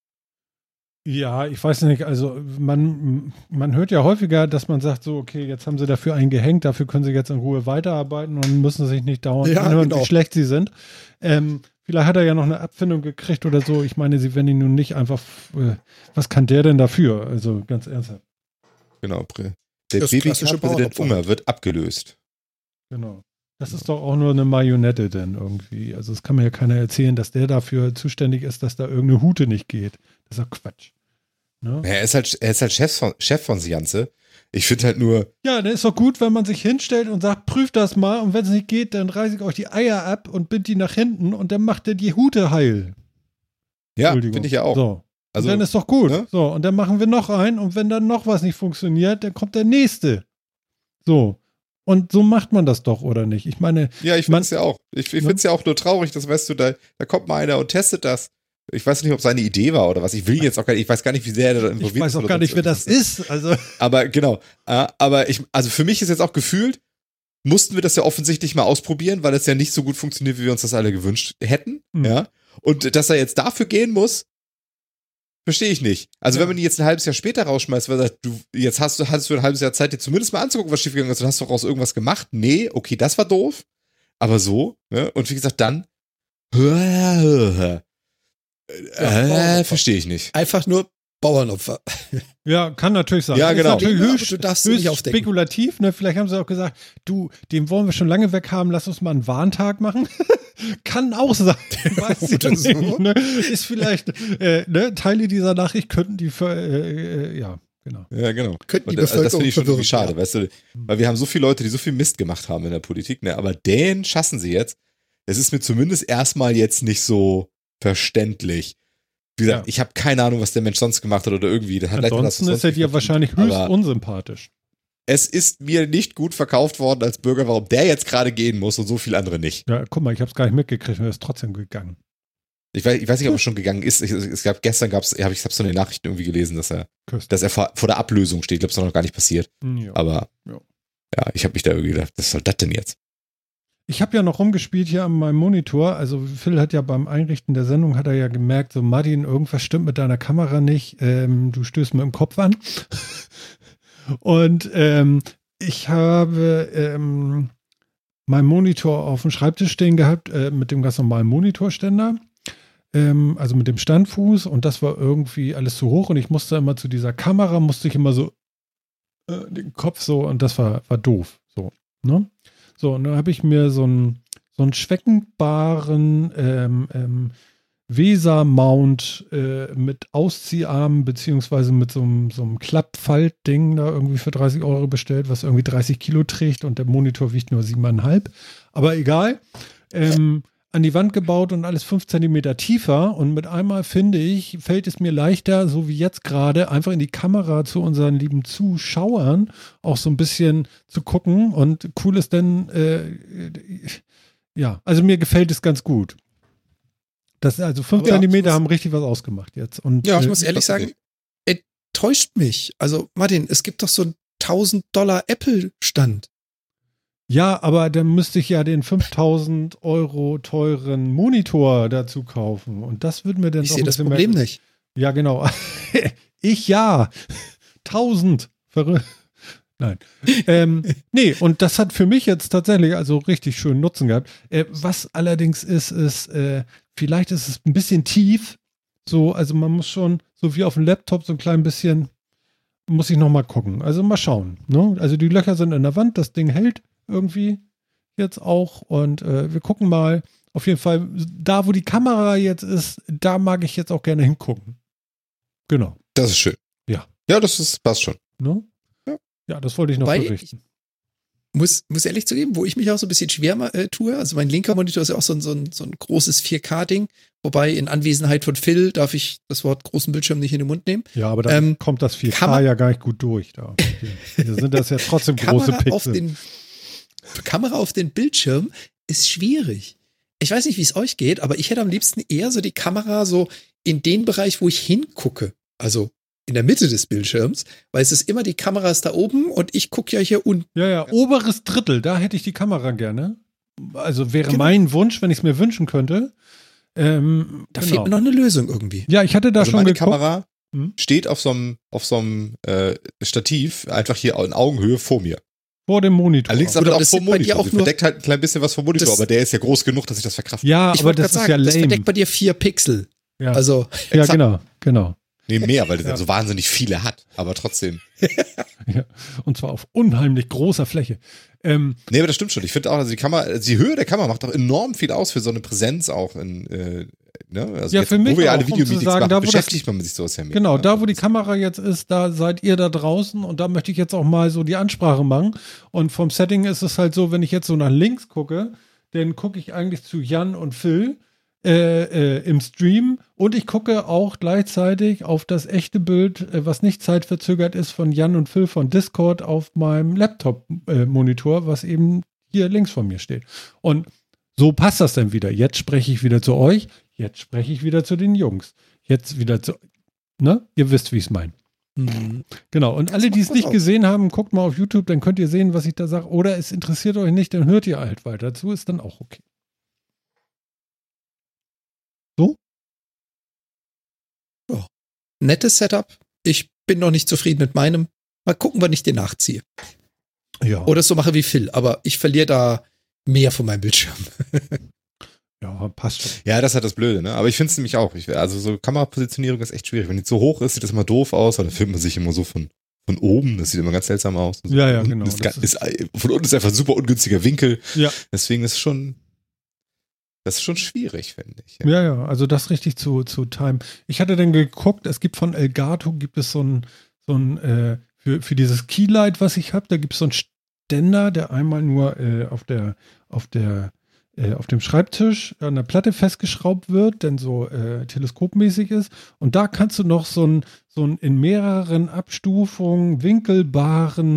Ja, ich weiß nicht, also man, man hört ja häufiger, dass man sagt, so, okay, jetzt haben sie dafür einen gehängt, dafür können sie jetzt in Ruhe weiterarbeiten und müssen sich nicht dauernd Ja, anhören, genau. wie schlecht sie sind. Ähm, vielleicht hat er ja noch eine Abfindung gekriegt oder so. Ich meine, sie werden ihn nun nicht einfach, äh, was kann der denn dafür? Also ganz ernsthaft. Genau. Prä- Der Das klassische Baby-Präsident Bauernopfer. Unger wird abgelöst. Genau. Das ist doch auch nur eine Marionette denn irgendwie. Also es kann mir ja keiner erzählen, dass der dafür zuständig ist, dass da irgendeine Hute nicht geht. Das ist doch Quatsch. Ne? Ja, er ist halt, er ist halt Chef von, Chef von Sianze. Ich finde halt nur, Ja, dann ist doch gut, wenn man sich hinstellt und sagt, prüft das mal und wenn es nicht geht, dann reiße ich euch die Eier ab und bind die nach hinten und dann macht er die Hute heil. ja, Entschuldigung. finde ich ja auch. So. Also, und dann ist doch gut. ne? So, und dann machen wir noch einen und wenn dann noch was nicht funktioniert, dann kommt der nächste. So. Und so macht man das doch, oder nicht? Ich meine, ja, ich man- finde es ja auch. Ich, ich Ne? finde es ja auch nur traurig, dass, weißt du, da, da kommt mal einer und testet das. Ich weiß nicht, ob seine Idee war oder was. Ich will ihn jetzt auch gar nicht, ich weiß gar nicht, wie sehr er da involviert ich weiß ist auch oder gar sonst nicht, wer das irgendwas. ist. Also, Aber genau. Äh, aber ich, also für mich ist jetzt auch gefühlt, mussten wir das ja offensichtlich mal ausprobieren, weil es ja nicht so gut funktioniert, wie wir uns das alle gewünscht hätten. Hm. Ja. Und dass er jetzt dafür gehen muss, verstehe ich nicht. Also Ja. wenn man ihn jetzt ein halbes Jahr später rausschmeißt, weil er sagt, du, jetzt hast du, hattest du ein halbes Jahr Zeit, dir zumindest mal anzugucken, was schiefgegangen ist, und hast du daraus irgendwas gemacht. Nee, okay, das war doof. Aber so, ne? Und wie gesagt, dann, äh, Bauernopfer. verstehe ich nicht. Einfach nur Bauernopfer. ja, kann natürlich sein. Ja, Ist genau. natürlich Aber höchst, du darfst sie höchst nicht aufdecken. spekulativ. Ne? Vielleicht haben sie auch gesagt, du, den wollen wir schon lange weg haben, lass uns mal einen Warntag machen. Kann auch sein. Weiß ich Oder nicht, so. ne? Ist vielleicht, äh, ne? Teile dieser Nachricht könnten die, ver- äh, äh, ja, genau. Ja, genau. Könnten die Und, also das Bevölkerung finde ich schon irgendwie verwirren, schade, ja. weißt du, weil wir haben so viele Leute, die so viel Mist gemacht haben in der Politik, ne, aber den schaffen sie jetzt. Es ist mir zumindest erstmal jetzt nicht so verständlich. Wie gesagt, Ja. ich habe keine Ahnung, was der Mensch sonst gemacht hat oder irgendwie. Der hat vielleicht was Ansonsten sonst ist er nicht dir verdient, wahrscheinlich höchst aber- unsympathisch. es ist mir nicht gut verkauft worden als Bürger, warum der jetzt gerade gehen muss und so viele andere nicht. Ja, guck mal, ich habe es gar nicht mitgekriegt und er ist trotzdem gegangen. Ich weiß, ich weiß nicht, ob er schon gegangen ist. Ich, es gab, gestern gab es, hab ich habe es in den Nachrichten irgendwie gelesen, dass er, Köstlich. dass er vor, vor der Ablösung steht. Ich glaube, es ist noch gar nicht passiert. Ja. Aber Ja. ja, ich habe mich da irgendwie gedacht, was soll das denn jetzt? Ich habe ja noch rumgespielt hier an meinem Monitor. Also Phil hat ja beim Einrichten der Sendung, hat er ja gemerkt, so Martin, irgendwas stimmt mit deiner Kamera nicht. Ähm, du stößt mit dem Kopf an. Und ähm, ich habe ähm, meinen Monitor auf dem Schreibtisch stehen gehabt, äh, mit dem ganz normalen Monitorständer. Ähm, also mit dem Standfuß. Und das war irgendwie alles zu hoch. Und ich musste immer zu dieser Kamera, musste ich immer so äh, den Kopf so, und das war, war doof. So, ne? So, und dann habe ich mir so einen, so einen schweckenbaren ähm, ähm, Weser-Mount äh, mit Auszieharmen beziehungsweise mit so einem, so einem Klappfaltding da irgendwie für dreißig Euro bestellt, was irgendwie dreißig Kilo trägt und der Monitor wiegt nur siebeneinhalb. Aber egal. Ähm, an die Wand gebaut und alles fünf Zentimeter tiefer und mit einmal, finde ich, fällt es mir leichter, so wie jetzt gerade, einfach in die Kamera zu unseren lieben Zuschauern auch so ein bisschen zu gucken und cool ist denn, äh, ja, also mir gefällt es ganz gut. Das, also fünf Aber ja, Zentimeter muss- haben richtig was ausgemacht jetzt. Und, Ja, ich äh, muss ehrlich sagen, er täuscht mich. Also, Martin, es gibt doch so einen tausend Dollar Apple-Stand. ja, aber dann müsste ich ja den fünftausend Euro teuren Monitor dazu kaufen und das würde mir dann Ich doch sehe ein das bisschen Problem mehr- nicht. Ja, genau. Ich ja. Tausend. Verrückt. Nein. ähm, nee, und das hat für mich jetzt tatsächlich also richtig schön Nutzen gehabt. Äh, was allerdings ist, ist, äh, vielleicht ist es ein bisschen tief. So, also man muss schon, so wie auf dem Laptop, so ein klein bisschen, muss ich noch mal gucken. Also mal schauen. Ne? Also die Löcher sind in der Wand, das Ding hält irgendwie jetzt auch und äh, wir gucken mal. Auf jeden Fall, da wo die Kamera jetzt ist, da mag ich jetzt auch gerne hingucken. Genau. Das ist schön. Ja. Ja, das ist, passt schon. Ne? Ja. Ja, das wollte ich noch Wobei berichten. Muss, muss ehrlich zugeben, wo ich mich auch so ein bisschen schwer ma- äh, tue. Also mein linker Monitor ist ja auch so ein, so ein, so ein großes vier K-Ding. Wobei in Anwesenheit von Phil darf ich das Wort großen Bildschirm nicht in den Mund nehmen. Ja, aber da Ähm, kommt das vier kann K man- ja gar nicht gut durch. Da, hier sind das ja trotzdem große Kamera auf Pixel. den, Kamera auf den Bildschirm ist schwierig. Ich weiß nicht, wie es euch geht, aber ich hätte am liebsten eher so die Kamera so in den Bereich, wo ich hingucke. Also in der Mitte des Bildschirms, weil es ist immer, die Kamera ist da oben und ich gucke ja hier unten. Ja, ja, oberes Drittel, da hätte ich die Kamera gerne. Also wäre Genau. mein Wunsch, wenn ich es mir wünschen könnte. Ähm, Da genau. fehlt mir noch eine Lösung irgendwie. Ja, ich hatte da Also schon meine geguckt. Kamera Hm? steht auf so einem, auf so einem äh, Stativ einfach hier in Augenhöhe vor mir. Vor dem Monitor. Allerdings Gut, aber aber auch das vom sind bei dir Monitor. auch Sie nur- verdeckt halt ein klein bisschen was vom Monitor, Das- aber der ist ja groß genug, dass ich das verkraften Ja, Ich aber wollte das gerade ist ja sagen, das lame. verdeckt bei dir vier Pixel. Ja, Also, ja exakt. genau, genau. Nee, mehr, weil der Ja. so wahnsinnig viele hat. Aber trotzdem. Ja. Und zwar auf unheimlich großer Fläche. Ähm, Nee, aber das stimmt schon. Ich finde auch, also die Kamera, also die Höhe der Kamera macht auch enorm viel aus für so eine Präsenz auch in, äh, ne? Also Ja, jetzt, für mich wo wir ja alle auch, um zu Videomeetings sagen, machen, da, wo das- beschäftigt man sich sowas ja mehr. Genau, ne? da wo die Kamera jetzt ist, da seid ihr da draußen und da möchte ich jetzt auch mal so die Ansprache machen. Und vom Setting ist es halt so, wenn ich jetzt so nach links gucke, dann gucke ich eigentlich zu Jan und Phil äh, äh, im Stream und ich gucke auch gleichzeitig auf das echte Bild, äh, was nicht zeitverzögert ist, von Jan und Phil von Discord auf meinem Laptop-Monitor, äh, was eben hier links von mir steht. Und so passt das dann wieder. Jetzt spreche ich wieder zu euch, jetzt spreche ich wieder zu den Jungs. Jetzt wieder zu, ne? Ihr wisst, wie ich es meine. hm, Genau. Und alle, die es macht nicht was gesehen haben, guckt mal auf YouTube, dann könnt ihr sehen, was ich da sage. Oder es interessiert euch nicht, dann hört ihr halt weiter zu, ist dann auch okay. nettes Setup. Ich bin noch nicht zufrieden mit meinem. Mal gucken, wann ich den nachziehe. Ja. Oder es so mache wie Phil, aber ich verliere da mehr von meinem Bildschirm. Ja, passt schon. Ja, das ist halt das Blöde, ne? Aber ich finde es nämlich auch. Ich, also so Kamerapositionierung ist echt schwierig. Wenn die zu hoch ist, sieht das immer doof aus, weil dann filmt man sich immer so von, von oben. Das sieht immer ganz seltsam aus. Und so Ja, ja, von genau. unten Ist, Das ga- ist, von unten ist einfach ein super ungünstiger Winkel. Ja. Deswegen ist schon, das ist schon schwierig, finde ich. Ja, ja, also das richtig zu, zu timen. Ich hatte dann geguckt, es gibt von Elgato, gibt es so ein, so ein äh, für, für dieses Keylight, was ich habe, da gibt es so einen Ständer, der einmal nur äh, auf der, auf der, äh, auf dem Schreibtisch an der Platte festgeschraubt wird, denn so äh, teleskopmäßig ist. Und da kannst du noch so einen, so einen in mehreren Abstufungen winkelbaren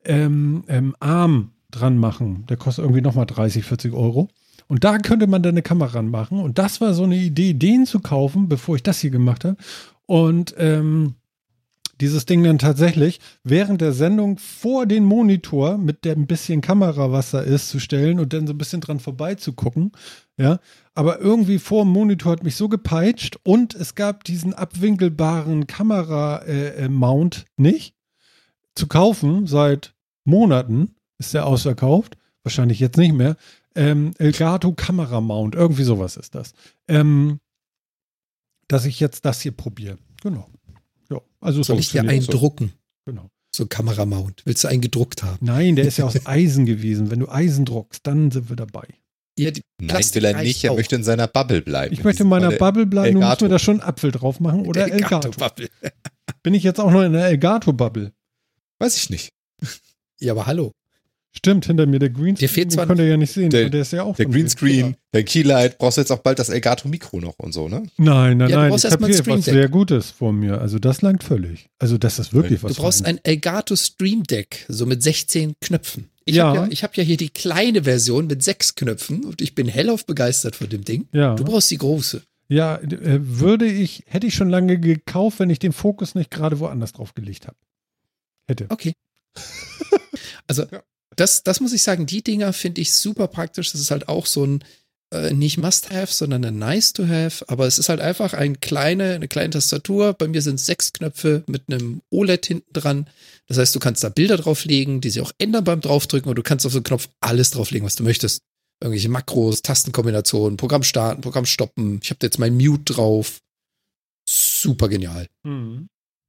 ähm, ähm, Arm dran machen. Der kostet irgendwie nochmal dreißig, vierzig Euro. Und da könnte man dann eine Kamera ranmachen. Und das war so eine Idee, den zu kaufen, bevor ich das hier gemacht habe. Und ähm, dieses Ding dann tatsächlich während der Sendung vor den Monitor mit dem bisschen Kamera, was da ist, zu stellen und dann so ein bisschen dran vorbei zu gucken. Ja, aber irgendwie vor dem Monitor hat mich so gepeitscht und es gab diesen abwinkelbaren Kamera-Mount äh, nicht zu kaufen. Seit Monaten ist der ausverkauft. Wahrscheinlich jetzt nicht mehr. Ähm, Elgato Kamera-Mount, irgendwie sowas ist das. Ähm, dass ich jetzt das hier probiere. Genau. Ja, also soll ich dir einen so. drucken? Genau. So ein Kameramount. Willst du einen gedruckt haben? Nein, der ist ja aus Eisen gewesen. Wenn du Eisen druckst, dann sind wir dabei. Ja, die Nein, will er nicht. Er auch. möchte in seiner Bubble bleiben. Ich möchte in meiner Bubble bleiben. Du musst Elgato. mir da schon einen Apfel drauf machen oder Elgato. Elgato-Bubble. Bin ich jetzt auch noch in der Elgato-Bubble? Weiß ich nicht. Ja, aber hallo. Stimmt, hinter mir der Greenscreen, Der fehlt den zwar könnt ihr ja nicht sehen. der- aber der ist ja auch Der von Greenscreen, mir. der Keylight, brauchst du jetzt auch bald das Elgato-Mikro noch und so, ne? Nein, nein, Ja, du nein. brauchst Ich erst habe mal ein hier Stream was Deck. sehr Gutes vor mir. Also das langt völlig. Also das ist wirklich was Du brauchst Feines. ein Elgato Stream Deck, so mit sechzehn Knöpfen. Ich Ja. habe ja, ich hab ja hier die kleine Version mit sechs Knöpfen und ich bin hellauf begeistert von dem Ding. Ja. Du brauchst die große. Ja, äh, würde ich, hätte ich schon lange gekauft, wenn ich den Fokus nicht gerade woanders drauf gelegt habe. Hätte. Okay. Also, das, das muss ich sagen, die Dinger finde ich super praktisch. Das ist halt auch so ein, äh, nicht Must-Have, sondern ein Nice-to-Have. Aber es ist halt einfach ein kleine, eine kleine Tastatur. Bei mir sind es sechs Knöpfe mit einem O L E D hinten dran. Das heißt, du kannst da Bilder drauflegen, die sich auch ändern beim Draufdrücken und du kannst auf so einen Knopf alles drauflegen, was du möchtest. Irgendwelche Makros, Tastenkombinationen, Programm starten, Programm stoppen. Ich habe jetzt mein Mute drauf. Super genial. Mhm.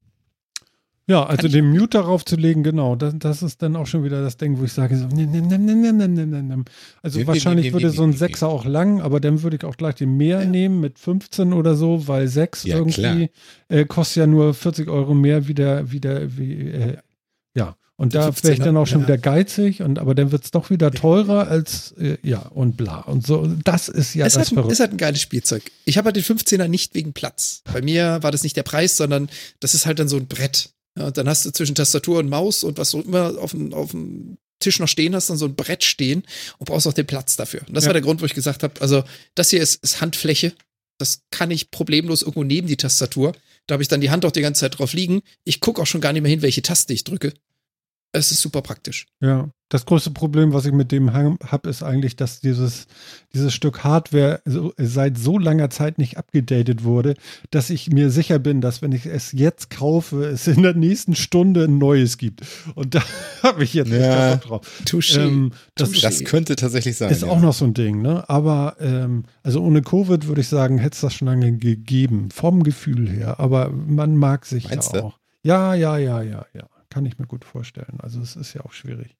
Ja, also Kann den Mute darauf zu legen, genau, das, das ist dann auch schon wieder das Ding, wo ich sage, so, nimm, nimm, nimm, nimm, nimm, nimm, nimm, nimm. Also Nimm, wahrscheinlich nimm, würde nimm, so ein nimm, Sechser auch lang, aber dann würde ich auch gleich den mehr nehmen mit fünfzehn oder so, weil sechs Ja, irgendwie äh, kostet ja nur vierzig Euro mehr wie der, wie der, wie, äh, ja. Und Der da wäre ich dann auch schon ja. wieder geizig, und aber dann wird es doch wieder teurer als, äh, ja, und bla. Und so, das ist ja es das hat ein, Verrückte. ist halt ein geiles Spielzeug. Ich habe halt den fünfzehner nicht wegen Platz. Bei mir war das nicht der Preis, sondern das ist halt dann so ein Brett. Ja, und dann hast du zwischen Tastatur und Maus und was du immer auf dem, auf dem Tisch noch stehen hast, dann so ein Brett stehen und brauchst auch den Platz dafür. Und das Ja. war der Grund, wo ich gesagt habe, also das hier ist, ist Handfläche. Das kann ich problemlos irgendwo neben die Tastatur. Da habe ich dann die Hand auch die ganze Zeit drauf liegen. Ich gucke auch schon gar nicht mehr hin, welche Taste ich drücke. Es ist super praktisch. Ja, das größte Problem, was ich mit dem habe, ist eigentlich, dass dieses, dieses Stück Hardware so, seit so langer Zeit nicht abgedatet wurde, dass ich mir sicher bin, dass wenn ich es jetzt kaufe, es in der nächsten Stunde ein neues gibt. Und da habe ich jetzt Ja. nicht drauf. Touché. Ähm, das Touché. ist, Das könnte tatsächlich sein. ist ja. auch noch so ein Ding, ne? Aber ähm, also ohne Covid würde ich sagen, hätte es das schon lange gegeben, vom Gefühl her. Aber man mag sich Meinst ja du? auch. Ja, ja, ja, ja, ja. Kann ich mir gut vorstellen. Also es ist ja auch schwierig.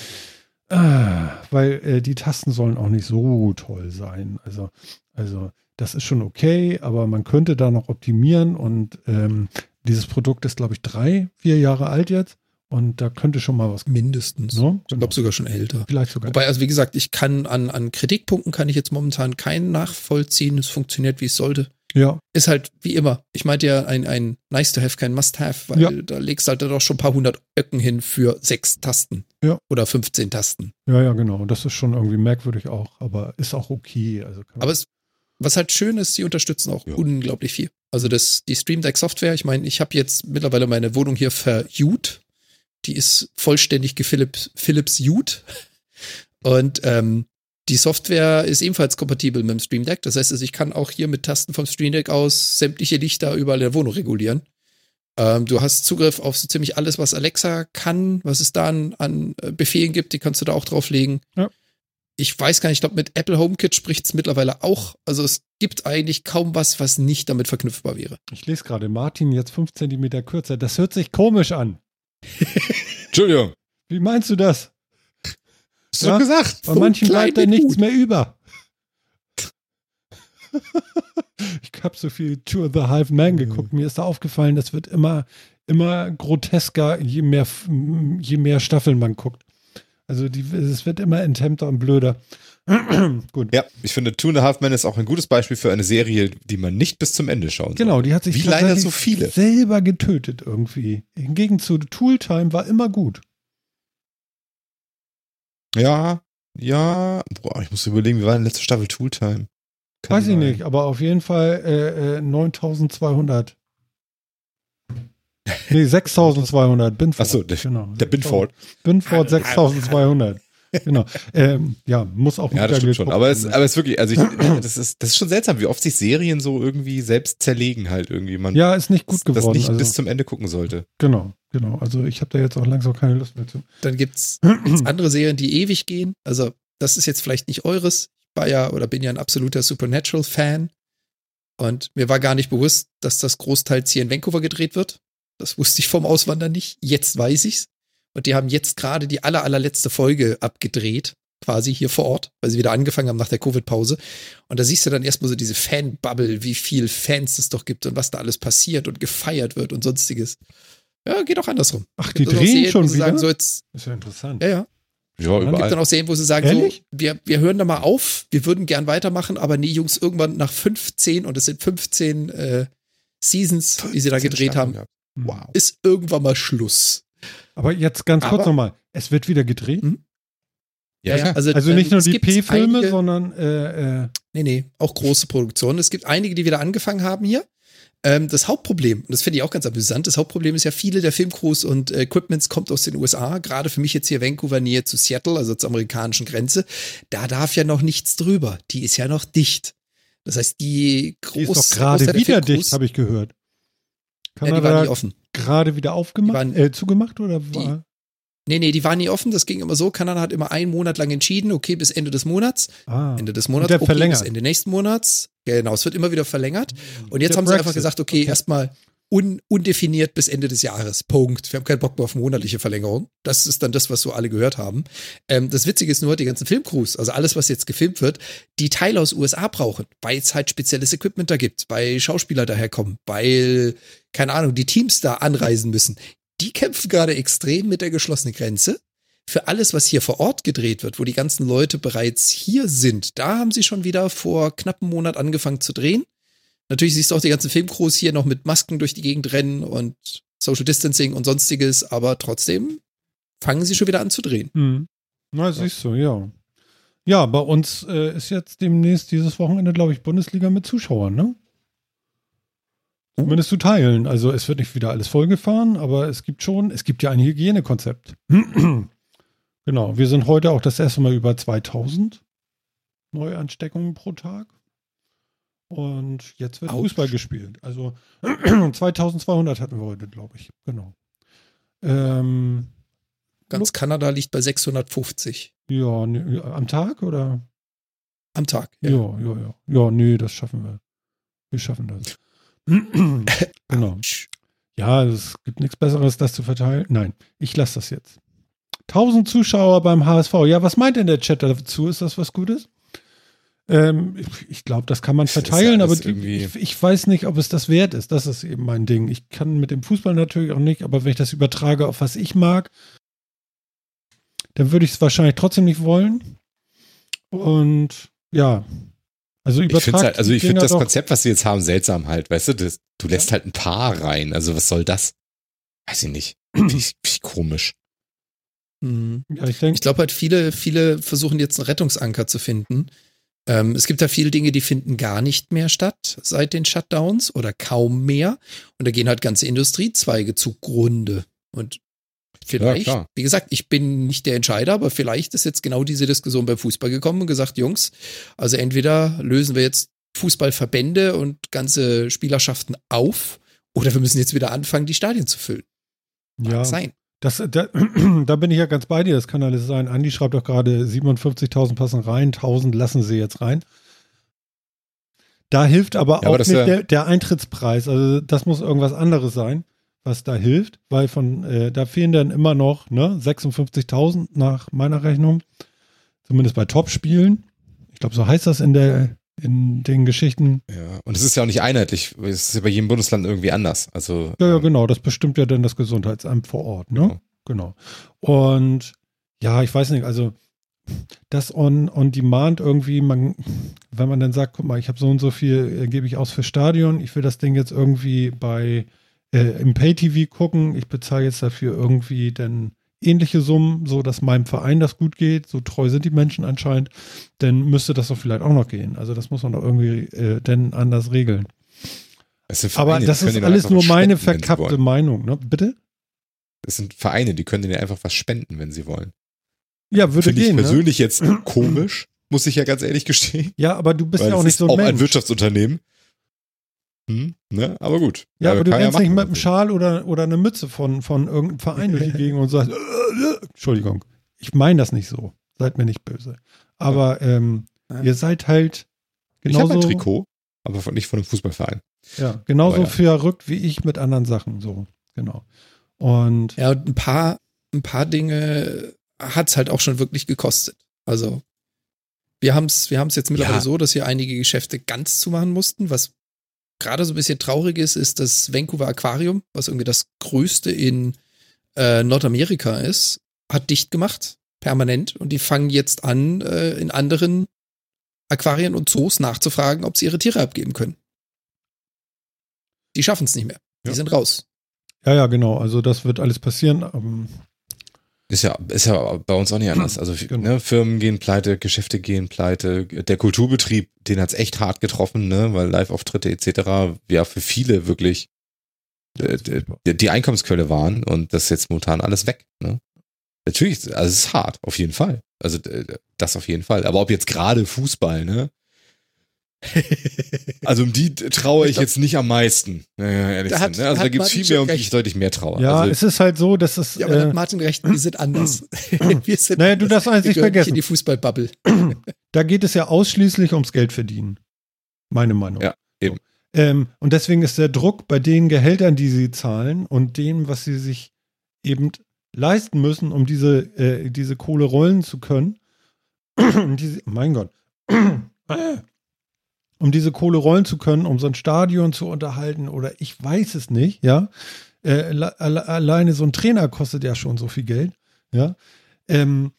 Ah, weil äh, die Tasten sollen auch nicht so toll sein. Also, also das ist schon okay, aber man könnte da noch optimieren, und ähm, dieses Produkt ist, glaube ich, drei, vier Jahre alt jetzt, und da könnte schon mal was kommen. Mindestens. Ne? Ich glaube sogar schon älter. Vielleicht sogar. Wobei, also wie gesagt, ich kann an, an Kritikpunkten kann ich jetzt momentan keinen nachvollziehen. Es funktioniert, wie es sollte. Ja, Ist halt wie immer. Ich meinte ja ein, ein nice to have, kein must have, weil Ja. da legst du halt dann doch schon ein paar hundert Öcken hin für sechs Tasten. Ja. Oder fünfzehn Tasten. ja, ja, genau. Das ist schon irgendwie merkwürdig auch, aber ist auch okay. Also kann man- Aber es, was halt schön ist, sie unterstützen auch Ja. unglaublich viel. Also das, die Stream Deck Software, ich meine, ich habe jetzt mittlerweile meine Wohnung hier verjut. Die ist vollständig gephilips Philips Hue. Und ähm, die Software ist ebenfalls kompatibel mit dem Stream Deck. Das heißt, also ich kann auch hier mit Tasten vom Stream Deck aus sämtliche Lichter überall in der Wohnung regulieren. Ähm, du hast Zugriff auf so ziemlich alles, was Alexa kann, was es da an, an äh, Befehlen gibt, die kannst du da auch drauflegen. Ja. Ich weiß gar nicht, ich glaube, mit Apple HomeKit spricht es mittlerweile auch. Also es gibt eigentlich kaum was, was nicht damit verknüpfbar wäre. Ich lese gerade, Martin jetzt fünf Zentimeter kürzer. Das hört sich komisch an. Entschuldigung. Wie meinst du das? Hast du Ja? doch gesagt. Bei manchen klein bleibt da mit nichts Hut. mehr über. Ich habe so viel Two of the Half Man geguckt. Mir ist da aufgefallen, das wird immer, immer grotesker, je mehr, je mehr Staffeln man guckt. Also die, es wird immer enthemmter und blöder. Gut. Ja, ich finde, Two and a Half Men ist auch ein gutes Beispiel für eine Serie, die man nicht bis zum Ende schauen soll. Genau, die hat sich Wie leider tatsächlich so viele. selber getötet irgendwie. Hingegen zu Tooltime war immer gut. Ja, ja. Boah, ich muss überlegen, wie war die letzte Staffel Tooltime? Kann Weiß ich sein. nicht, aber auf jeden Fall äh, äh, neuntausendzweihundert. Nee, sechstausendzweihundert. Binford. Achso, der, genau. der Binford. Binford sechstausendzweihundert. Genau. Ähm, ja, muss auch Ja, das wieder stimmt schon. geguckt Aber es, werden. aber es ist wirklich, also ich, das ist, das ist schon seltsam, wie oft sich Serien so irgendwie selbst zerlegen halt irgendwie. Man Ja, ist nicht gut das geworden. nicht also, bis zum Ende gucken sollte. genau, genau. Also ich habe da jetzt auch langsam keine Lust mehr zu. Dann gibt's, gibt's andere Serien, die ewig gehen. Also das ist jetzt vielleicht nicht eures. Ich war ja oder bin ja ein absoluter Supernatural-Fan. Und mir war gar nicht bewusst, dass das großteils hier in Vancouver gedreht wird. Das wusste ich vom Auswandern nicht. Jetzt weiß ich's. Und die haben jetzt gerade die aller, allerletzte Folge abgedreht. Quasi hier vor Ort, weil sie wieder angefangen haben nach der Covid-Pause. Und da siehst du dann erstmal so diese Fan-Bubble, wie viel Fans es doch gibt und was da alles passiert und gefeiert wird und sonstiges. Ja, geht auch andersrum. Ach, die Gibt auch drehen Serien, schon wo sie wieder? sagen, so jetzt, Ist ja interessant. ja, ja. Ja, Es gibt überall. dann auch Serien, wo sie sagen, Ehrlich? so, wir, wir hören da mal auf, wir würden gern weitermachen, aber nee, Jungs, irgendwann nach fünfzehn, und es sind fünfzehn äh, Seasons, die sie da gedreht haben, Wow. ist irgendwann mal Schluss. Aber jetzt ganz kurz Aber- nochmal. Es wird wieder gedreht? Hm? Ja, ja. Also, Also ähm, nicht nur es die gibt P-Filme, einige- sondern äh, äh, Nee, nee, auch große Produktionen. Es gibt einige, die wieder angefangen haben hier. Ähm, das Hauptproblem, und das finde ich auch ganz amüsant, das Hauptproblem ist ja, viele der Filmcrews und äh, Equipments kommt aus den U S A, gerade für mich jetzt hier Vancouver, Nähe zu Seattle, also zur amerikanischen Grenze. Da darf ja noch nichts drüber. Die ist ja noch dicht. Das heißt, die die ist groß, doch gerade Großteil der wieder Filmcrews- dicht, habe ich gehört. Ja, die waren Kanada nie offen. gerade wieder aufgemacht, Die waren- äh, zugemacht oder Die- war? Nee, nee, die waren nie offen. Das ging immer so. Kanada hat immer einen Monat lang entschieden, okay, bis Ende des Monats. Ah, Ende des Und Monats, der okay, verlängert. bis Ende nächsten Monats. Genau, es wird immer wieder verlängert. Und jetzt Der haben sie einfach Brexit. gesagt, okay, Okay. erstmal un undefiniert bis Ende des Jahres. Punkt. Wir haben keinen Bock mehr auf monatliche Verlängerung. Das ist dann das, was so alle gehört haben. Ähm, das Witzige ist nur, die ganzen Filmcrews, also alles, was jetzt gefilmt wird, die Teile aus U S A brauchen, weil es halt spezielles Equipment da gibt, weil Schauspieler daherkommen, weil, keine Ahnung, die Teams da anreisen müssen. Die kämpfen gerade extrem mit der geschlossenen Grenze. Für alles, was hier vor Ort gedreht wird, wo die ganzen Leute bereits hier sind, da haben sie schon wieder vor knapp einem Monat angefangen zu drehen. Natürlich siehst du auch die ganzen Filmcrews hier noch mit Masken durch die Gegend rennen und Social Distancing und sonstiges, aber trotzdem fangen sie schon wieder an zu drehen. Hm. Na, siehst du, ja. Ja, bei uns äh, ist jetzt demnächst dieses Wochenende, glaube ich, Bundesliga mit Zuschauern, ne? Zumindest zu teilen. Also es wird nicht wieder alles vollgefahren, aber es gibt schon, es gibt ja ein Hygienekonzept. Genau, wir sind heute auch das erste Mal über zweitausend Neuansteckungen pro Tag. Und jetzt wird Autsch. Fußball gespielt. Also zweitausendzweihundert hatten wir heute, glaube ich. Genau. Ähm, Ganz Kanada liegt bei sechshundertfünfzig ja, ne, am Tag oder? am Tag. Ja, ja, ja. Ja, nee, das schaffen wir. Wir schaffen das. Genau. Autsch. Ja, es gibt nichts Besseres, das zu verteilen. Nein, ich lasse das jetzt. tausend Zuschauer beim H S V. Ja, was meint denn der Chat dazu? Ist das was Gutes? Ähm, ich ich glaube, das kann man Das ist verteilen, aber alles irgendwie- ich, ich weiß nicht, ob es das wert ist. Das ist eben mein Ding. Ich kann mit dem Fußball natürlich auch nicht, aber wenn ich das übertrage auf was ich mag, dann würde ich es wahrscheinlich trotzdem nicht wollen. Und ja, also Ich finde übertragt halt, also ich die finde Dinger das doch- Konzept, was sie jetzt haben, seltsam halt. Weißt du, das, du lässt halt ein Paar rein. Also was soll das? Weiß ich nicht. Finde ich, find ich komisch. Mhm. Ja, ich denke, Ich glaube halt, viele, viele versuchen jetzt einen Rettungsanker zu finden. Ähm, es gibt da viele Dinge, die finden gar nicht mehr statt seit den Shutdowns oder kaum mehr. Und da gehen halt ganze Industriezweige zugrunde. Und vielleicht, klar. wie gesagt, ich bin nicht der Entscheider, aber vielleicht ist jetzt genau diese Diskussion beim Fußball gekommen und gesagt, Jungs, also entweder lösen wir jetzt Fußballverbände und ganze Spielerschaften auf oder wir müssen jetzt wieder anfangen, die Stadien zu füllen. Mag ja, sein. das, da, da bin ich ja ganz bei dir. Das kann alles sein. Andi schreibt doch gerade, siebenundfünfzigtausend passen rein, tausend lassen sie jetzt rein. Da hilft aber Ja, auch aber das nicht wär- der, der Eintrittspreis. Also das muss irgendwas anderes sein, was da hilft, weil von äh, da fehlen dann immer noch ne, sechsundfünfzigtausend nach meiner Rechnung. Zumindest bei Top-Spielen. Ich glaube, so heißt das in der in den Geschichten. Ja. Und es ist ja auch nicht einheitlich. Es ist ja bei jedem Bundesland irgendwie anders. Also Ja, ja, ähm, genau. Das bestimmt ja dann das Gesundheitsamt vor Ort, ne? Genau. Genau. Und ja, ich weiß nicht, also das on, on demand irgendwie, man, wenn man dann sagt, guck mal, ich habe so und so viel, äh, gebe ich aus für Stadion, ich will das Ding jetzt irgendwie bei äh, im Pay-T V gucken, ich bezahle jetzt dafür irgendwie dann ähnliche Summen, so dass meinem Verein das gut geht, so treu sind die Menschen anscheinend, dann müsste das doch vielleicht auch noch gehen. Also das muss man doch irgendwie äh, denn anders regeln. Das sind Vereine, Aber das die können ist dir alles einfach nur was meine spenden, wenn sie verkappte wollen. Meinung, ne? Bitte? Das sind Vereine, die können dir einfach was spenden, wenn sie wollen. Ja, würde Finde ich gehen, ne? persönlich jetzt komisch, muss ich ja ganz ehrlich gestehen. Ja, aber du bist Weil ja auch es nicht ist so ein auch Mensch. ein Wirtschaftsunternehmen. Hm, ne? Aber gut. Ja, aber du kann rennst machen, nicht mit was einem du Schal oder, oder eine Mütze von, von irgendeinem Verein durch die Gegend und sagst, äh, äh, Entschuldigung, ich meine das nicht so. Seid mir nicht böse. Aber ähm, Ja. ihr seid halt Ich habe genauso, ein Trikot, aber von, nicht von einem Fußballverein. ja, genauso Aber ja. verrückt wie ich mit anderen Sachen. So, genau. Und Ja, und ein paar, ein paar Dinge hat's halt auch schon wirklich gekostet. Also wir haben's, wir haben's jetzt mittlerweile Ja. so, dass hier einige Geschäfte ganz zumachen mussten. Was gerade so ein bisschen traurig ist, ist das Vancouver Aquarium, was irgendwie das größte in äh, Nordamerika ist, hat dicht gemacht, permanent. Und die fangen jetzt an, äh, in anderen Aquarien und Zoos nachzufragen, ob sie ihre Tiere abgeben können. Die schaffen es nicht mehr. Die Ja. sind raus. ja, ja, genau. Also das wird alles passieren. Ähm, Ist ja, ist ja bei uns auch nicht anders. Also Genau. ne, Firmen gehen pleite, Geschäfte gehen pleite. Der Kulturbetrieb, den hat's echt hart getroffen, ne, weil Live-Auftritte et cetera ja für viele wirklich äh, die, die Einkommensquelle waren und das ist jetzt momentan alles weg. Ne? Natürlich, also es ist hart, auf jeden Fall. Also äh, das auf jeden Fall. Aber ob jetzt gerade Fußball, ne? Also um die traue ich jetzt nicht am meisten, äh, ehrlich Da hat- sind, ne? Also hat da gibt's Martin viel mehr, um schon die ich deutlich mehr traue. ja, also, es ist halt so, dass es, Ja, aber da äh, hat Martin recht, wir sind anders. wir sind Naja, du darfst eins wir nicht gehören vergessen. in die Fußballbubble. da geht es ja ausschließlich ums Geld verdienen. Meine Meinung. Ja, eben. So. Ähm, und deswegen ist der Druck bei den Gehältern, die sie zahlen und dem, was sie sich eben leisten müssen, um diese, äh, diese Kohle rollen zu können, diese, mein Gott, um diese Kohle rollen zu können, um so ein Stadion zu unterhalten oder ich weiß es nicht, ja. Äh, alle, alleine so ein Trainer kostet ja schon so viel Geld, ja. Ähm,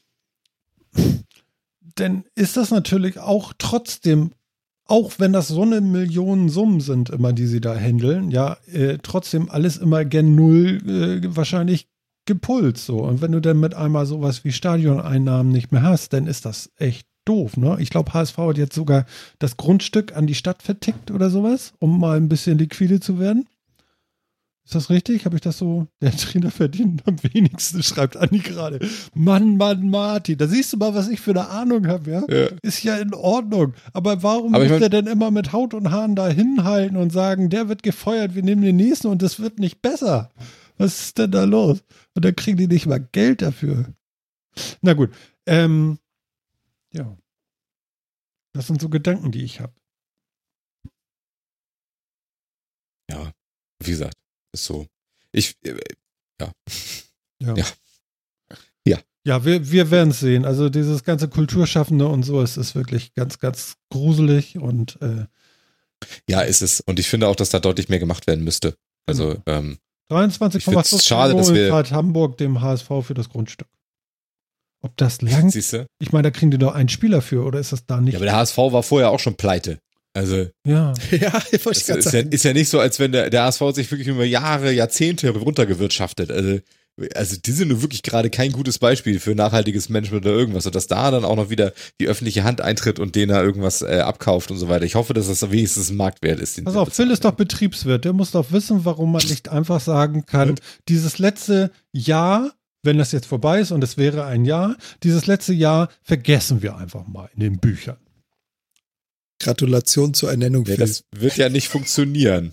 dann ist das natürlich auch trotzdem, auch wenn das so eine Millionen Summen sind, immer die sie da handeln, ja, äh, trotzdem alles immer gen Null äh, wahrscheinlich gepulst so. Und wenn du dann mit einmal sowas wie Stadioneinnahmen nicht mehr hast, dann ist das echt doof, ne? Ich glaube, H S V hat jetzt sogar das Grundstück an die Stadt vertickt oder sowas, um mal ein bisschen liquide zu werden. Ist das richtig? Habe ich das so? Der Trainer verdient am wenigsten, schreibt Andi gerade. Mann, Mann, Martin, da siehst du mal, was ich für eine Ahnung habe, ja? Ja. Ist ja in Ordnung. Aber warum Aber ich muss mein- der denn immer mit Haut und Haaren da hinhalten und sagen, der wird gefeuert, wir nehmen den nächsten und das wird nicht besser? Was ist denn da los? Und dann kriegen die nicht mal Geld dafür. Na gut. Ähm, ja. Das sind so Gedanken, die ich habe. Ja, wie gesagt, ist so. Ich, äh, ja. Ja. Ja. Ja. Ja, wir, wir werden es sehen. Also dieses ganze Kulturschaffende und so, es ist wirklich ganz, ganz gruselig und äh, Ja, ist es. Und ich finde auch, dass da deutlich mehr gemacht werden müsste. Also, Genau. ähm, dreiundzwanzig Komma Ich find's fünf schade, dass Millionen wir- zahlt Hamburg dem H S V für das Grundstück. Ob das lang? siehst du? Ich meine, da kriegen die doch einen Spieler für, oder ist das da nicht? Ja, aber der H S V war vorher auch schon pleite. Also, Ja. ja, wollte ich es gerade ist ja, sagen. ist ja nicht so, als wenn der, der H S V sich wirklich über Jahre, Jahrzehnte runtergewirtschaftet. Also, also die sind nur wirklich gerade kein gutes Beispiel für nachhaltiges Management oder irgendwas. Und dass da dann auch noch wieder die öffentliche Hand eintritt und denen da irgendwas äh, abkauft und so weiter. Ich hoffe, dass das wenigstens ein Marktwert ist. den Pass sie auf, Phil bezahlen. ist doch Betriebswirt. Der muss doch wissen, warum man nicht einfach sagen kann, dieses letzte Jahr, wenn das jetzt vorbei ist und es wäre ein Jahr, dieses letzte Jahr vergessen wir einfach mal in den Büchern. Gratulation zur Ernennung. Nee, Phil. das wird ja nicht funktionieren.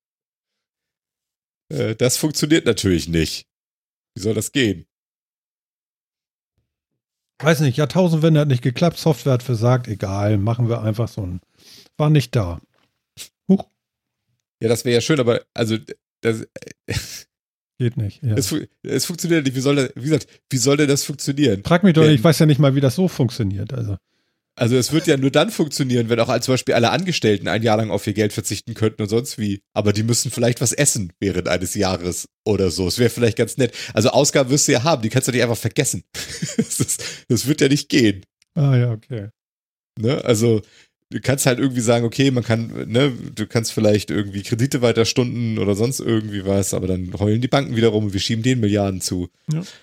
Äh, das funktioniert natürlich nicht. Wie soll das gehen? Weiß nicht, Jahrtausendwende hat nicht geklappt, Software hat versagt, egal, machen wir einfach so ein, war nicht da. Huch, Ja, das wäre ja schön, aber also das, geht nicht. Ja. das, fu- es funktioniert nicht. Wie soll das, wie gesagt, wie soll denn das funktionieren? Frag mich doch, denn- ich weiß ja nicht mal, wie das so funktioniert. Also, Also es wird ja nur dann funktionieren, wenn auch zum Beispiel alle Angestellten ein Jahr lang auf ihr Geld verzichten könnten und sonst wie. Aber die müssen vielleicht was essen während eines Jahres oder so. Es wäre vielleicht ganz nett. Also Ausgaben wirst du ja haben, die kannst du nicht einfach vergessen. das, ist, das wird ja nicht gehen. ah ja, okay. Ne? Also du kannst halt irgendwie sagen, okay, man kann, ne, du kannst vielleicht irgendwie Kredite weiter stunden oder sonst irgendwie was, aber dann heulen die Banken wieder rum und wir schieben denen Milliarden zu. Ja.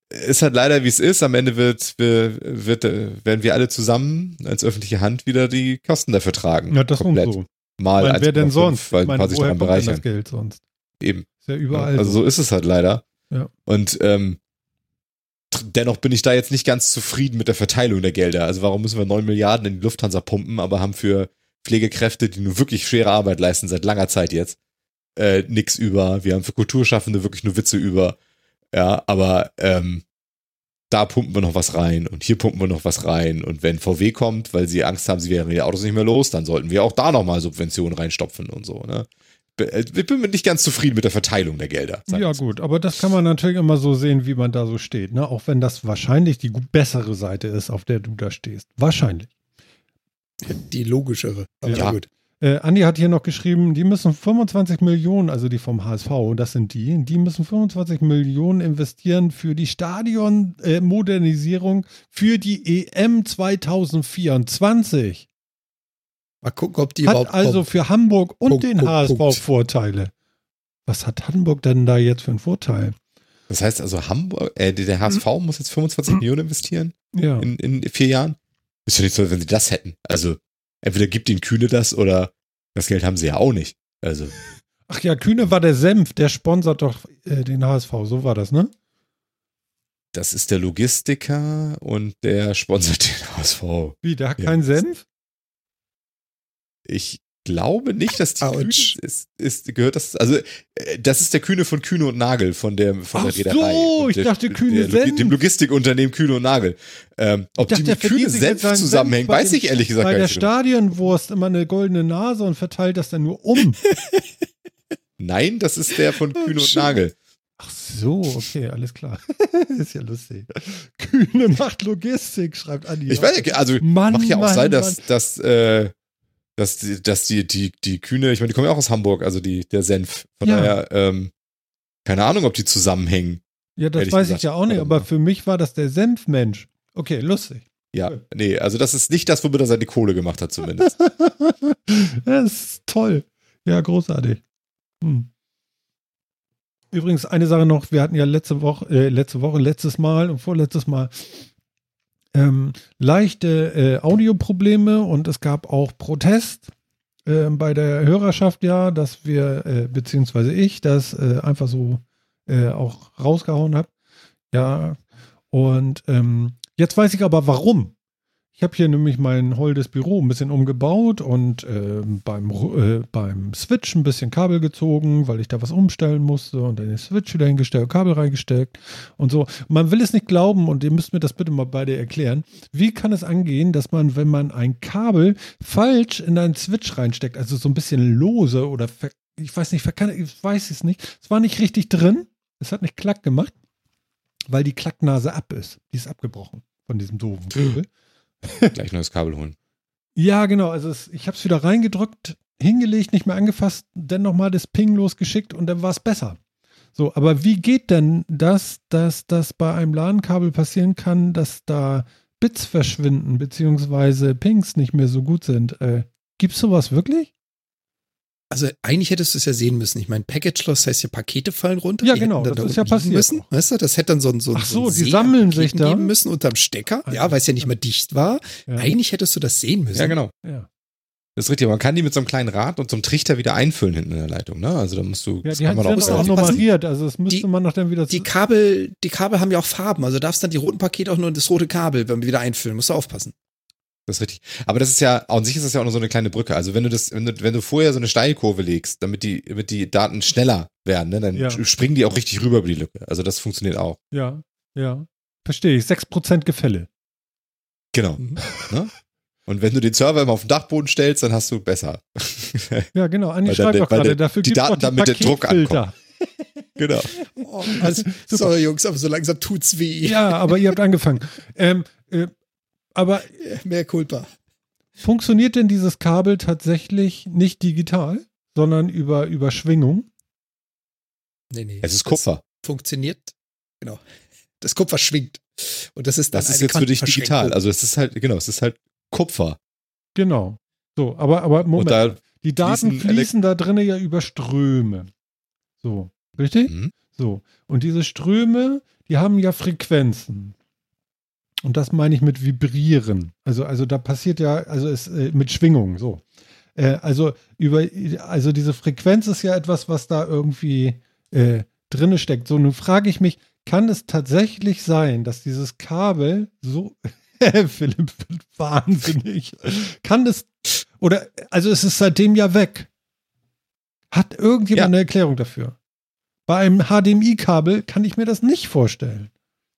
ist halt leider, wie es ist. Am Ende wird, wird, werden wir alle zusammen als öffentliche Hand wieder die Kosten dafür tragen. Ja, das und so. Mal meine, wer denn sonst? Weil ein paar sich daran bereichern. Das Geld sonst? Eben. Ist ja überall. Ja, also so ist es halt leider. Ja. Und ähm, dennoch bin ich da jetzt nicht ganz zufrieden mit der Verteilung der Gelder. Also warum müssen wir neun Milliarden in die Lufthansa pumpen, aber haben für Pflegekräfte, die nur wirklich schwere Arbeit leisten, seit langer Zeit jetzt, äh, nix über. Wir haben für Kulturschaffende wirklich nur Witze über. Ja, aber ähm, da pumpen wir noch was rein und hier pumpen wir noch was rein. Und wenn V W kommt, weil sie Angst haben, sie wären die Autos nicht mehr los, dann sollten wir auch da nochmal Subventionen reinstopfen und so, ne? Ich bin nicht ganz zufrieden mit der Verteilung der Gelder. Ja gut, aber das kann man natürlich immer so sehen, wie man da so steht, ne? Auch wenn das wahrscheinlich die bessere Seite ist, auf der du da stehst. Wahrscheinlich. Die logischere. Aber ja. gut. Äh, Andi hat hier noch geschrieben, die müssen fünfundzwanzig Millionen, also die vom H S V, das sind die, die müssen fünfundzwanzig Millionen investieren für die Stadionmodernisierung äh, für die E M zwanzig vierundzwanzig. Mal gucken, ob die hat überhaupt also kommen. für Hamburg und Punkt, den Punkt, H S V Punkt. Vorteile. Was hat Hamburg denn da jetzt für einen Vorteil? Das heißt also, Hamburg, äh, der H S V muss jetzt fünfundzwanzig Millionen investieren Ja. in, in vier Jahren? Ist ja nicht so, wenn sie das hätten. Also, entweder gibt ihnen Kühne das oder das Geld haben sie ja auch nicht. Also. Ach ja, Kühne war der Senf, der sponsert doch äh, den H S V, so war das, ne? Das ist der Logistiker und der sponsert den H S V. Wie, der hat Ja. keinen Senf? Ich glaube nicht, dass die Ouch. Kühne ist, ist, gehört das, also, äh, das ist der Kühne von Kühne und Nagel, von der, von Ach der Reederei. so, Und ich der, dachte, Kühne der, Senf. Dem Logistikunternehmen Kühne und Nagel. Ähm, ob dachte, die der mit Kühne verdient sich jetzt Senf seinen zusammenhängen, Senf bei weiß dem- ich ehrlich gesagt Bei gar der nicht. so genau. Stadionwurst immer eine goldene Nase und verteilt das dann nur um. Nein, das ist der von Kühne und schön. Nagel. Ach so, okay, alles klar. Ist ja lustig. Kühne macht Logistik, schreibt Andi. Ich weiß nicht, also Mann, mag ja auch Mann, sein, dass, Mann. dass, äh, dass, die, dass die, die, die Kühne, ich meine, die kommen ja auch aus Hamburg, also die, der Senf. Von Ja. daher, ähm, keine Ahnung, ob die zusammenhängen. Ja, das ehrlich weiß gesagt, ich ja auch nicht, warte aber mal. für mich war das der Senfmensch. Okay, lustig. Ja, Cool. nee, also das ist nicht das, womit er seine Kohle gemacht hat, zumindest. Das ist toll. Ja, großartig. Hm. Übrigens, eine Sache noch, wir hatten ja letzte Woche, äh, letzte Woche, letztes Mal und vorletztes Mal ähm, leichte äh, Audioprobleme und es gab auch Protest äh, bei der Hörerschaft, ja, dass wir, äh, beziehungsweise ich, das äh, einfach so äh, auch rausgehauen habe. Ja, und ähm, jetzt weiß ich aber warum. Ich habe hier nämlich mein holdes Büro ein bisschen umgebaut und äh, beim, äh, beim Switch ein bisschen Kabel gezogen, weil ich da was umstellen musste und dann den Switch wieder hingestellt, Kabel reingesteckt und so. Man will es nicht glauben und ihr müsst mir das bitte mal beide erklären. Wie kann es angehen, dass man, wenn man ein Kabel falsch in einen Switch reinsteckt, also so ein bisschen lose oder ver- ich weiß nicht, verkan- ich weiß es nicht, es war nicht richtig drin, es hat nicht Klack gemacht, weil die Klacknase ab ist. Die ist abgebrochen von diesem doofen Kabel. Gleich neues Kabel holen. Ja, genau. Also es, ich habe es wieder reingedrückt, hingelegt, nicht mehr angefasst, dann nochmal das Ping losgeschickt und dann war es besser. So, aber wie geht denn das, dass das bei einem LAN-Kabel passieren kann, dass da Bits verschwinden, beziehungsweise Pings nicht mehr so gut sind? Äh, gibt's sowas wirklich? Also eigentlich hättest du es ja sehen müssen. Ich meine, Package-Loss heißt ja, Pakete fallen runter. Ja, Die genau, hätten dann das da ist ja unten liegen passiert müssen. auch. Weißt du, das hätte dann so ein so ein- Ach so so, ein die See sammeln an sich Paketen da? geben müssen unterm Stecker. Ah, Ja, weil es ja nicht mehr dicht war. Ja. Eigentlich hättest du das sehen müssen. Ja, genau. Ja. Das ist richtig, man kann die mit so einem kleinen Rad und so einem Trichter wieder einfüllen hinten in der Leitung, ne? Also da musst du, Ja, das die kann hat man sind auch auch aufpassen. nummeriert, also das müsste Die- man doch dann wieder Die Kabel, die Kabel haben ja auch Farben. Also darfst dann die roten Pakete auch nur das rote Kabel, wenn wir wieder einfüllen. Musst du aufpassen. Das ist richtig. Aber das ist ja, an sich ist das ja auch nur so eine kleine Brücke. Also wenn du das, wenn du, wenn du vorher so eine Steilkurve legst, damit die, damit die Daten schneller werden, ne, dann Ja. springen die auch richtig rüber über die Lücke. Also das funktioniert auch. Ja, ja. Verstehe ich. sechs Prozent Gefälle. Genau. Mhm. Ne? Und wenn du den Server immer auf den Dachboden stellst, dann hast du besser. Ja, genau. Andi Weil schreibt dann- auch weil gerade, der- dafür die gibt es Daten auch die dann mit dem Druck Paketfilter. Genau. Oh, also, sorry, Jungs, aber so langsam tut's weh. Ja, aber ihr habt angefangen. Ähm, äh, aber Mehr Culpa. funktioniert denn dieses Kabel tatsächlich nicht digital, sondern über, über Schwingung? Nee, nee. Es ist Kupfer. Das funktioniert. Genau. Das Kupfer schwingt. Und das ist dann Das ist eine jetzt für dich Quantenverschränkung. digital. Also es ist halt, genau, es ist halt Kupfer. Genau. So, aber, aber Und Moment. da, Die Daten fließen fließen da drinnen ja über Ströme. So. Richtig? Mhm. So. Und diese Ströme, die haben ja Frequenzen. Und das meine ich mit Vibrieren. Also, also da passiert ja, also es äh, mit Schwingung, so. Äh, also über, also diese Frequenz ist ja etwas, was da irgendwie äh, drinne steckt. So, nun frage ich mich, kann es tatsächlich sein, dass dieses Kabel so, Philipp wird wahnsinnig, kann es, oder, also es ist seitdem ja weg. Hat irgendjemand Ja. eine Erklärung dafür? Bei einem H D M I-Kabel kann ich mir das nicht vorstellen.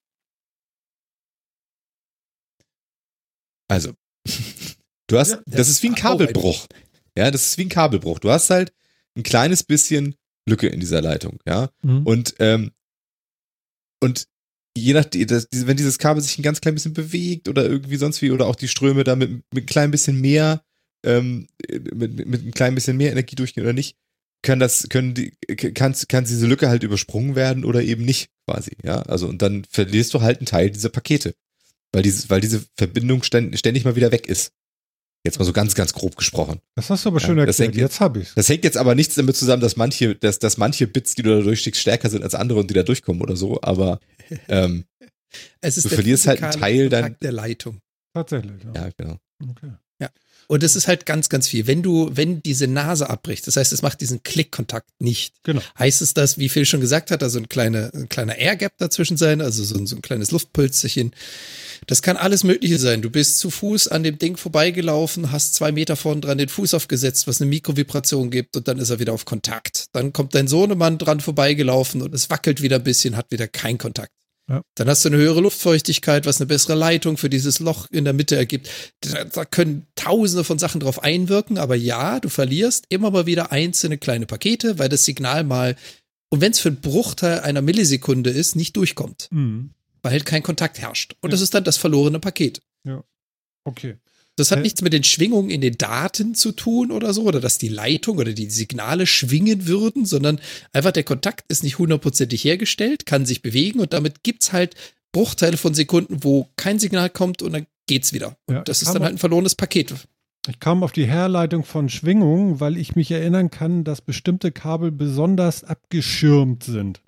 Also, du hast, Ja, das ist wie ein hau rein. Kabelbruch. Ja, das ist wie ein Kabelbruch. Du hast halt ein kleines bisschen Lücke in dieser Leitung, ja. Mhm. Und, ähm, und je nachdem, das, wenn dieses Kabel sich ein ganz klein bisschen bewegt oder irgendwie sonst wie, oder auch die Ströme da mit, mit ein klein bisschen mehr, ähm, mit, mit ein klein bisschen mehr Energie durchgehen oder nicht, kann das, können die, kann, kann diese Lücke halt übersprungen werden oder eben nicht, quasi, ja. Also, und dann verlierst du halt einen Teil dieser Pakete. Weil diese, weil diese Verbindung ständ, ständig mal wieder weg ist. Jetzt mal so ganz, ganz grob gesprochen. Das hast du aber Ja, schön das erklärt. hängt- Jetzt habe ich Das hängt jetzt aber nichts damit zusammen, dass manche, dass, dass manche Bits, die du da durchschickst, stärker sind als andere und die da durchkommen oder so, aber ähm, Es ist Du der verlierst halt einen physikalische Teil dein- Kontakt der Leitung. tatsächlich. Ja. ja, genau. Okay. Und es ist halt ganz, ganz viel. Wenn du, wenn diese Nase abbricht, das heißt, es macht diesen Klickkontakt nicht. Genau. Heißt es das, wie Phil schon gesagt hat, also ein kleiner, ein kleiner Air-Gap dazwischen sein, also so ein, so ein kleines Luftpölzchen. Das kann alles Mögliche sein. Du bist zu Fuß an dem Ding vorbeigelaufen, hast zwei Meter vorn dran den Fuß aufgesetzt, was eine Mikrovibration gibt, und dann ist er wieder auf Kontakt. Dann kommt dein Sohnemann dran vorbeigelaufen und es wackelt wieder ein bisschen, hat wieder keinen Kontakt. Ja. Dann hast du eine höhere Luftfeuchtigkeit, was eine bessere Leitung für dieses Loch in der Mitte ergibt. Da, da können tausende von Sachen drauf einwirken, aber ja, du verlierst immer mal wieder einzelne kleine Pakete, weil das Signal mal, und wenn es für einen Bruchteil einer Millisekunde ist, nicht durchkommt, Mhm. weil halt kein Kontakt herrscht. Und Ja. das ist dann das verlorene Paket. Okay. Das hat Äh. nichts mit den Schwingungen in den Daten zu tun oder so, oder dass die Leitung oder die Signale schwingen würden, sondern einfach der Kontakt ist nicht hundertprozentig hergestellt, kann sich bewegen, und damit gibt's halt Bruchteile von Sekunden, wo kein Signal kommt, und dann geht's wieder. Und Ja, das ist kann dann man- halt ein verlorenes Paket. Ich kam auf die Herleitung von Schwingung, weil ich mich erinnern kann, dass bestimmte Kabel besonders abgeschirmt sind.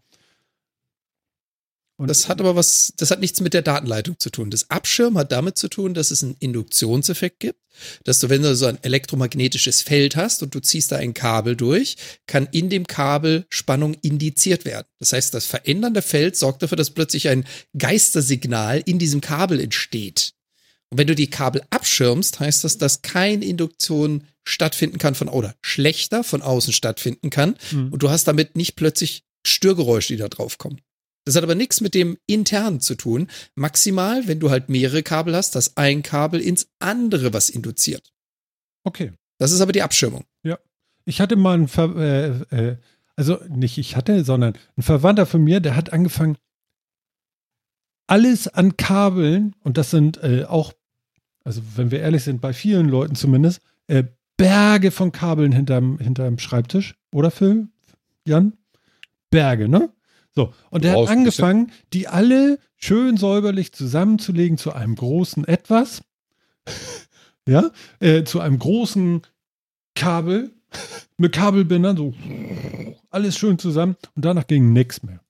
Und Das hat aber was, das hat nichts mit der Datenleitung zu tun. Das Abschirmen hat damit zu tun, dass es einen Induktionseffekt gibt, dass du, wenn du so ein elektromagnetisches Feld hast und du ziehst da ein Kabel durch, kann in dem Kabel Spannung indiziert werden. Das heißt, das verändernde Feld sorgt dafür, dass plötzlich ein Geistersignal in diesem Kabel entsteht. Und wenn du die Kabel abschirmst, heißt das, dass keine Induktion stattfinden kann von, oder schlechter von außen stattfinden kann. Mhm. Und du hast damit nicht plötzlich Störgeräusche, die da drauf kommen. Das hat aber nichts mit dem internen zu tun. Maximal, wenn du halt mehrere Kabel hast, dass ein Kabel ins andere was induziert. Okay. Das ist aber die Abschirmung. Ich hatte mal einen, Ver äh, äh, also nicht ich hatte, sondern ein Verwandter von mir, der hat angefangen, alles an Kabeln, und das sind äh, auch, also wenn wir ehrlich sind, bei vielen Leuten zumindest, äh, Berge von Kabeln hinterm, hinterm Schreibtisch. Oder Phil? Jan? Berge, ne? So, und der hat Brauchst ein bisschen. angefangen, die alle schön säuberlich zusammenzulegen zu einem großen Etwas. Ja, äh, zu einem großen Kabel mit Kabelbindern, so alles schön zusammen, und danach ging nichts mehr.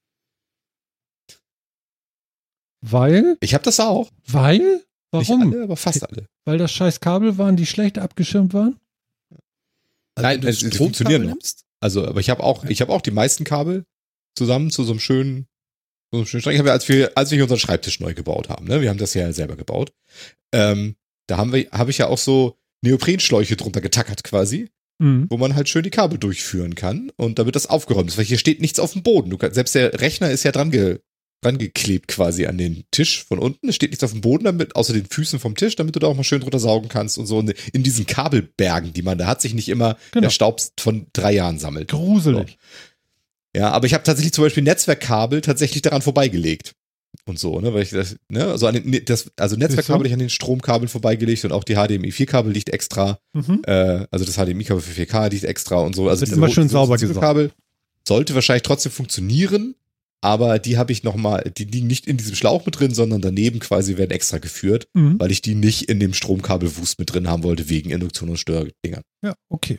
Weil, Ich habe das auch. weil, warum? Nicht alle, aber fast alle. Weil das scheiß Kabel waren, die schlecht abgeschirmt waren? Also Nein, wenn du es- sie Stromkabel funktionieren noch. nimmst, Also, aber ich habe auch, ich habe auch die meisten Kabel zusammen zu so einem schönen, so einem schönen Strang. Ich habe ja, als wir, als wir hier unseren Schreibtisch neu gebaut haben, ne, wir haben das ja selber gebaut, ähm, da haben wir, habe ich ja auch so Neoprenschläuche drunter getackert quasi, Mhm. wo man halt schön die Kabel durchführen kann, und damit das aufgeräumt ist, weil hier steht nichts auf dem Boden. Du kannst, selbst der Rechner ist ja dran, ge, dran geklebt quasi an den Tisch von unten. Es steht nichts auf dem Boden, damit, außer den Füßen vom Tisch, damit du da auch mal schön drunter saugen kannst und so. Und in diesen Kabelbergen, die man da hat, sich nicht immer Genau. der Staub von drei Jahren sammelt. Gruselig. Ja, aber ich habe tatsächlich zum Beispiel Netzwerkkabel tatsächlich daran vorbeigelegt. Und so, ne, weil ich das, ne, also an den, das, also Netzwerkkabel ich an den Stromkabel vorbeigelegt, und auch die H D M I vier Kabel liegt extra, Mhm. äh, also das H D M I-Kabel für vier K liegt extra und so. Also Wird diese immer ho- schön diese sauber Kabel sollte wahrscheinlich trotzdem funktionieren, aber die habe ich nochmal, die liegen nicht in diesem Schlauch mit drin, sondern daneben quasi werden extra geführt, Mhm. weil ich die nicht in dem Stromkabelwust mit drin haben wollte, wegen Induktion und Stördingern. Ja, okay.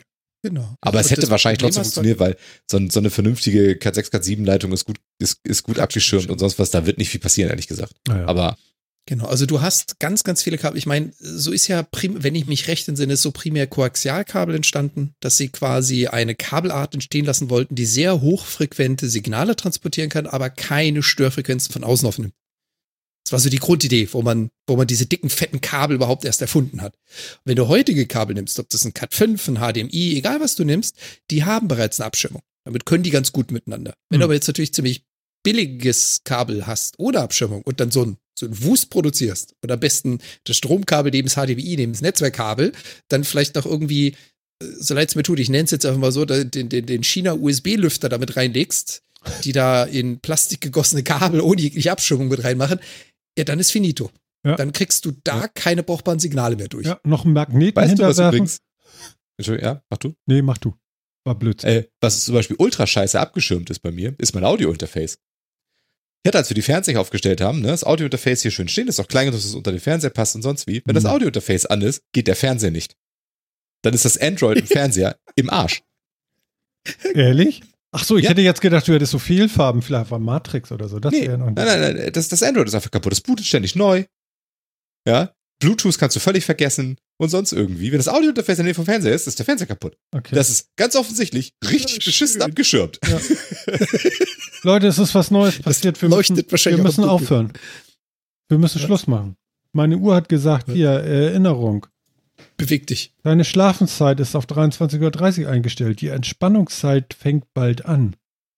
Genau. Aber es Und hätte das wahrscheinlich Problem, trotzdem was funktioniert, weil so, ein, so eine vernünftige Cat sechs, Cat sieben Leitung ist gut, ist, ist gut abgeschirmt und sonst was. Da wird nicht viel passieren, ehrlich gesagt. Naja. Aber Genau, also du hast ganz, ganz viele Kabel. Ich meine, so ist ja, prim, wenn ich mich recht entsinne, ist so primär Koaxialkabel entstanden, dass sie quasi eine Kabelart entstehen lassen wollten, die sehr hochfrequente Signale transportieren kann, aber keine Störfrequenzen von außen aufnimmt. Das war so die Grundidee, wo man, wo man diese dicken, fetten Kabel überhaupt erst erfunden hat. Und wenn du heutige Kabel nimmst, ob das ein Cat fünf, ein H D M I, egal was du nimmst, die haben bereits eine Abschirmung. Damit können die ganz gut miteinander. Wenn du aber jetzt natürlich ziemlich billiges Kabel hast ohne Abschirmung und dann so ein, so ein Wust produzierst und am besten das Stromkabel neben das H D M I, neben das Netzwerkkabel, dann vielleicht noch irgendwie, so leid es mir tut, ich nenne es jetzt einfach mal so, den, den, den China-U S B-Lüfter damit reinlegst, die da in Plastik gegossene Kabel ohne jegliche Abschirmung mit reinmachen, ja, dann ist finito. Ja. Dann kriegst du da ja. keine brauchbaren Signale mehr durch. Ja, noch einen Magneten weißt hinterwerfen. Du, was übrigens, Entschuldigung, ja, mach du. Nee, mach du. War Blödsinn. Äh, was zum Beispiel ultra scheiße abgeschirmt ist bei mir, ist mein Audio-Interface. Ich hatte, als wir die Fernseher aufgestellt haben, ne, das Audio-Interface hier schön stehen, ist auch klein, dass es unter den Fernseher passt und sonst wie. Wenn das Audio-Interface an ist, geht der Fernseher nicht. Dann ist das Android im Fernseher im Arsch. Ehrlich? Ach so, ich ja. hätte jetzt gedacht, du hättest so viel Farben, vielleicht war Matrix oder so. Das nee, noch nein, nein, nein, das, das Android ist einfach kaputt. Das bootet ständig neu. Ja, Bluetooth kannst du völlig vergessen und sonst irgendwie. Wenn das Audio-Interface in der Nähe vom Fernseher ist, ist der Fernseher kaputt. Okay. Das ist ganz offensichtlich richtig ja, beschissen abgeschirmt. Ja. Leute, es ist was Neues passiert. Wir müssen, wir müssen aufhören. Wir müssen ja. Schluss machen. Meine Uhr hat gesagt, hier, Erinnerung. Beweg dich. Deine Schlafenszeit ist auf dreiundzwanzig Uhr dreißig eingestellt. Die Entspannungszeit fängt bald an.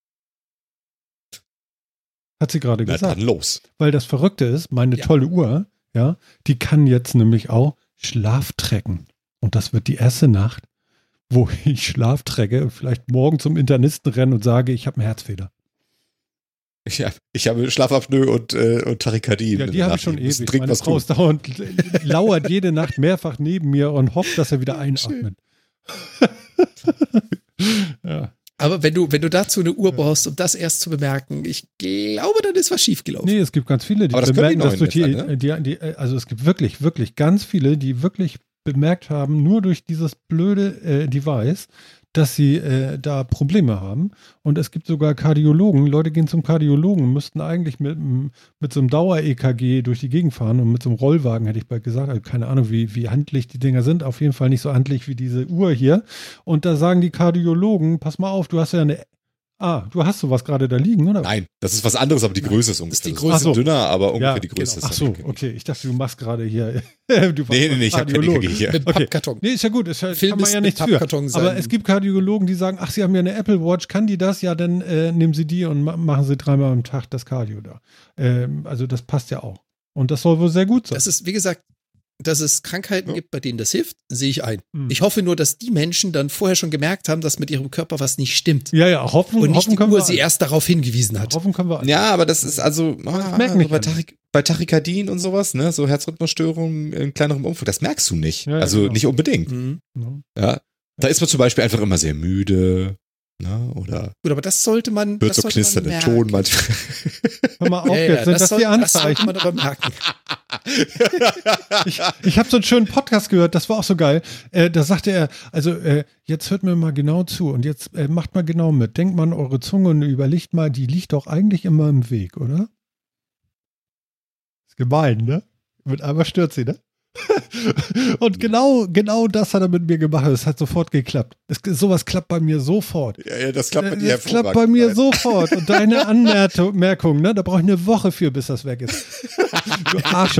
Hat sie gerade gesagt. Na dann los. Weil das Verrückte ist, meine ja. tolle Uhr, ja, die kann jetzt nämlich auch Schlaf tracken. Und das wird die erste Nacht, wo ich Schlaf trecke und vielleicht morgen zum Internisten renne und sage, ich habe einen Herzfehler. Ich, hab, ich habe Schlafapnoe und, äh, und Tachykardie. Ja, die habe ich schon ewig. Meine Frau ist dauernd, lauert jede Nacht mehrfach neben mir und hofft, dass er wieder einatmet. ja. Aber wenn du, wenn du dazu eine Uhr brauchst, um das erst zu bemerken, ich glaube, dann ist was schiefgelaufen. Nee, es gibt ganz viele, die Aber das bemerken, dass durch die, sein, ne? die, die, also es gibt wirklich, wirklich ganz viele, die wirklich bemerkt haben, nur durch dieses blöde äh, Device, dass sie äh, da Probleme haben. Und es gibt sogar Kardiologen. Leute gehen zum Kardiologen, müssten eigentlich mit, mit so einem Dauer-E K G durch die Gegend fahren und mit so einem Rollwagen, hätte ich bald gesagt. Also keine Ahnung, wie, wie handlich die Dinger sind. Auf jeden Fall nicht so handlich wie diese Uhr hier. Und da sagen die Kardiologen, pass mal auf, du hast ja eine... Ah, du hast sowas gerade da liegen, oder? Nein, das ist was anderes, aber die Größe ist ungefähr. Das ist die Größe so. dünner, aber ungefähr ja, die Größe genau. ist. Ach so, okay. Ich dachte, du machst gerade hier. du nee, nee, nee, ich habe keine E K G hier. Mit okay. Pappkarton. Nee, ist ja gut. Ist ja, kann man ja nichts für. Aber es gibt Kardiologen, die sagen, ach, sie haben ja eine Apple Watch, kann die das? Ja, dann äh, nehmen sie die und ma- machen sie dreimal am Tag das Cardio da. Ähm, also das passt ja auch. Und das soll wohl sehr gut sein. Das ist, wie gesagt, dass es Krankheiten ja. gibt, bei denen das hilft, sehe ich ein. Mhm. Ich hoffe nur, dass die Menschen dann vorher schon gemerkt haben, dass mit ihrem Körper was nicht stimmt. Ja, ja, hoffen, und nicht hoffen die können Uhr wir sie alle. erst darauf hingewiesen hat. Hoffen können wir alle. Ja, aber das ist also, ah, das merken also bei, Tachy- bei Tachykardien und sowas, ne, so Herzrhythmusstörungen in kleinerem Umfang, das merkst du nicht. Ja, ja, also genau. nicht unbedingt. Mhm. Ja, da ist man zum Beispiel einfach immer sehr müde, ne, oder Gut, aber das sollte man. hört das so sollte man knisternden merken. Ton manchmal. Hör mal auf, Ja, ja, jetzt sind das, das, soll, die das sollte Anzeichen. man aber merken. Ich, ich habe so einen schönen Podcast gehört, das war auch so geil. Äh, da sagte er, also äh, jetzt hört mir mal genau zu und jetzt äh, macht mal genau mit. Denkt mal an eure Zunge und überlegt mal, die liegt doch eigentlich immer im Weg, oder? Ist gemein, ne? Mit einmal stört sie, ne? Und genau, genau das hat er mit mir gemacht. Es hat sofort geklappt. Es, sowas klappt bei mir sofort. Ja, ja, das klappt bei Äh, dir Das klappt bei mir hervorragend. sofort. Und deine Anmerkung, ne? Da brauche ich eine Woche für, bis das weg ist. Du Arsch.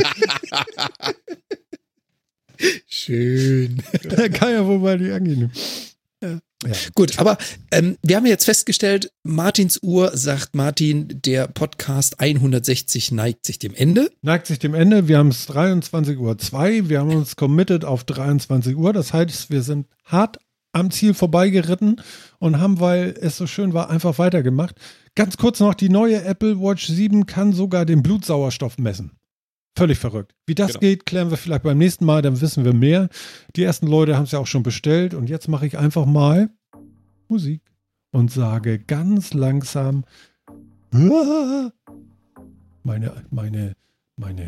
Schön. Da kann ja wohl mal nicht angehen. Ja. Ja. Gut, aber ähm, wir haben jetzt festgestellt, Martins Uhr, sagt Martin, der Podcast hundertsechzig neigt sich dem Ende. Neigt sich dem Ende. Wir haben es dreiundzwanzig Uhr zwei. Wir haben uns committed auf dreiundzwanzig Uhr. Das heißt, wir sind hart am Ziel vorbeigeritten und haben, weil es so schön war, einfach weitergemacht. Ganz kurz noch, die neue Apple Watch sieben kann sogar den Blutsauerstoff messen. Völlig verrückt. Wie das Genau. geht, klären wir vielleicht beim nächsten Mal, dann wissen wir mehr. Die ersten Leute haben es ja auch schon bestellt und jetzt mache ich einfach mal Musik und sage ganz langsam meine, meine, meine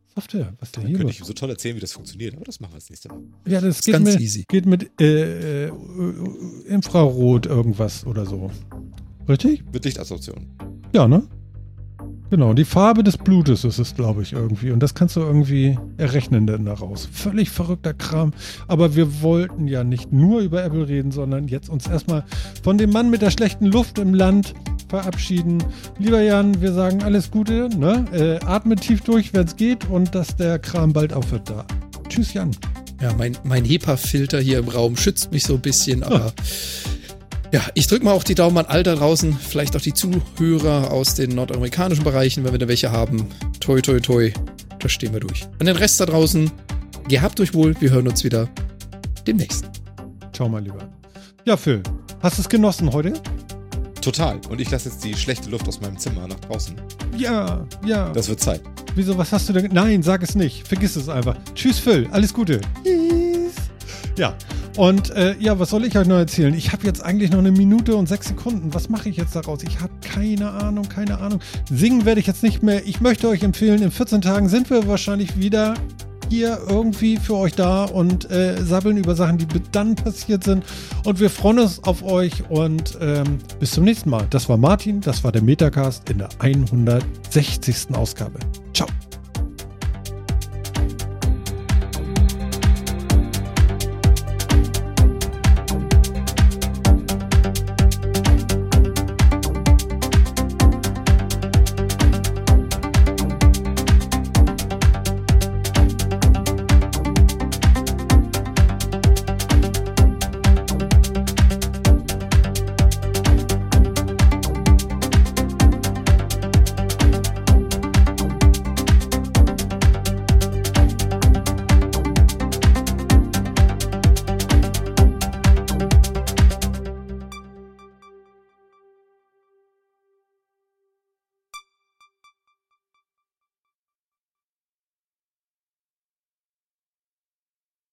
Software, was der Dann hier könnte was? ich ihm so toll erzählen, wie das funktioniert, aber das machen wir das nächste Mal. Ja, das, ist geht, ganz mit, easy. geht mit äh, äh, Infrarot irgendwas oder so. Richtig? Mit Lichtabsorption. Ja, ne? Genau, die Farbe des Blutes ist es, glaube ich, irgendwie. Und das kannst du irgendwie errechnen dann daraus. Völlig verrückter Kram. Aber wir wollten ja nicht nur über Apple reden, sondern jetzt uns erstmal von dem Mann mit der schlechten Luft im Land verabschieden. Lieber Jan, wir sagen alles Gute, ne? Äh, atme tief durch, wenn es geht, und dass der Kram bald aufhört da. Tschüss, Jan. Ja, mein, mein HEPA-Filter hier im Raum schützt mich so ein bisschen, aber ja, ich drücke mal auch die Daumen an all da draußen, vielleicht auch die Zuhörer aus den nordamerikanischen Bereichen, wenn wir da welche haben. Toi, toi, toi, da stehen wir durch. Und den Rest da draußen, gehabt euch wohl, wir hören uns wieder demnächst. Ciao, mein Lieber. Ja, Phil, hast du es genossen heute? Total. Und ich lasse jetzt die schlechte Luft aus meinem Zimmer nach draußen. Ja, ja. Das wird Zeit. Wieso, was hast du denn? Nein, sag es nicht. Vergiss es einfach. Tschüss, Phil. Alles Gute. Tschüss. Ja, und äh, ja, was soll ich euch noch erzählen? Ich habe jetzt eigentlich noch eine Minute und sechs Sekunden. Was mache ich jetzt daraus? Ich habe keine Ahnung, keine Ahnung. Singen werde ich jetzt nicht mehr. Ich möchte euch empfehlen, in vierzehn Tagen sind wir wahrscheinlich wieder hier irgendwie für euch da und äh, sabbeln über Sachen, die dann passiert sind. Und wir freuen uns auf euch und ähm, bis zum nächsten Mal. Das war Martin, das war der Metacast in der hundertsechzigsten Ausgabe. Ciao.